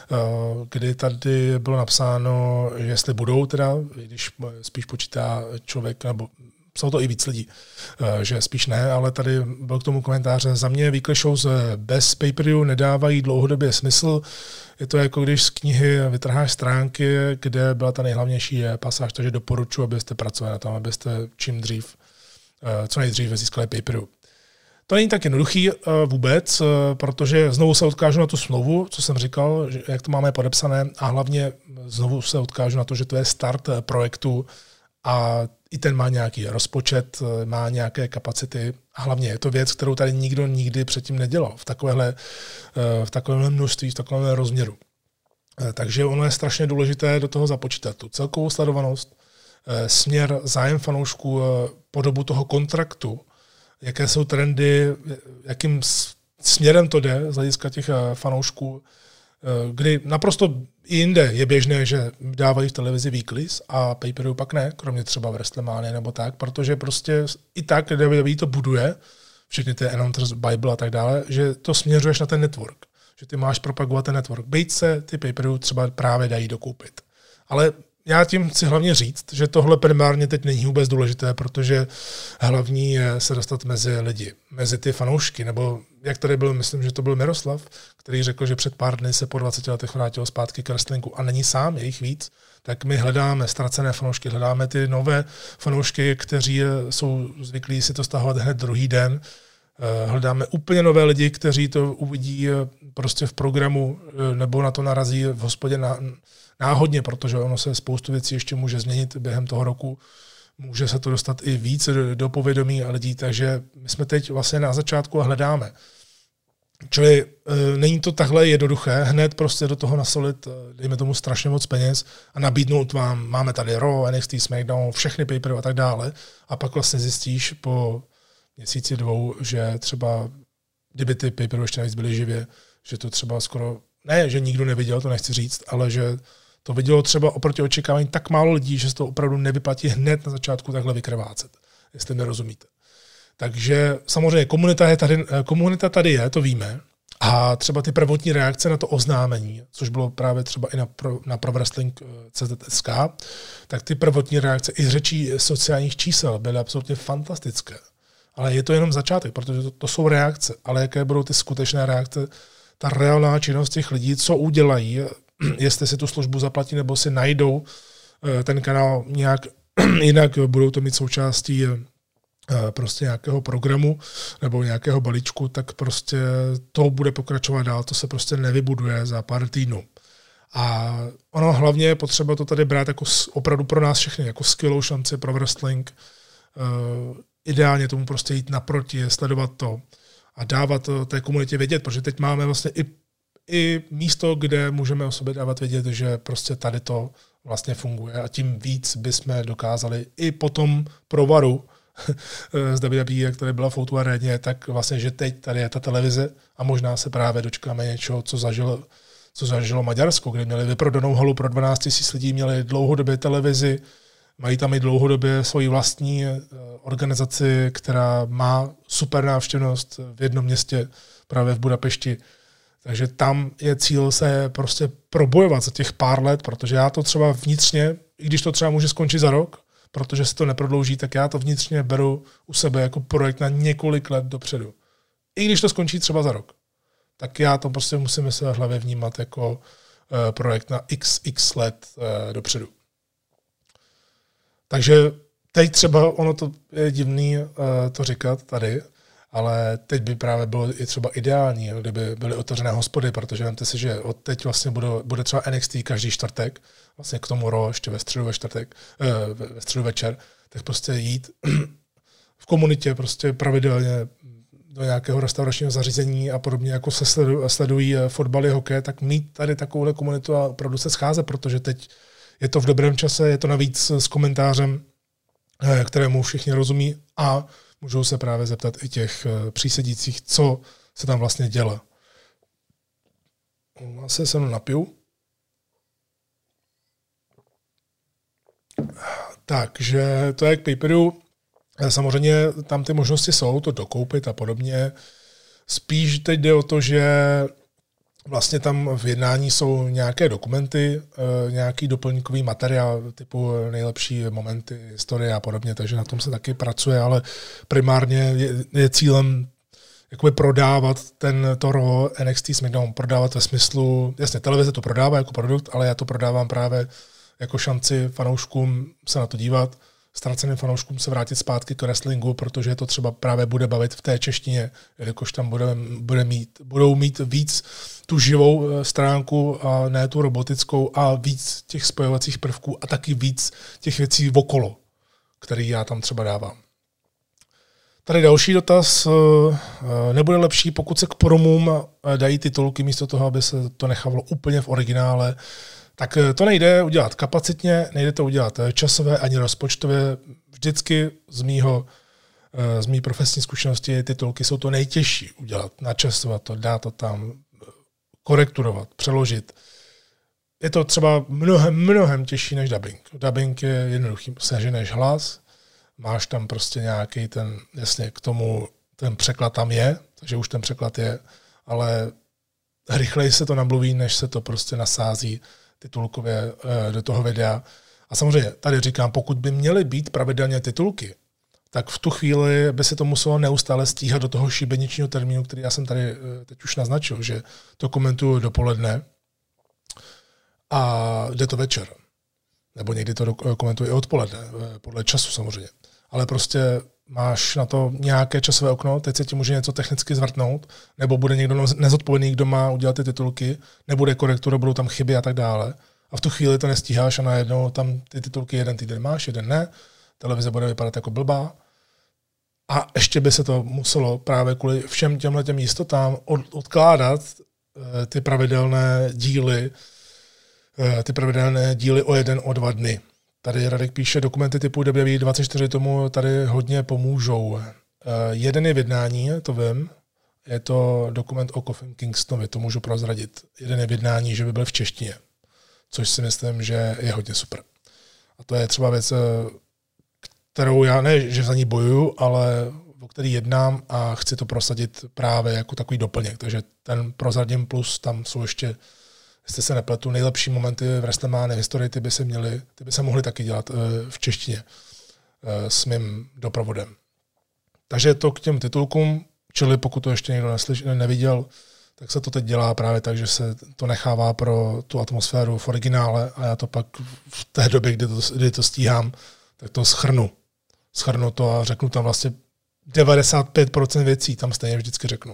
kdy tady bylo napsáno, že jestli budou teda, když spíš počítá člověk, nebo jsou to i víc lidí, že spíš ne, ale tady byl k tomu komentáře. Za mě weekly shows bez pay-per-view nedávají dlouhodobě smysl. Je to jako když z knihy vytrháš stránky, kde byla ta nejhlavnější pasáž, takže doporučuji, abyste pracovali na tom, abyste čím dřív, co nejdříve získali pay-per-view. To není tak jednoduchý vůbec, protože znovu se odkážu na tu smlouvu, co jsem říkal, jak to máme podepsané, a hlavně znovu se odkážu na to, že to je start projektu a i ten má nějaký rozpočet, má nějaké kapacity a hlavně je to věc, kterou tady nikdo nikdy předtím nedělal v takovéhle, v takovémhle množství, v takovémhle rozměru. Takže ono je strašně důležité do toho započítat tu celkovou sledovanost, směr, zájem fanoušků, podobu toho kontraktu, jaké jsou trendy, jakým směrem to jde z hlediska těch fanoušků, kdy naprosto i jinde je běžné, že dávají v televizi weeklies a pay-per-view pak ne, kromě třeba v WrestleMania nebo tak, protože prostě i tak, kde W W E to buduje, všechny ty Announcers Bible a tak dále, že to směřuješ na ten network, že ty máš propagovat ten network. Byť se ty pay-per-view třeba právě dají dokoupit. Ale já tím chci hlavně říct, že tohle primárně teď není vůbec důležité, protože hlavní je se dostat mezi lidi, mezi ty fanoušky, nebo jak tady byl, myslím, že to byl Miroslav, který řekl, že před pár dny se po dvaceti letech vrátil zpátky k wrestlingu a není sám, je jich víc, tak my hledáme ztracené fanoušky, hledáme ty nové fanoušky, kteří jsou zvyklí si to stahovat hned druhý den, hledáme úplně nové lidi, kteří to uvidí prostě v programu nebo na to narazí v hospodě na náhodně, protože ono se spoustu věcí ještě může změnit během toho roku. Může se to dostat i víc do, do povědomí a lidí, takže my jsme teď vlastně na začátku a hledáme. Čili e, není to takhle jednoduché, hned prostě do toho nasolit, e, dejme tomu strašně moc peněz a nabídnout vám, máme tady Raw, N X T, SmackDown, všechny pay-per-view a tak dále a pak vlastně zjistíš po měsíci dvou, že třeba, kdyby ty pay-per-view ještě navíc byly živě, že to třeba skoro, ne, že nikdo neviděl, to nechci říct, ale že to vidělo třeba oproti očekávání tak málo lidí, že se to opravdu nevyplatí hned na začátku takhle vykrvácet, jestli mi rozumíte. Takže samozřejmě komunita, je tady, komunita tady je, to víme, a třeba ty prvotní reakce na to oznámení, což bylo právě třeba i na, pro, na ProWrestling tečka C Z S K, tak ty prvotní reakce i řečí sociálních čísel byly absolutně fantastické. Ale je to jenom začátek, protože to, to jsou reakce, ale jaké budou ty skutečné reakce, ta reálná činnost těch lidí, co udělají, jestli si tu službu zaplatí, nebo si najdou ten kanál nějak jinak, budou to mít součástí prostě nějakého programu nebo nějakého balíčku, tak prostě to bude pokračovat dál, to se prostě nevybuduje za pár týdnů. A ono hlavně je potřeba to tady brát jako opravdu pro nás všechny, jako skvělou šanci pro wrestling. Ideálně tomu prostě jít naproti, sledovat to a dávat té komunitě vědět, protože teď máme vlastně i, i místo, kde můžeme o sobě dávat vědět, že prostě tady to vlastně funguje a tím víc bychom dokázali i po tom provaru z W W E, jak tady byla v O dva aréně, tak vlastně, že teď tady je ta televize a možná se právě dočkáme něčeho, co zažilo, co zažilo Maďarsko, kde měli vyprodanou halu pro dvanáct tisíc lidí, měli dlouhodobě televizi, mají tam i dlouhodobě svoji vlastní organizaci, která má super návštěvnost v jednom městě, právě v Budapešti. Takže tam je cíl se prostě probojovat za těch pár let, protože já to třeba vnitřně, i když to třeba může skončit za rok, protože se to neprodlouží, tak já to vnitřně beru u sebe jako projekt na několik let dopředu. I když to skončí třeba za rok, tak já to prostě musím ve své hlavě vnímat jako uh, projekt na x x let uh, dopředu. Takže teď třeba, ono to je divný uh, to říkat tady, ale teď by právě bylo i třeba ideální, kdyby byly otevřené hospody, protože vemte si, že od teď vlastně bude, bude třeba N X T každý čtvrtek, vlastně k tomu Raw ještě ve středu ve čtvrtek, uh, ve středu večer, tak prostě jít v komunitě prostě pravidelně do nějakého restauračního zařízení a podobně, jako se sledují, sledují fotbaly, hokej, tak mít tady takovouhle komunitu a opravdu se scházet, protože teď Je to v dobrém čase, je to navíc s komentářem, kterému všichni rozumí a můžou se právě zeptat i těch přísedících, co se tam vlastně dělá. Asi se mnou napiju. Takže to je k paperu. Samozřejmě tam ty možnosti jsou, to dokoupit a podobně. Spíš teď jde o to, že vlastně tam v jednání jsou nějaké dokumenty, nějaký doplňkový materiál typu nejlepší momenty historie a podobně, takže na tom se taky pracuje, ale primárně je, je cílem jakoby prodávat ten to Raw N X T SmackDown, prodávat ve smyslu, jasně, televize to prodává jako produkt, ale já to prodávám právě jako šanci fanouškům se na to dívat, ztraceným fanouškům se vrátit zpátky k wrestlingu, protože to třeba právě bude bavit v té češtině, jelikož tam bude, bude mít, budou mít víc tu živou stránku a ne tu robotickou a víc těch spojovacích prvků a taky víc těch věcí okolo, který já tam třeba dávám. Tady další dotaz. Nebude lepší, pokud se k promům dají titulky místo toho, aby se to nechávalo úplně v originále. Tak to nejde udělat kapacitně, nejde to udělat časové ani rozpočtově. Vždycky z mýho, z mý profesní zkušenosti titulky jsou to nejtěžší udělat, načasovat to, dát to tam, korekturovat, přeložit. Je to třeba mnohem, mnohem těžší než dubbing. Dubbing je jednoduchý, seženeš hlas, máš tam prostě nějaký ten, jasně k tomu, ten překlad tam je, takže už ten překlad je, ale rychleji se to namluví, než se to prostě nasází titulkově do toho videa. A samozřejmě tady říkám, pokud by měly být pravidelně titulky, tak v tu chvíli by se to muselo neustále stíhat do toho šibeničního termínu, který já jsem tady teď už naznačil, že to komentuju dopoledne a jde to večer. Nebo někdy to komentuju i odpoledne, podle času samozřejmě. Ale prostě máš na to nějaké časové okno, teď se ti může něco technicky zvrtnout, nebo bude někdo nezodpovědný, kdo má udělat ty titulky, nebude korektura, budou tam chyby a tak dále. A v tu chvíli to nestíháš a najednou tam ty titulky jeden týden máš, jeden ne, televize bude vypadat jako blbá. A ještě by se to muselo právě kvůli všem těmhletěm jistotám odkládat ty pravidelné díly, ty pravidelné díly o jeden, o dva dny. Tady Radek píše, dokumenty typu W W E dvacet čtyři tomu tady hodně pomůžou. Uh, jeden je v jednání, to vím, je to dokument o Kofi Kingstonovi, to můžu prozradit. Jeden je v jednání, že by byl v češtině, což si myslím, že je hodně super. A to je třeba věc, kterou já ne, že za ní bojuju, ale o který jednám a chci to prosadit právě jako takový doplněk. Takže ten prozradím plus, tam jsou ještě, jestli se nepletu, nejlepší momenty v WrestleMania historii, ty by se měly, ty by se mohly taky dělat v češtině s mým doprovodem. Takže to k těm titulkům, čili pokud to ještě někdo neslyš, neviděl, tak se to teď dělá právě tak, že se to nechává pro tu atmosféru v originále a já to pak v té době, kdy to, kdy to stíhám, tak to schrnu. Schrnu to a řeknu tam vlastně devadesát pět procent věcí, tam stejně vždycky řeknu.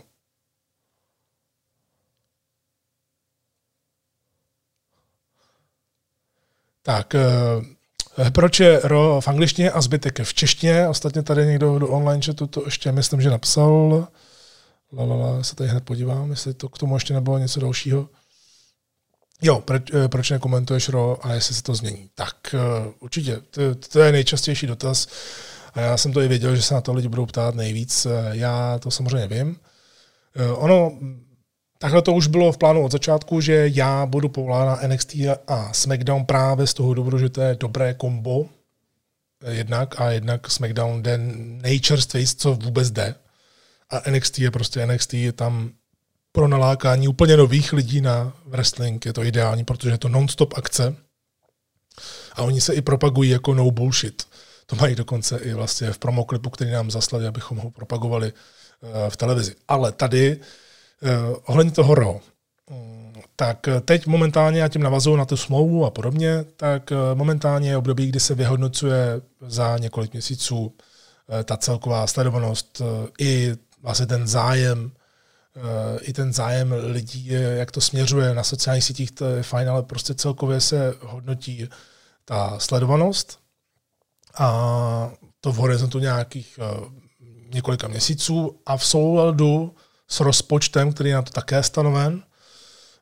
Tak, eh, proč je Raw v angličtině a zbytek v češtině? Ostatně tady někdo do online chatu to ještě myslím, že napsal. Lalala, se tady hned podívám, jestli to k tomu ještě nebylo něco dalšího. Jo, proč, proč nekomentuješ Raw a jestli se to změní? Tak uh, určitě, to, to je nejčastější dotaz a já jsem to i věděl, že se na to lidi budou ptát nejvíc. Já to samozřejmě vím. Uh, ono, takhle to už bylo v plánu od začátku, že já budu povolán na N X T a SmackDown právě z toho důvodu, že to je dobré kombo jednak a jednak SmackDown jde nejčerstvější, co vůbec jde. A N X T je prostě N X T, je tam pro nalákání úplně nových lidí na wrestling je to ideální, protože je to non-stop akce a oni se i propagují jako no bullshit. To mají dokonce i vlastně v promoklipu, který nám zaslali, abychom ho propagovali v televizi. Ale tady, ohledně toho Raw, tak teď momentálně, já tím navazuju na tu smlouvu a podobně, tak momentálně je období, kdy se vyhodnocuje za několik měsíců ta celková sledovanost i vlastně ten zájem, i ten zájem lidí, jak to směřuje na sociálních sítích, to je fajn, ale prostě celkově se hodnotí ta sledovanost a to v horizontu nějakých několika měsíců a v souladu s rozpočtem, který je na to také stanoven,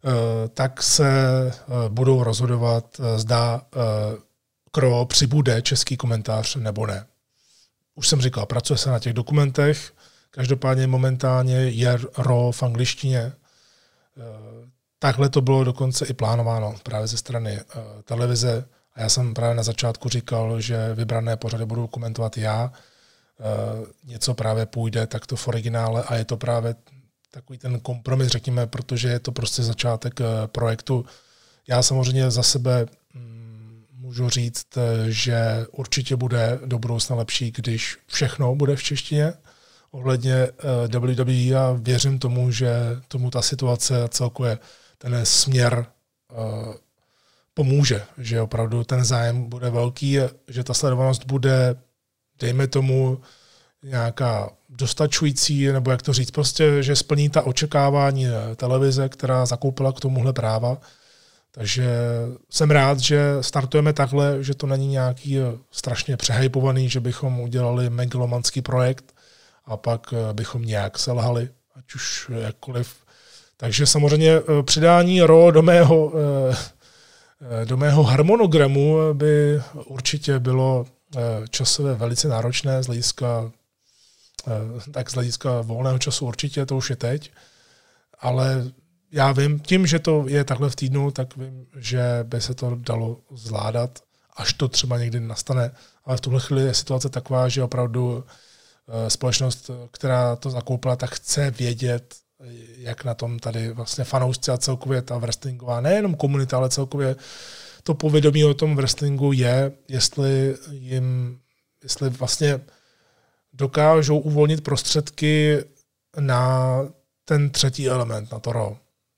tak se budou rozhodovat, zda Kro přibude český komentář nebo ne. Už jsem říkal, pracuje se na těch dokumentech, každopádně momentálně je Raw v angličtině. Takhle to bylo dokonce i plánováno právě ze strany televize. A já jsem právě na začátku říkal, že vybrané pořady budu komentovat já. Něco právě půjde takto v originále a je to právě takový ten kompromis, řekněme, protože je to prostě začátek projektu. Já samozřejmě za sebe můžu říct, že určitě bude do budoucna lepší, když všechno bude v češtině ohledně W W E a věřím tomu, že tomu ta situace a celkově ten směr pomůže, že opravdu ten zájem bude velký, že ta sledovanost bude, dejme tomu, nějaká dostačující, nebo jak to říct, prostě, že splní ta očekávání televize, která zakoupila k tomuhle práva. Takže jsem rád, že startujeme takhle, že to není nějaký strašně přehypovaný, že bychom udělali megalomanský projekt a pak bychom nějak selhali, ať už jakkoliv. Takže samozřejmě přidání Raw do mého, do mého harmonogramu by určitě bylo časově velice náročné z hlediska, tak z hlediska volného času určitě, to už je teď, ale já vím, tím, že to je takhle v týdnu, tak vím, že by se to dalo zvládat, až to třeba někdy nastane. Ale v tuhle chvíli je situace taková, že opravdu společnost, která to zakoupila, tak chce vědět, jak na tom tady vlastně fanoušci a celkově ta wrestlingová, nejenom komunita, ale celkově to povědomí o tom wrestlingu je, jestli jim, jestli vlastně dokážou uvolnit prostředky na ten třetí element, na to Raw.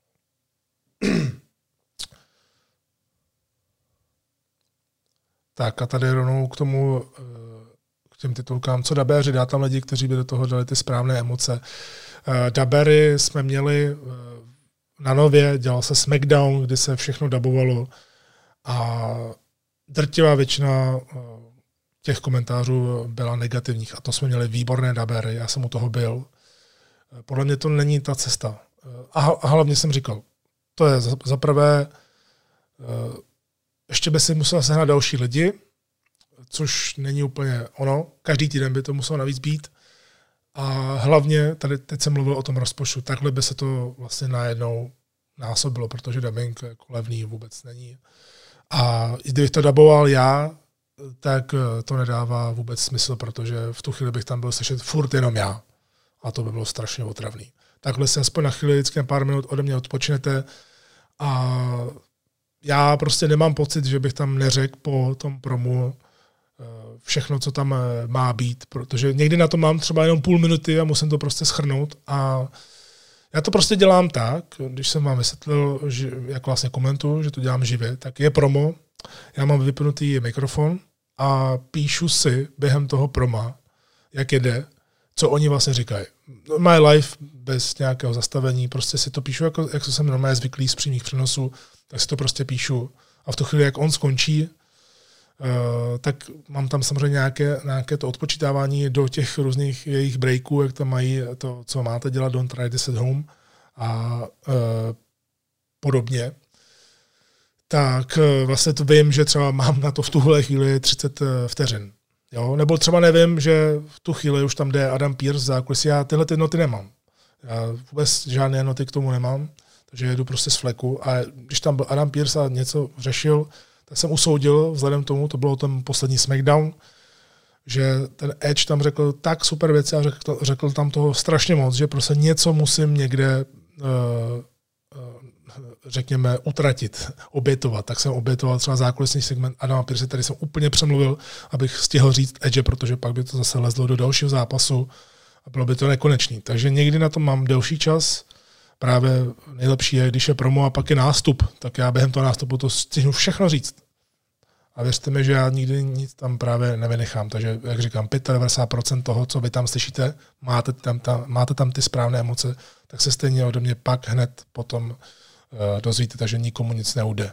Tak a tady rovnou k tomu, k těm titulkám, co dabéři, dá tam lidi, kteří by do toho dali ty správné emoce. Dabery jsme měli na Nově, dělal se SmackDown, kdy se všechno dabovalo a drtivá většina těch komentářů byla negativních a to jsme měli výborné dabery, já jsem u toho byl. Podle mě to není ta cesta. A hlavně jsem říkal, to je za prvé, ještě by si musel sehnat další lidi, což není úplně ono. Každý týden by to muselo navíc být. A hlavně, tady teď jsem mluvil o tom rozpočtu, takhle by se to vlastně najednou násobilo, protože dubbing jako levný vůbec není. A kdybych to daboval já, tak to nedává vůbec smysl, protože v tu chvíli bych tam byl slyšet furt jenom já. A to by bylo strašně otravný. Takhle se aspoň na chvíli vždycky na pár minut ode mě odpočinete a já prostě nemám pocit, že bych tam neřekl po tom promu všechno, co tam má být, protože někdy na to mám třeba jenom půl minuty a musím to prostě shrnout a já to prostě dělám tak, když jsem vám vysvětlil, že, jak vlastně komentuju, že to dělám živě, tak je promo, já mám vypnutý mikrofon a píšu si během toho proma, jak jede, co oni vlastně říkají. My life bez nějakého zastavení, prostě si to píšu, jako, jak jsem normálně zvyklý z přímých přenosů, tak si to prostě píšu. A v tu chvíli, jak on skončí, uh, tak mám tam samozřejmě nějaké, nějaké to odpočítávání do těch různých jejich breaků, jak tam mají to, co máte dělat, don't try this at home a uh, podobně. Tak uh, vlastně to vím, že třeba mám na to v tuhle chvíli třicet vteřin. Jo? Nebo třeba nevím, že v tu chvíli už tam jde Adam Pearce za kulisy, já tyhle ty noty nemám. Já vůbec žádné noty k tomu nemám, takže jedu prostě z fleku. A když tam byl Adam Pearce a něco řešil, tak jsem usoudil, vzhledem k tomu, to bylo ten poslední SmackDown, že ten Edge tam řekl tak super věci a řekl, řekl tam toho strašně moc, že prostě něco musím někde uh, uh, řekněme, utratit, obětovat. Tak jsem obětoval třeba zákulisní segment Adama Pearce, tady jsem úplně přemluvil, abych stihl říct Edge, protože pak by to zase lezlo do dalšího zápasu a bylo by to nekonečný. Takže někdy na to mám delší čas. Právě nejlepší je, když je promo a pak je nástup, tak já během toho nástupu to stihnu všechno říct. A věřte mi, že já nikdy nic tam právě nevynechám. Takže, jak říkám, devadesát pět procent toho, co vy tam slyšíte, máte tam, tam, máte tam ty správné emoce, tak se stejně ode mě pak hned potom uh, dozvíte, takže nikomu nic neude.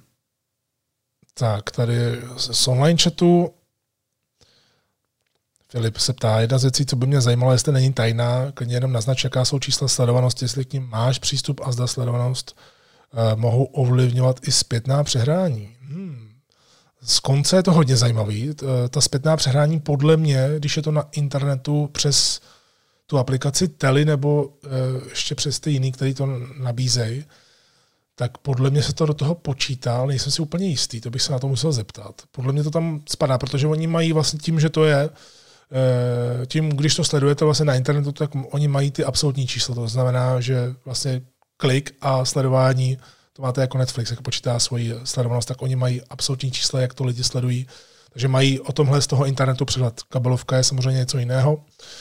Tak, tady z online chatu Filip se ptá, jedna z věcí, co by mě zajímalo, jestli není tajná, klidně jenom naznač, jaká jsou čísla sledovanosti, jestli k ním máš přístup a zda sledovanost uh, mohou ovlivňovat i zpětná přehrání. Hmm. Z konce je to hodně zajímavý. Ta zpětná přehrání podle mě, když je to na internetu přes tu aplikaci Teli nebo uh, ještě přes ty jiný, který to nabízejí, tak podle mě se to do toho počítá, ale nejsem si úplně jistý, to bych se na to musel zeptat. Podle mě to tam spadá, protože oni mají vlastně tím, že to je, tím, když to sledujete vlastně na internetu, tak oni mají ty absolutní čísla. To znamená, že vlastně klik a sledování, to máte jako Netflix, jak počítá svoji sledovanost, tak oni mají absolutní čísla, jak to lidi sledují. Takže mají o tomhle z toho internetu přehled. Kabelovka je samozřejmě něco jiného.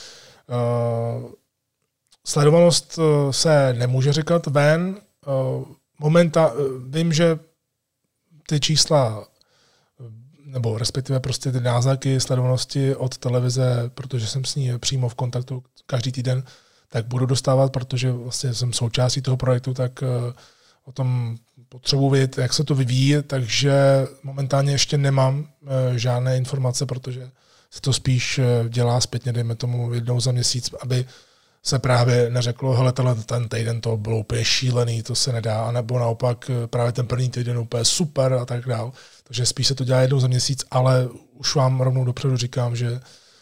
Sledovanost se nemůže říkat ven. Momenta, vím, že ty čísla, nebo respektive prostě ty náznaky sledovanosti od televize, protože jsem s ní přímo v kontaktu každý týden, tak budu dostávat, protože vlastně jsem součástí toho projektu, tak o tom potřebuji vědět, jak se to vyvíjí, takže momentálně ještě nemám žádné informace, protože se to spíš dělá zpětně, dejme tomu jednou za měsíc, aby se právě neřeklo, hele, ten týden to bylo úplně šílený, to se nedá, anebo naopak právě ten první týden úplně super a tak dál. Takže spíš se to dělá jednou za měsíc, ale už vám rovnou dopředu říkám, že uh,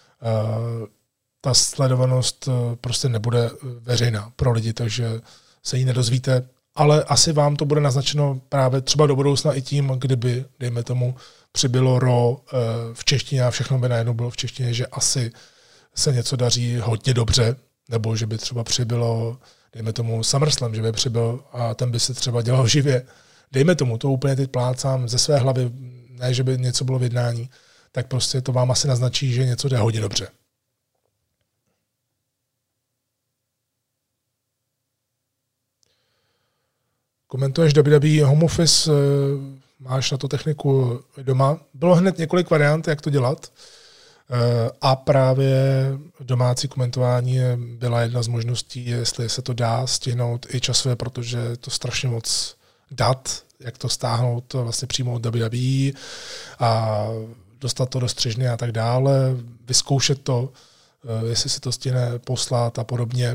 ta sledovanost uh, prostě nebude veřejná pro lidi, takže se ji nedozvíte, ale asi vám to bude naznačeno právě třeba do budoucna i tím, kdyby, dejme tomu, přibylo R O uh, v češtině a všechno by najednou bylo v češtině, že asi se něco daří hodně dobře, nebo že by třeba přibylo, dejme tomu, SummerSlam, že by přibyl a ten by se třeba dělal živě. Dejme tomu, to úplně teď plácám ze své hlavy, ne, že by něco bylo v jednání, tak prostě to vám asi naznačí, že něco jde hodně dobře. Komentuješ W W E Home Office, máš na to techniku doma. Bylo hned několik variant, jak to dělat. A právě domácí komentování byla jedna z možností, jestli se to dá stihnout i časově, protože je to strašně moc dat, jak to stáhnout vlastně přímo od W W E a dostat to do střižny a tak dále, vyzkoušet to, jestli se to stihne poslat a podobně.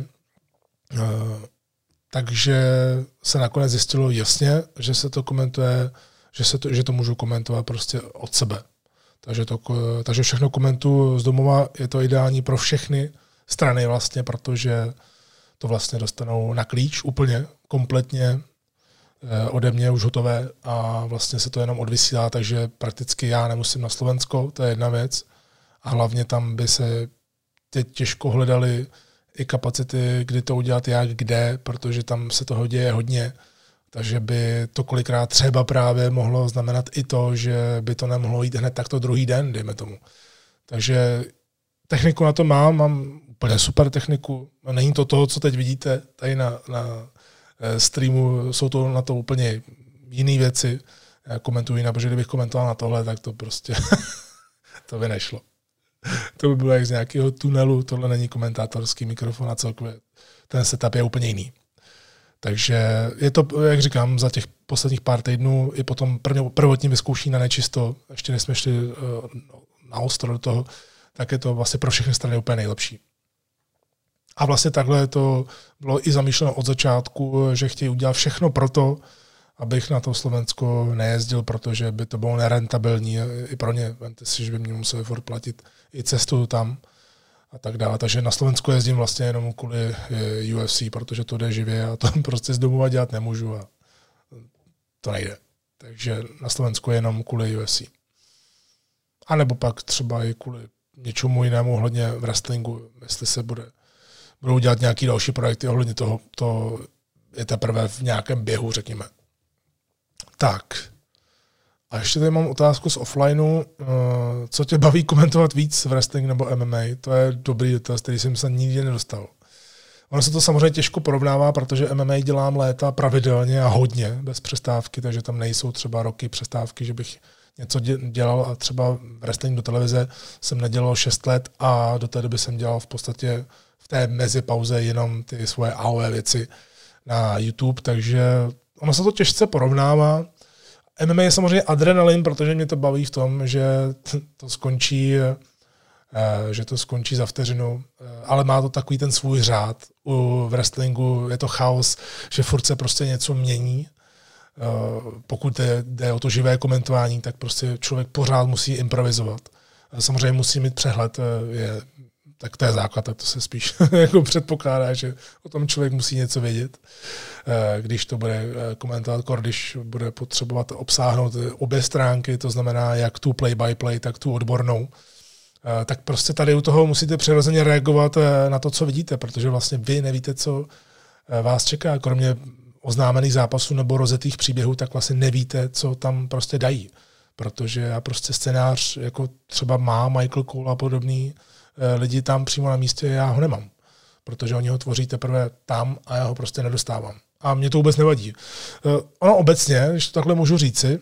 Takže se nakonec zjistilo jasně, že se to komentuje, že, se to, že to můžu komentovat prostě od sebe. Takže, to, takže všechno komentuju z domova, je to ideální pro všechny strany vlastně, protože to vlastně dostanou na klíč úplně, kompletně ode mě už hotové a vlastně se to jenom odvysílá, takže prakticky já nemusím na Slovensko, to je jedna věc. A hlavně tam by se teď těžko hledaly i kapacity, kdy to udělat jak, kde, protože tam se toho děje hodně. Takže by to kolikrát třeba právě mohlo znamenat i to, že by to nemohlo jít hned takto druhý den, dejme tomu. Takže techniku na to mám, mám úplně super techniku. Není to toho, co teď vidíte tady na, na streamu, jsou to na to úplně jiné věci. Já komentuji jinak, protože kdybych komentoval na tohle, tak to prostě to by nešlo. To by bylo jak z nějakého tunelu, tohle není komentátorský mikrofon a celkově ten setup je úplně jiný. Takže je to, jak říkám, za těch posledních pár týdnů i potom prvotní vyzkoušení na nečisto, ještě než jsme šli na ostro do toho, tak je to vlastně pro všechny strany úplně nejlepší. A vlastně takhle to bylo i zamýšleno od začátku, že chtějí udělat všechno pro to, abych na to Slovensko nejezdil, protože by to bylo nerentabilní i pro ně. Vemte si, že by mě museli furt platit i cestu tam a tak dále. Takže na Slovensku jezdím vlastně jenom kvůli U F C, protože to jde živě a to prostě z domova dělat nemůžu a to nejde. Takže na Slovensku jenom kvůli U F C. A nebo pak třeba i kvůli něčemu jinému ohledně v wrestlingu, jestli se bude, budou dělat nějaký další projekty ohledně toho, to je teprve v nějakém běhu, řekněme. Tak. A ještě tady mám otázku z offlineu. Co tě baví komentovat víc, wrestling nebo M M A? To je dobrý dotaz, který jsem se nikdy nedostal. Ono se to samozřejmě těžko porovnává, protože M M A dělám léta pravidelně a hodně, bez přestávky, takže tam nejsou třeba roky přestávky, že bych něco dělal a třeba wrestling do televize jsem nedělal šest let a do té doby jsem dělal v podstatě v té mezipauze jenom ty svoje A O E věci na YouTube, takže ono se to těžce porovnává. M M A je samozřejmě adrenalin, protože mě to baví v tom, že to skončí že to skončí za vteřinu, ale má to takový ten svůj řád. U wrestlingu je to chaos, že furt se prostě něco mění. Pokud jde o to živé komentování, tak prostě člověk pořád musí improvizovat. Samozřejmě musí mít přehled, je, tak to je základ, tak to se spíš jako předpokládá, že o tom člověk musí něco vědět, když to bude komentovat, když bude potřebovat obsáhnout obě stránky, to znamená jak tu play-by-play, tak tu odbornou, tak prostě tady u toho musíte přirozeně reagovat na to, co vidíte, protože vlastně vy nevíte, co vás čeká, kromě oznámených zápasů nebo rozetých příběhů, tak vlastně nevíte, co tam prostě dají. Protože já prostě scénář, jako třeba má Michael Cole a podobný lidi tam přímo na místě, já ho nemám. Protože oni ho tvoří teprve tam a já ho prostě nedostávám. A mě to vůbec nevadí. Ono obecně, když to takhle můžu říci,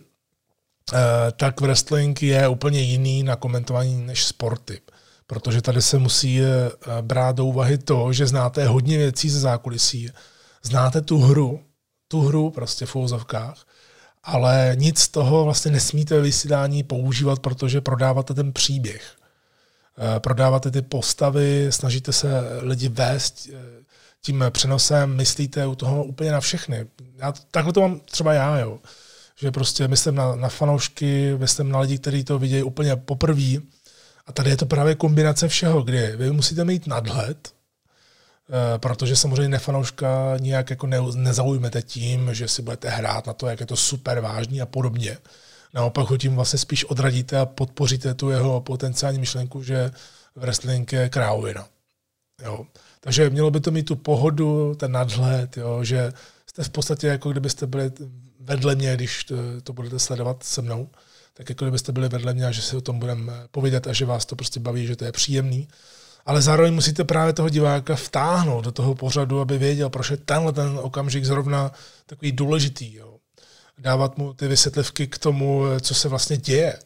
tak wrestling je úplně jiný na komentování než sporty. Protože tady se musí brát do úvahy to, že znáte hodně věcí ze zákulisí, znáte tu hru, tu hru prostě v uvozovkách, ale nic z toho vlastně nesmíte ve vysílání používat, protože prodáváte ten příběh. Prodáváte ty postavy, snažíte se lidi vést tím přenosem, myslíte u toho úplně na všechny. Já, takhle to mám třeba já, jo. Že prostě myslím na, na fanoušky, myslím na lidi, kteří to vidějí úplně poprvé. A tady je to právě kombinace všeho, kdy vy musíte mít nadhled, protože samozřejmě nefanouška nijak jako ne, nezaujmete tím, že si budete hrát na to, jak je to super vážný a podobně. Naopak ho tím vlastně spíš odradíte a podpoříte tu jeho potenciální myšlenku, že wrestling je krávina. Jo. Takže mělo by to mít tu pohodu, ten nadhled, jo, že jste v podstatě jako kdybyste byli vedle mě, když to, to budete sledovat se mnou, tak jako kdybyste byli vedle mě a že si o tom budeme povídat a že vás to prostě baví, že to je příjemný. Ale zároveň musíte právě toho diváka vtáhnout do toho pořadu, aby věděl, proč je tenhle ten okamžik zrovna takový důležitý. Jo. Dávat mu ty vysvětlivky k tomu, co se vlastně děje.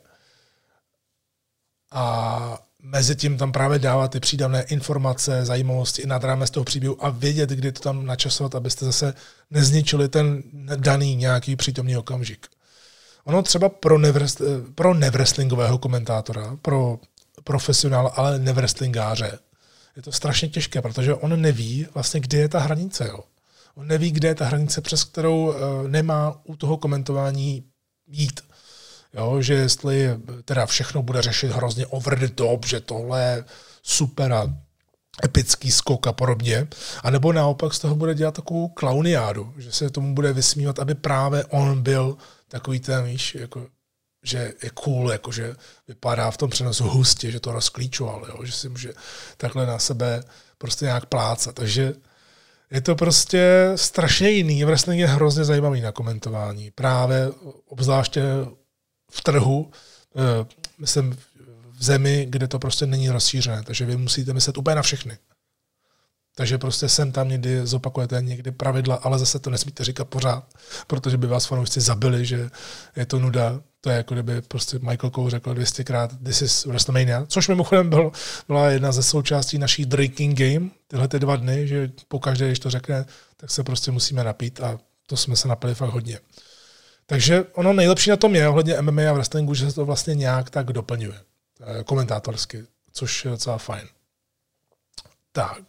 A mezi tím tam právě dávat ty přídavné informace, zajímavosti i nad rámec toho příběhu a vědět, kdy to tam načasovat, abyste zase nezničili ten daný nějaký přítomný okamžik. Ono třeba pro, nevrest, pro nevrestlingového komentátora, pro profesionál, ale nevrestlingáře, je to strašně těžké, protože on neví vlastně, kde je ta hranice. Jo. On neví, kde je ta hranice, přes kterou nemá u toho komentování jít. Jo, že jestli teda všechno bude řešit hrozně over the top, že tohle je super a epický skok a podobně, anebo naopak z toho bude dělat takovou klauniádu, že se tomu bude vysmívat, aby právě on byl takový ten, víš, jako, že je cool, jako, že vypadá v tom přenosu hustě, že to rozklíčoval, jo, že si může takhle na sebe prostě nějak plácat. Takže je to prostě strašně jiný. Wrestling je hrozně zajímavý na komentování. Právě obzvláště v trhu, myslím v zemi, kde to prostě není rozšířené, takže vy musíte myslet úplně na všechny. Takže prostě sem tam někdy zopakujete někdy pravidla, ale zase to nesmíte říkat pořád, protože by vás fanoušci zabili, že je to nuda. To je jako kdyby prostě Michael Cole řekl dvě stě krát This is WrestleMania, což mimochodem byl, byla jedna ze součástí naší drinking game tyhle ty dva dny, že pokaždé, když to řekne, tak se prostě musíme napít a to jsme se napili fakt hodně. Takže ono nejlepší na tom je ohledně M M A a wrestlingu, že se to vlastně nějak tak doplňuje komentátorsky, což je docela fajn. Tak.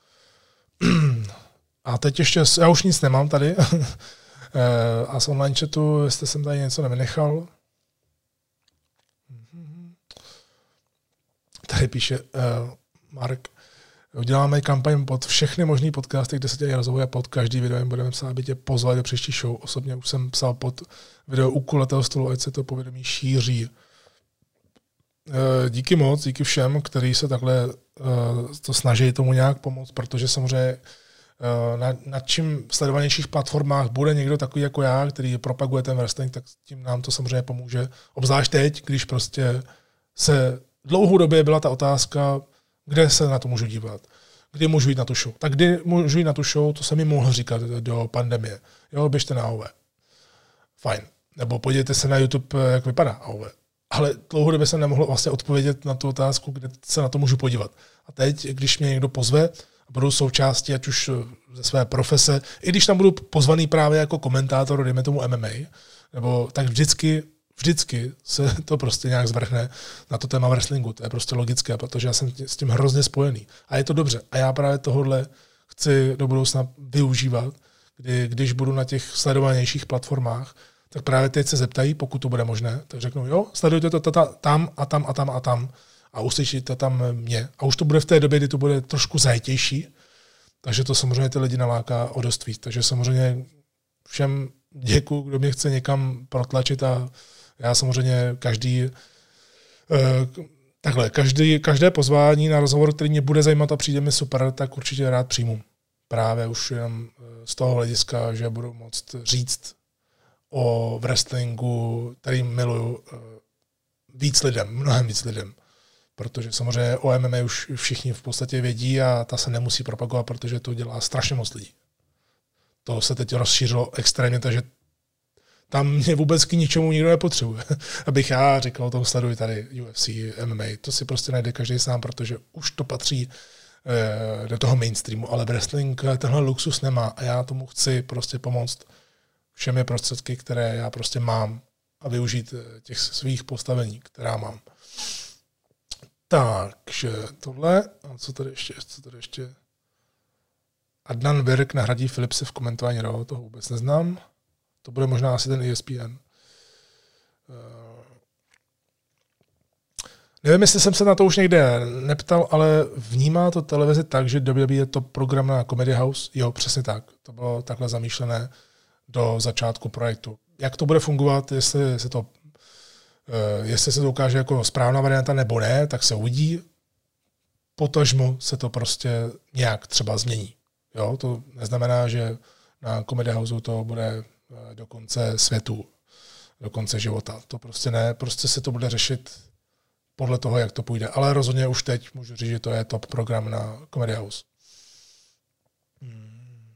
A teď ještě, já už nic nemám tady. A z online chatu, jestli jsem tady něco nevynechal. Tady píše uh, Mark. Uděláme kampaň pod všechny možný podcasty, kde se dělají rozhovory a pod každý video budeme psát, aby tě pozvali do příští show. Osobně už jsem psal pod video u kulatého stolu, ať se to povědomí šíří. Díky moc, díky všem, kteří se takhle to snaží tomu nějak pomoct, protože samozřejmě na, na čím sledovanějších platformách bude někdo takový jako já, který propaguje ten wrestling, tak tím nám to samozřejmě pomůže. Obzvlášť teď, když prostě se dlouhou době byla ta otázka, kde se na to můžu dívat, kdy můžu jít na tu show. Tak kdy můžu jít na tu show, to jsem mi mohl říkat do pandemie. Jo, běžte na A O V. Fajn. Nebo podívejte se na YouTube, jak vypadá A O V. Ale dlouhodobě jsem nemohl vlastně odpovědět na tu otázku, kde se na to můžu podívat. A teď, když mě někdo pozve a budu součástí, ať už ze své profese, i když tam budu pozvaný právě jako komentátor, dejme tomu M M A, nebo tak vždycky vždycky se to prostě nějak zvrhne na to téma wrestlingu. To je prostě logické, protože já jsem s tím hrozně spojený. A je to dobře. A já právě tohle chci do budoucna využívat, kdy, když budu na těch sledovanějších platformách, tak právě teď se zeptají, pokud to bude možné, tak řeknu, jo, sledujte to tata, tam a tam a tam a tam a uslyšíte tam mě. A už to bude v té době, kdy to bude trošku zajetější, takže to samozřejmě ty lidi naláká o dost víc. Takže samozřejmě všem děkuju, kdo mě chce někam protlačit a já samozřejmě každý uh, takhle, každý, každé pozvání na rozhovor, který mě bude zajímat a přijde mi super, tak určitě rád přijmu. Právě už jenom z toho hlediska, že budu moct říct o wrestlingu, který miluju, víc lidem, mnohem víc lidem. Protože samozřejmě o M M A už všichni v podstatě vědí a ta se nemusí propagovat, protože to dělá strašně moc lidí. To se teď rozšířilo extrémně, takže tam mě vůbec k ničemu nikdo nepotřebuje. Abych já říkal, o tom sleduji tady U F C, M M A, to si prostě najde každý sám, protože už to patří eh, do toho mainstreamu, ale wrestling tenhle luxus nemá a já tomu chci prostě pomoct všemi prostředky, které já prostě mám a využít těch svých postavení, která mám. Takže tohle, a co tady ještě, co tady ještě? Adnan Virk nahradí Philipse v komentování Raw, toho vůbec neznám. To bude možná asi ten E S P N. Uh, nevím, jestli jsem se na to už někde neptal, ale vnímá to televize tak, že W W E je to program na Comedy House? Jo, přesně tak. To bylo takhle zamýšlené do začátku projektu. Jak to bude fungovat, jestli se to, uh, jestli se to ukáže jako správná varianta nebo ne, tak se uvidí. Potažmo se to prostě nějak třeba změní. Jo, to neznamená, že na Comedy Houseu to bude do konce světu, do konce života. To prostě ne, prostě se to bude řešit podle toho, jak to půjde. Ale rozhodně už teď můžu říct, že to je top program na Comedy House. Hmm.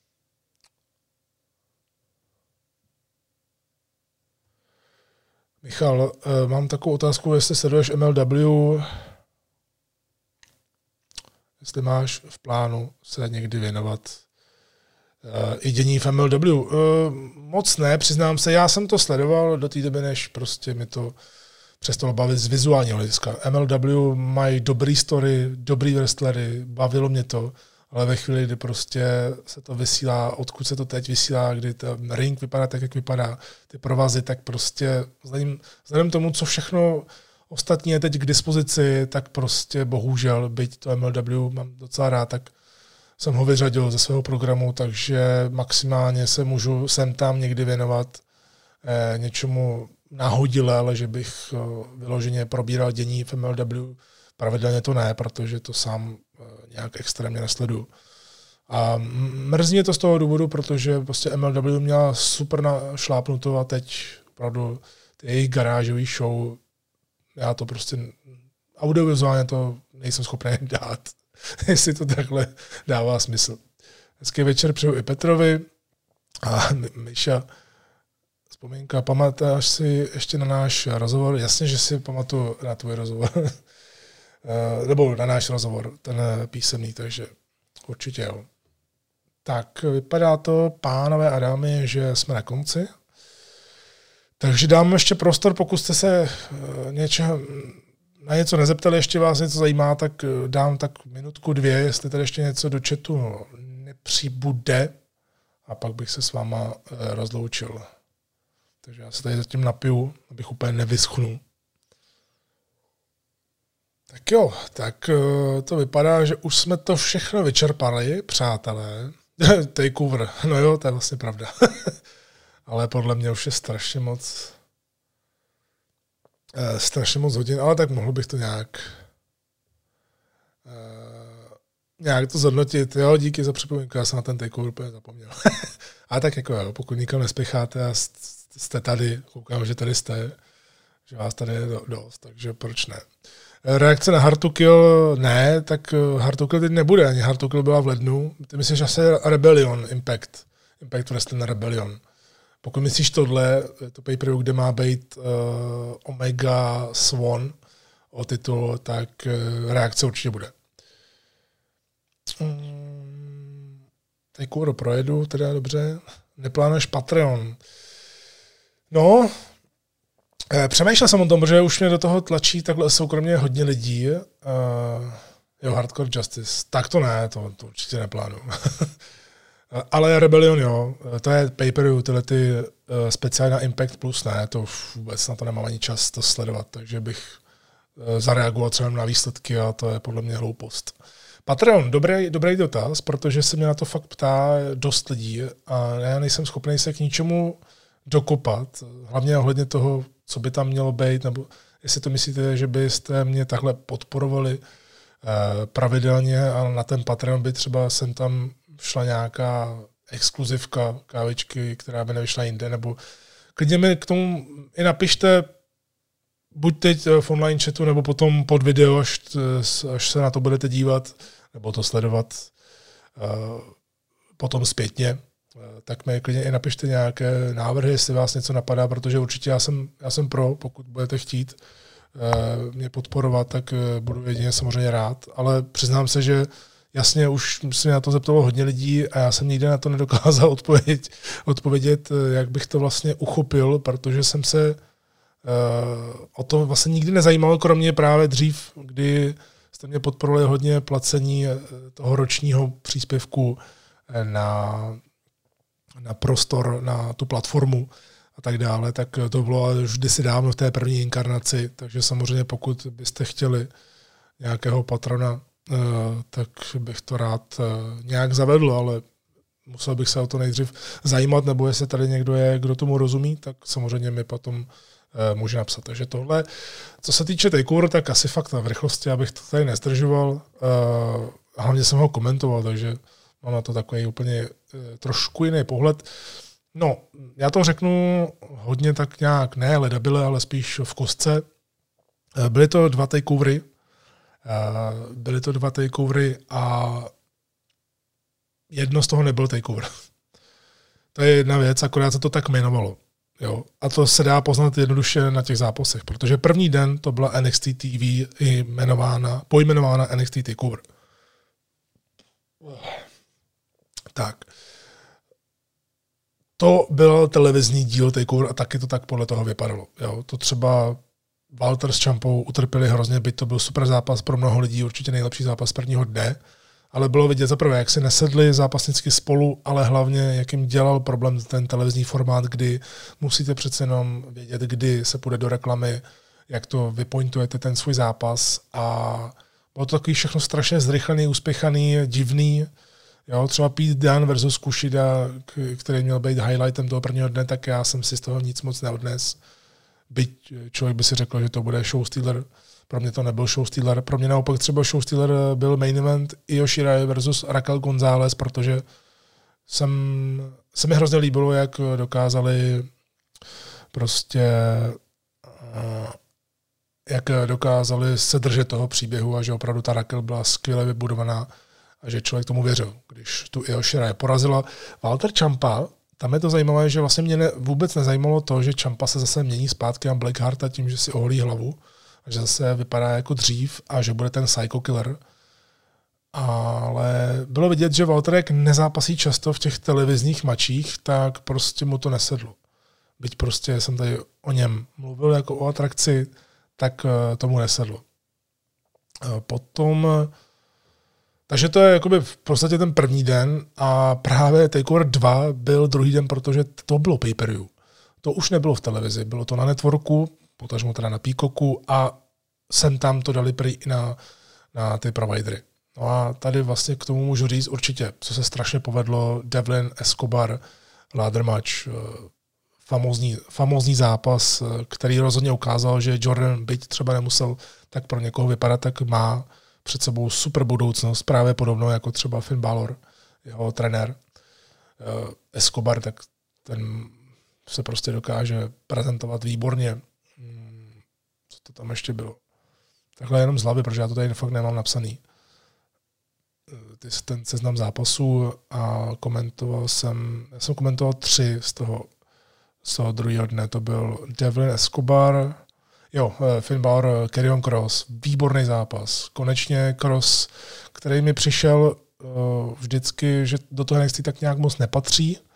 Michal, mám takovou otázku, jestli sleduješ M L W, jestli máš v plánu se někdy věnovat uh, i dění v M L W. Uh, moc ne, přiznám se, já jsem to sledoval do té doby, než prostě mi to přestalo bavit z vizuálního hlediska. M L W mají dobrý story, dobrý wrestlery, bavilo mě to, ale ve chvíli, kdy prostě se to vysílá, odkud se to teď vysílá, kdy ten ring vypadá tak, jak vypadá, ty provazy, tak prostě vzhledem, vzhledem tomu, co všechno ostatní je teď k dispozici, tak prostě bohužel, byť to M L W mám docela rád, tak jsem ho vyřadil ze svého programu, takže maximálně se můžu sem tam někdy věnovat eh, něčemu náhodile, ale že bych eh, vyloženě probíral dění v M L W, pravidelně to ne, protože to sám eh, nějak extrémně nesleduju. A mrzí mě to z toho důvodu, protože prostě M L W měla super našlápnuto a teď opravdu ty jejich garážový show, já to prostě audiovizuálně to nejsem schopný dát, jestli to takhle dává smysl. Hezký večer přeju i Petrovi a Miša. Vzpomínka, pamatáš si ještě na náš rozhovor? Jasně, že si pamatuju na tvůj rozhovor. Nebo na náš rozhovor, ten písemný, takže určitě jo. Tak vypadá to, pánové a dámy, že jsme na konci. Takže dám ještě prostor, pokud jste se něčeho, na něco nezeptali, ještě vás něco zajímá, tak dám tak minutku, dvě, jestli tady ještě něco do chatu nepřibude a pak bych se s váma rozloučil. Takže já se tady zatím napiju, abych úplně nevyschnul. Tak jo, tak to vypadá, že už jsme to všechno vyčerpali, přátelé. Takeover, no jo, to je vlastně pravda. Ale podle mě už je strašně moc eh, strašně moc hodin, ale tak mohl bych to nějak eh, nějak to zhodnotit. Jo, díky za připomínku, já jsem na ten takeover úplně zapomněl. A tak jako jo, pokud nikam nespěcháte a jste tady, koukám, že tady jste, že vás tady je dost, takže proč ne. Reakce na Hard to Kill, ne, tak Hard to Kill teď nebude, ani Hard to Kill byla v lednu. Ty myslíš asi Rebellion, Impact, Impact Wrestling Rebellion. Pokud myslíš tohle, to pay-per-view, kde má být uh, Omega Swan o titul, tak uh, reakce určitě bude. Um, Takeover projedu, teda dobře. Neplánuješ Patreon? No, Přemýšlel jsem o tom, protože už mě do toho tlačí takhle soukromně hodně lidí. Uh, jo, Hardcore Justice. Tak to ne, to, to určitě neplánuju. Ale Rebellion, jo. To je pay-per utility uh, speciálně na Impact Plus, ne, to vůbec na to nemám ani čas to sledovat, takže bych uh, zareagoval třeba na výsledky a to je podle mě hloupost. Patreon, dobrý, dobrý dotaz, protože se mě na to fakt ptá dost lidí a já nejsem schopný se k ničemu dokopat, hlavně ohledně toho, co by tam mělo být, nebo jestli to myslíte, že byste mě takhle podporovali eh, pravidelně a na ten Patreon by třeba sem tam šla nějaká exkluzivka kávičky, která by nevyšla jinde, nebo klidně mi k tomu i napište, buď teď v online chatu, nebo potom pod video, až, až se na to budete dívat, nebo to sledovat uh, potom zpětně, uh, tak mi klidně i napište nějaké návrhy, jestli vás něco napadá, protože určitě já jsem, já jsem pro, pokud budete chtít uh, mě podporovat, tak uh, budu jedině samozřejmě rád, ale přiznám se, že jasně už se mě na to zeptalo hodně lidí a já jsem nikdy na to nedokázal odpovědět, odpovědět, jak bych to vlastně uchopil, protože jsem se Uh, o to vlastně nikdy nezajímalo, kromě právě dřív, kdy jste mě podporovali hodně placení toho ročního příspěvku na, na prostor, na tu platformu a tak dále, tak to bylo už kdysi dávno v té první inkarnaci, takže samozřejmě pokud byste chtěli nějakého patrona, uh, tak bych to rád uh, nějak zavedl, ale musel bych se o to nejdřív zajímat, nebo jestli tady někdo je, kdo tomu rozumí, tak samozřejmě mi potom může napsat. Takže tohle, co se týče takeover, tak asi fakt v rychlosti, abych to tady nezdržoval. Hlavně jsem ho komentoval, takže mám na to takový úplně trošku jiný pohled. No, já to řeknu hodně tak nějak, ne ledabile, ale spíš v kostce. Byly to dva takeovery. Byly to dva takeovery a jedno z toho nebyl takeover. To je jedna věc, akorát se to tak jmenovalo. Jo, a to se dá poznat jednoduše na těch zápasech, protože první den to byla N X T T V jmenována, pojmenována N X T TakeOver. Tak. To byl televizní díl TakeOver a taky to tak podle toho vypadalo. Jo, to třeba Walter s Ciampou utrpěli hrozně, byť to byl super zápas pro mnoho lidí, určitě nejlepší zápas prvního dne, ale bylo vidět zaprvé, jak si nesedli zápasnicky spolu, ale hlavně, jak jim dělal problém ten televizní formát, kdy musíte přece jenom vědět, kdy se půjde do reklamy, jak to vypointujete ten svůj zápas a bylo to takový všechno strašně zrychlený, uspěchaný, divný. Jo, třeba Pete Dunne versus Kushida, který měl být highlightem toho prvního dne, tak já jsem si z toho nic moc neodnes. Byť člověk by si řekl, že to bude show stealer. Pro mě to nebyl show stealer. Pro mě naopak třeba show stealer byl main event Io Shirai versus Raquel González, protože jsem, se mi hrozně líbilo, jak dokázali prostě jak dokázali se držet toho příběhu a že opravdu ta Raquel byla skvěle vybudovaná a že člověk tomu věřil, když tu Io Shirai porazila. Walter Ciampa, tam je to zajímavé, že vlastně mě ne, vůbec nezajímalo to, že Ciampa se zase mění zpátky na Blackhearta tím, že si oholí hlavu, a že zase vypadá jako dřív a že bude ten psycho killer. Ale bylo vidět, že Walter, jak nezápasí často v těch televizních mačích, tak prostě mu to nesedlo. Byť prostě jsem tady o něm mluvil jako o atrakci, tak tomu nesedlo. Potom, takže to je jakoby v podstatě ten první den a právě TakeOver dva byl druhý den, protože to bylo pay-per-view. To už nebylo v televizi, bylo to na networku, potažmo teda na Peacocku a sem tam to dali prý i na, na ty providery. No a tady vlastně k tomu můžu říct určitě, co se strašně povedlo, Devlin Escobar, ladder match, famózní, famózní zápas, který rozhodně ukázal, že Jordan, byť třeba nemusel tak pro někoho vypadat, tak má před sebou super budoucnost, právě podobnou jako třeba Finn Balor, jeho trenér. Escobar, tak ten se prostě dokáže prezentovat výborně. Co to tam ještě bylo? Takhle jenom z hlavy, protože já to tady fakt nemám napsaný. Ten seznam zápasů a komentoval jsem, já jsem komentoval tři z toho, z toho druhého dne. To byl Devlin Escobar, jo, Finn Balor, Karrion Kross, výborný zápas. Konečně Kross, který mi přišel uh, vždycky, že do toho N X T tak nějak moc nepatří,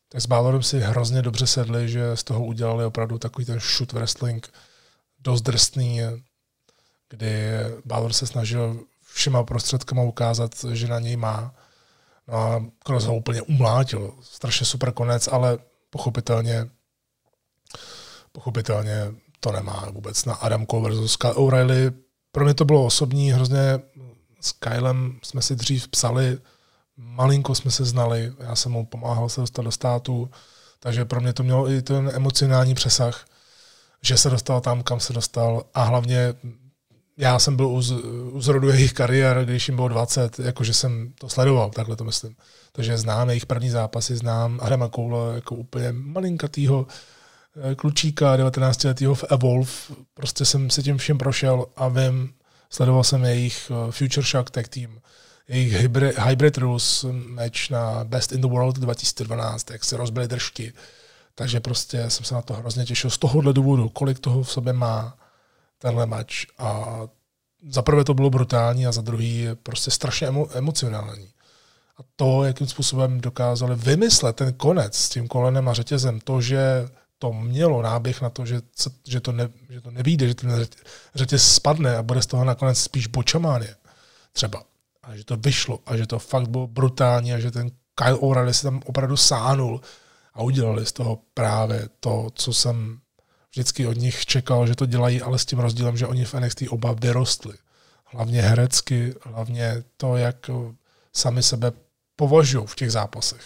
tak s Balorem si hrozně dobře sedli, že z toho udělali opravdu takový ten shoot wrestling dost drsný, kdy Balor se snažil všema prostředkama ukázat, že na něj má. No a Kroos ho úplně umlátil. Strašně super konec, ale pochopitelně pochopitelně to nemá vůbec na Adam Cole versus Kyle O'Reilly. Pro mě to bylo osobní, hrozně s Kylem jsme si dřív psali, malinko jsme se znali, já jsem mu pomáhal se dostat do státu, takže pro mě to mělo i ten emocionální přesah, že se dostal tam, kam se dostal a hlavně já jsem byl u, z, u zrodu jejich kariér, když jim bylo dvacet, jakože jsem to sledoval, takhle to myslím. Takže znám jejich první zápasy, znám Adama Cole jako úplně malinkatýho klučíka devatenáctiletýho v Evolve, prostě jsem se tím všem prošel a vím, sledoval jsem jejich Future Shock Tag Team, jejich Hybrid, hybrid Rules match na Best in the World dva tisíce dvanáct, jak se rozbily držky. Takže prostě jsem se na to hrozně těšil z tohohle důvodu, kolik toho v sobě má tenhle match. A za prvé to bylo brutální a za druhý prostě strašně emo, emocionální. A to, jakým způsobem dokázali vymyslet ten konec s tím kolenem a řetězem, to, že to mělo náběh na to, že, že, to, ne, že to nevyjde, že ten řetěz spadne a bude z toho nakonec spíš bočamánie třeba. A že to vyšlo a že to fakt bylo brutální a že ten Kyle O'Reilly se tam opravdu sáhnul a udělali z toho právě to, co jsem vždycky od nich čekal, že to dělají, ale s tím rozdílem, že oni v N X T oba vyrostli. Hlavně herecky, hlavně to, jak sami sebe považují v těch zápasech.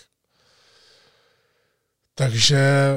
Takže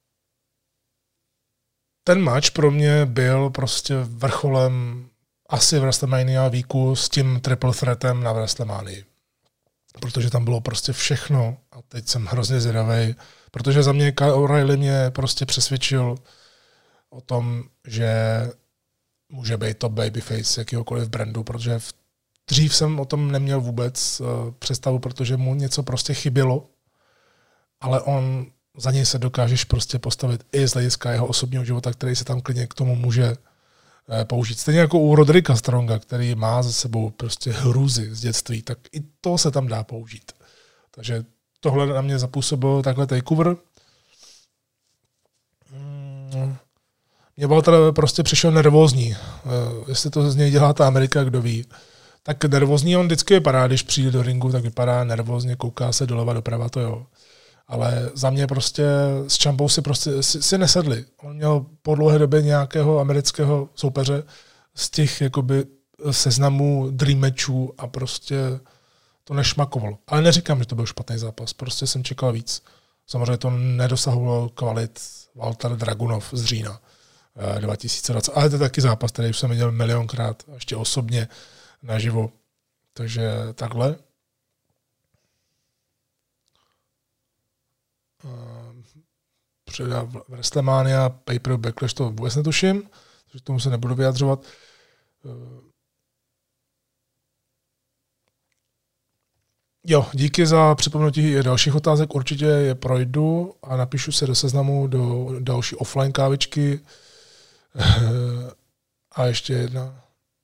ten match pro mě byl prostě vrcholem asi v WrestleMania víku s tím triple threatem na WrestleManii. Protože tam bylo prostě všechno a teď jsem hrozně zvědavej, protože za mě Kyle O'Reilly mě prostě přesvědčil o tom, že může být top babyface jakýhokoliv brandu, protože v, dřív jsem o tom neměl vůbec uh, představu, protože mu něco prostě chybělo, ale on za něj se dokážeš prostě postavit i z hlediska jeho osobního života, který se tam klidně k tomu může uh, použít. Stejně jako u Rodricka Stronga, který má za sebou prostě hrůzy z dětství, tak i to se tam dá použít. Takže tohle na mě zapůsobilo takhle takeover. Mm. Mě Walter prostě přišel nervózní. Jestli to z něj dělá ta Amerika, kdo ví. Tak nervózní on vždycky vypadá, když přijde do ringu, tak vypadá nervózně, kouká se doleva, doprava, to jo. Ale za mě prostě s Ciampou si prostě si, si nesedli. On měl po dlouhé době nějakého amerického soupeře z těch jakoby seznamů dream matchů a prostě to nešmakovalo. Ale neříkám, že to byl špatný zápas, prostě jsem čekal víc. Samozřejmě to nedosahovalo kvalit Walter Dragunov z října dva tisíce dvacet. Ale to je taky zápas, který už jsem viděl milionkrát, ještě osobně naživo. Takže takhle. Předá WrestleMania, Pay-Per-View Backlash, to vůbec netuším, takže tomu se nebudu vyjadřovat. Jo, díky za připomenutí dalších otázek, určitě je projdu a napíšu se do seznamu do další offline kávičky. A ještě jedna.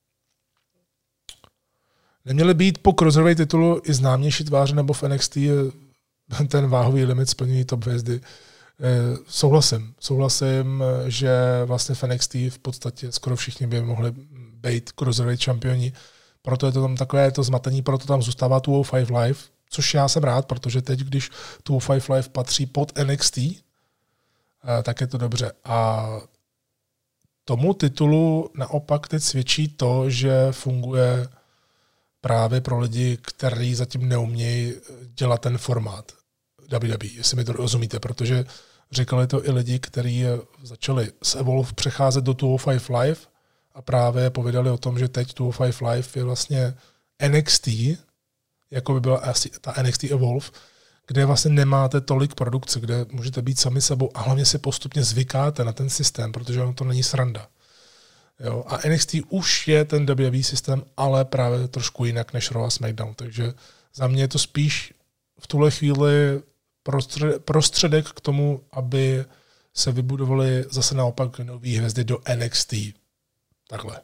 Neměly být po cruiserweight titulu i známější tváře, nebo v N X T ten váhový limit splnění top hvězdy? Souhlasím. Souhlasím, že vlastně v N X T v podstatě skoro všichni by mohli být cruiserweight šampioni. Proto je to tam takové to zmatení, proto tam zůstává dvě stě pět Live, což já jsem rád, protože teď, když dvě stě pět Live patří pod N X T, tak je to dobře. A tomu titulu naopak teď svědčí to, že funguje právě pro lidi, kteří zatím neumějí dělat ten formát W W E, jestli mi to rozumíte, protože říkali to i lidi, kteří začali z Evolve přecházet do dvě stě pět Live a právě povědali o tom, že teď dvě stě pět Live je vlastně N X T, jako by byla asi ta N X T Evolve, kde vlastně nemáte tolik produkce, kde můžete být sami sebou a hlavně si postupně zvykáte na ten systém, protože ono to není sranda. Jo? A N X T už je ten W W E systém, ale právě trošku jinak než Raw a SmackDown. Takže za mě je to spíš v tuhle chvíli prostředek k tomu, aby se vybudovaly zase naopak nový hvězdy do N X T. Takhle.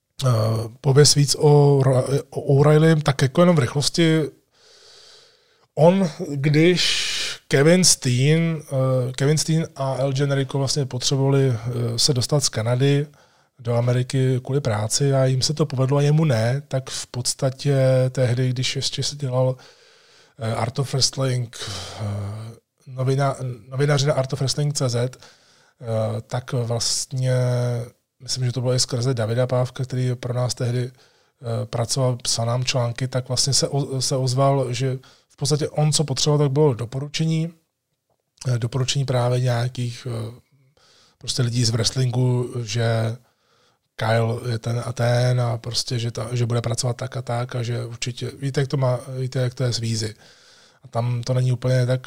Pověz víc o, o O'Reillym, tak jako jenom v rychlosti. on, když Kevin Steen, uh, Kevin Steen a El Generico vlastně potřebovali uh, se dostat z Kanady do Ameriky kvůli práci a jim se to povedlo a jemu ne, tak v podstatě tehdy, když ještě se dělal uh, Art of Wrestling, uh, novina, novináři na art of wrestling tečka cé zet, uh, tak vlastně, myslím, že to bylo i skrze Davida Pávka, který pro nás tehdy uh, pracoval, psal nám články, tak vlastně se, o, se ozval, že v podstatě on, co potřeboval, tak bylo doporučení, doporučení právě nějakých prostě lidí z wrestlingu, že Kyle je ten a ten a prostě, že, ta, že bude pracovat tak a tak a že určitě, víte, jak to, má, víte, jak to je s vízy. A tam to není úplně tak,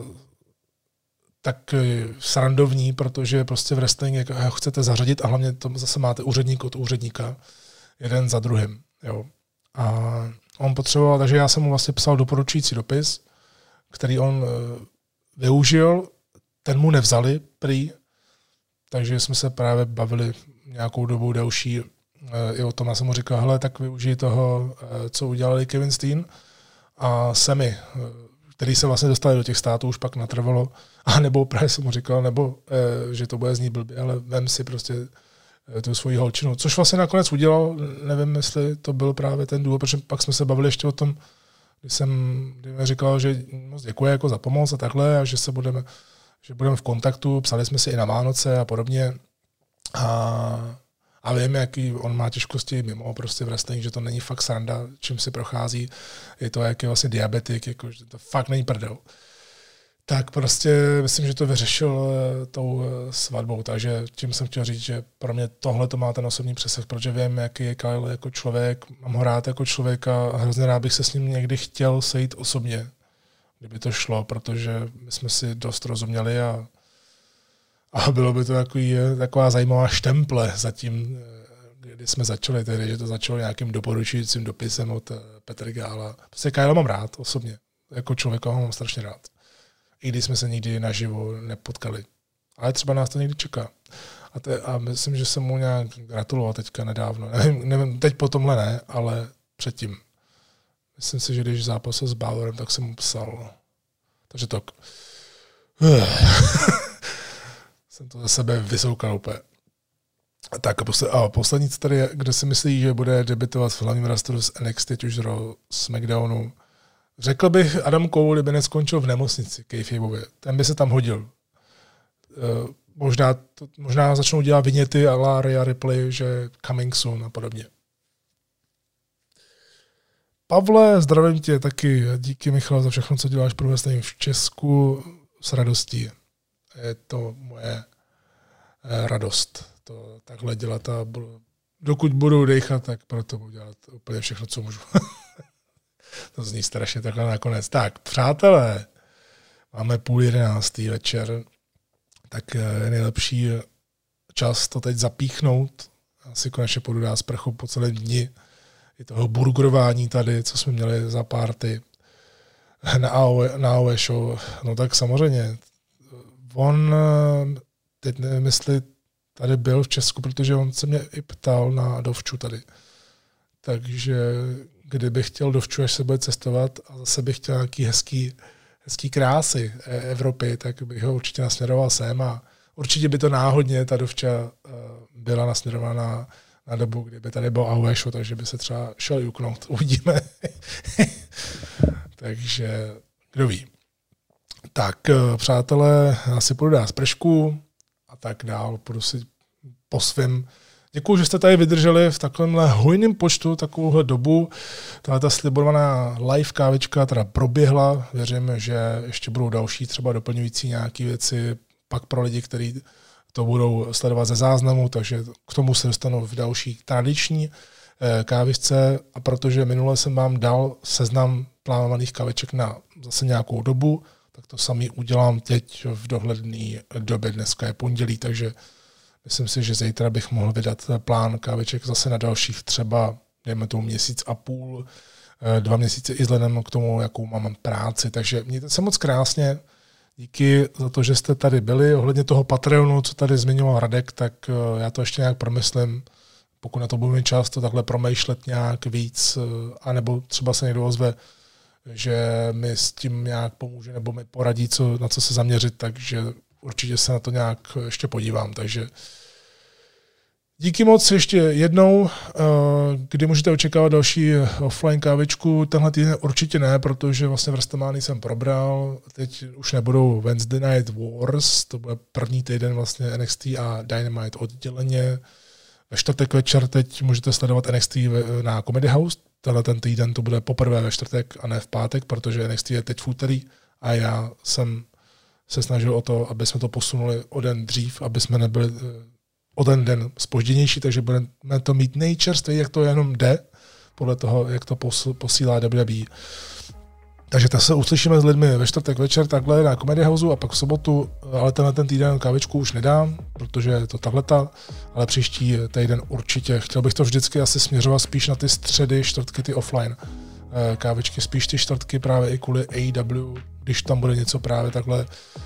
tak srandovní, protože prostě v wrestling jak ho chcete zařadit a hlavně to zase máte úředník od úředníka, jeden za druhým. Jo. A on potřeboval, takže já jsem mu vlastně psal doporučující dopis, který on využil, ten mu nevzali prý, takže jsme se právě bavili nějakou dobu delší i o tom. Já jsem mu říkal, hele, tak využij toho, co udělali Kevin Steen a Sammy, který se vlastně dostali do těch států, už pak natrvalo, a nebo právě jsem mu říkal, nebo že to bude znít blbě, ale vem si prostě tu svoji holčinu, což vlastně nakonec udělal, nevím, jestli to byl právě ten důvod, protože pak jsme se bavili ještě o tom, když jsem kdy mi říkal, že moc děkuje jako za pomoc a takhle a že se budeme, že budeme v kontaktu, psali jsme si i na Vánoce a podobně a, a vím, jaký on má těžkosti mimo prostě v wrestling, že to není fakt sranda, čím si prochází, je to jak je vlastně diabetik, jako, že to fakt není prdel. Tak prostě myslím, že to vyřešil tou svatbou, takže tím jsem chtěl říct, že pro mě tohle to má ten osobní přesah, protože vím, jaký je Kyle jako člověk, mám ho rád jako člověka a hrozně rád bych se s ním někdy chtěl sejít osobně, kdyby to šlo, protože my jsme si dost rozuměli a, a bylo by to takový, taková zajímavá štemple zatím, kdy jsme začali, tedy, že to začalo nějakým doporučujícím dopisem od Petra Gála. Prostě Kyle mám rád osobně, jako člověka ho mám strašně rád. I když jsme se nikdy naživo nepotkali. Ale třeba nás to někdy čeká. A, te, a myslím, že jsem mu nějak gratuloval teďka nedávno. Nevím, nevím, teď po tomhle ne, ale předtím. Myslím si, že když zápasil s Balorem, tak jsem mu psal. Takže tak. Jsem to za sebe vysoukal úplně. Tak a, posled, a poslední tady, kde si myslí, že bude debitovat v hlavním rosteru z N X T, teď už z SmackDownu. Řekl bych, Adam Cole, kdyby neskončil v nemocnici kayfabově. Ten by se tam hodil. Uh, možná, to, možná začnou dělat viněty a la Rhea Ripley, že coming soon a podobně. Pavle, zdravím tě taky. Díky, Michal, za všechno, co děláš pro wrestling v Česku s radostí. Je to moje eh, radost. To takhle dělat a budu, dokud budu dechat, tak proto budu dělat úplně všechno, co můžu. To zní strašně takhle nakonec. Tak, přátelé, máme půl jedenáctý večer, tak je nejlepší čas to teď zapíchnout. Já si konečně půjdu dát sprchu po celé dni. I toho burgerování tady, co jsme měli za party na A O E, na A O E show. No tak samozřejmě. On, teď nevím, jestli tady byl v Česku, protože on se mě i ptal na dovču tady. Takže kdybych chtěl dovču, až se bude cestovat a zase bych chtěl nějaký hezký, hezký krásy Evropy, tak bych ho určitě nasměroval sem a určitě by to náhodně, ta dovča byla nasměrovaná na dobu, kdyby tady byl A O E show, takže by se třeba šel juknout. Uvidíme. Takže kdo ví. Tak, přátelé, já si půjdu dát spršku a tak dál, půjdu si po svým. Děkuju, že jste tady vydrželi v takovémhle hojném počtu takovouhle dobu. Tahle ta slibovaná live kávička teda proběhla. Věřím, že ještě budou další třeba doplňující nějaké věci pak pro lidi, kteří to budou sledovat ze záznamu, takže k tomu se dostanu v další tradiční kávičce. A protože minule jsem vám dal seznam plánovaných káviček na zase nějakou dobu, tak to samý udělám teď v dohledné době. Dneska je pondělí, takže myslím si, že zítra bych mohl vydat plán káviček zase na dalších třeba, dejme tomu měsíc a půl, dva měsíce i vzhledem k tomu, jakou mám práci. Takže mějte se moc krásně. Díky za to, že jste tady byli. Ohledně toho Patreonu, co tady zmiňoval Radek, tak já to ještě nějak promyslím. Pokud na to budu mít čas, to takhle promýšlet nějak víc, anebo třeba se někdo ozve, že mi s tím nějak pomůže nebo mi poradí, co, na co se zaměřit, takže určitě se na to nějak ještě podívám. Takže díky moc ještě jednou, kdy můžete očekávat další offline kávičku. Tenhle týden určitě ne, protože vlastně WrestleMania jsem probral. Teď už nebudou Wednesday Night Wars, to bude první týden vlastně N X T a Dynamite odděleně. Ve čtvrtek večer teď můžete sledovat N X T na Comedy House. Tenhle ten týden to bude poprvé ve čtvrtek a ne v pátek, protože N X T je teď v úterý a já jsem se snažil o to, aby jsme to posunuli o den dřív, aby jsme nebyli o ten den zpožděnější, takže budeme to mít nejčerstvěji, jak to jenom jde, podle toho, jak to posílá W W E. Takže tak se uslyšíme s lidmi ve čtvrtek večer takhle na Comedy Houseu a pak v sobotu, ale tenhle ten týden kávičku už nedám, protože je to tahleta, ale příští týden určitě. Chtěl bych to vždycky asi směřovat spíš na ty středy, čtvrtky, ty offline kávičky, spíš ty čtvrtky právě i kvůli A E W, když tam bude něco právě takhle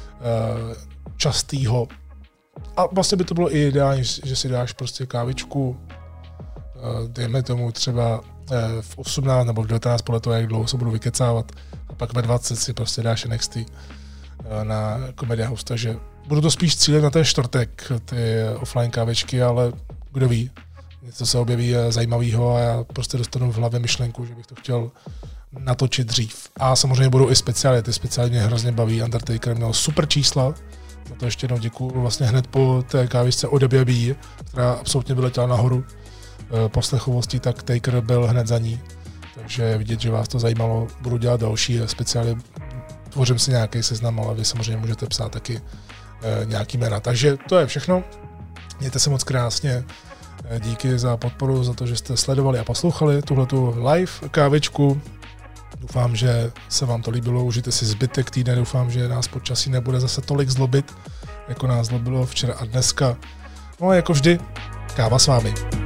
častýho. A vlastně by to bylo i ideální, že si dáš prostě kávičku, dejme tomu třeba v osmnáct nebo v devatenáct, podle toho, jak dlouho se budu vykecávat, a pak ve dvacet si prostě dáš N X T na Comedy House, takže budu to spíš cílit na ten čtvrtek, ty offline kávičky, ale kdo ví, něco se objeví zajímavého a já prostě dostanu v hlavě myšlenku, že bych to chtěl natočit dřív. A samozřejmě budou i speciály, ty speciály mě hrozně baví, Undertaker měl super čísla, za to ještě jednou děkuju, vlastně hned po té kávičce o W W E, která absolutně vyletěla nahoru poslechovostí, tak Taker byl hned za ní. Takže vidět, že vás to zajímalo, budu dělat další speciály, tvořím si nějaký seznam, ale vy samozřejmě můžete psát taky nějaký jména. Takže to je všechno. Mějte se moc krásně. Díky za podporu, za to, že jste sledovali a poslouchali tuhletu live kávičku. Doufám, že se vám to líbilo, užijte si zbytek týdne, doufám, že nás počasí nebude zase tolik zlobit, jako nás zlobilo včera a dneska. No a jako vždy, káva s vámi.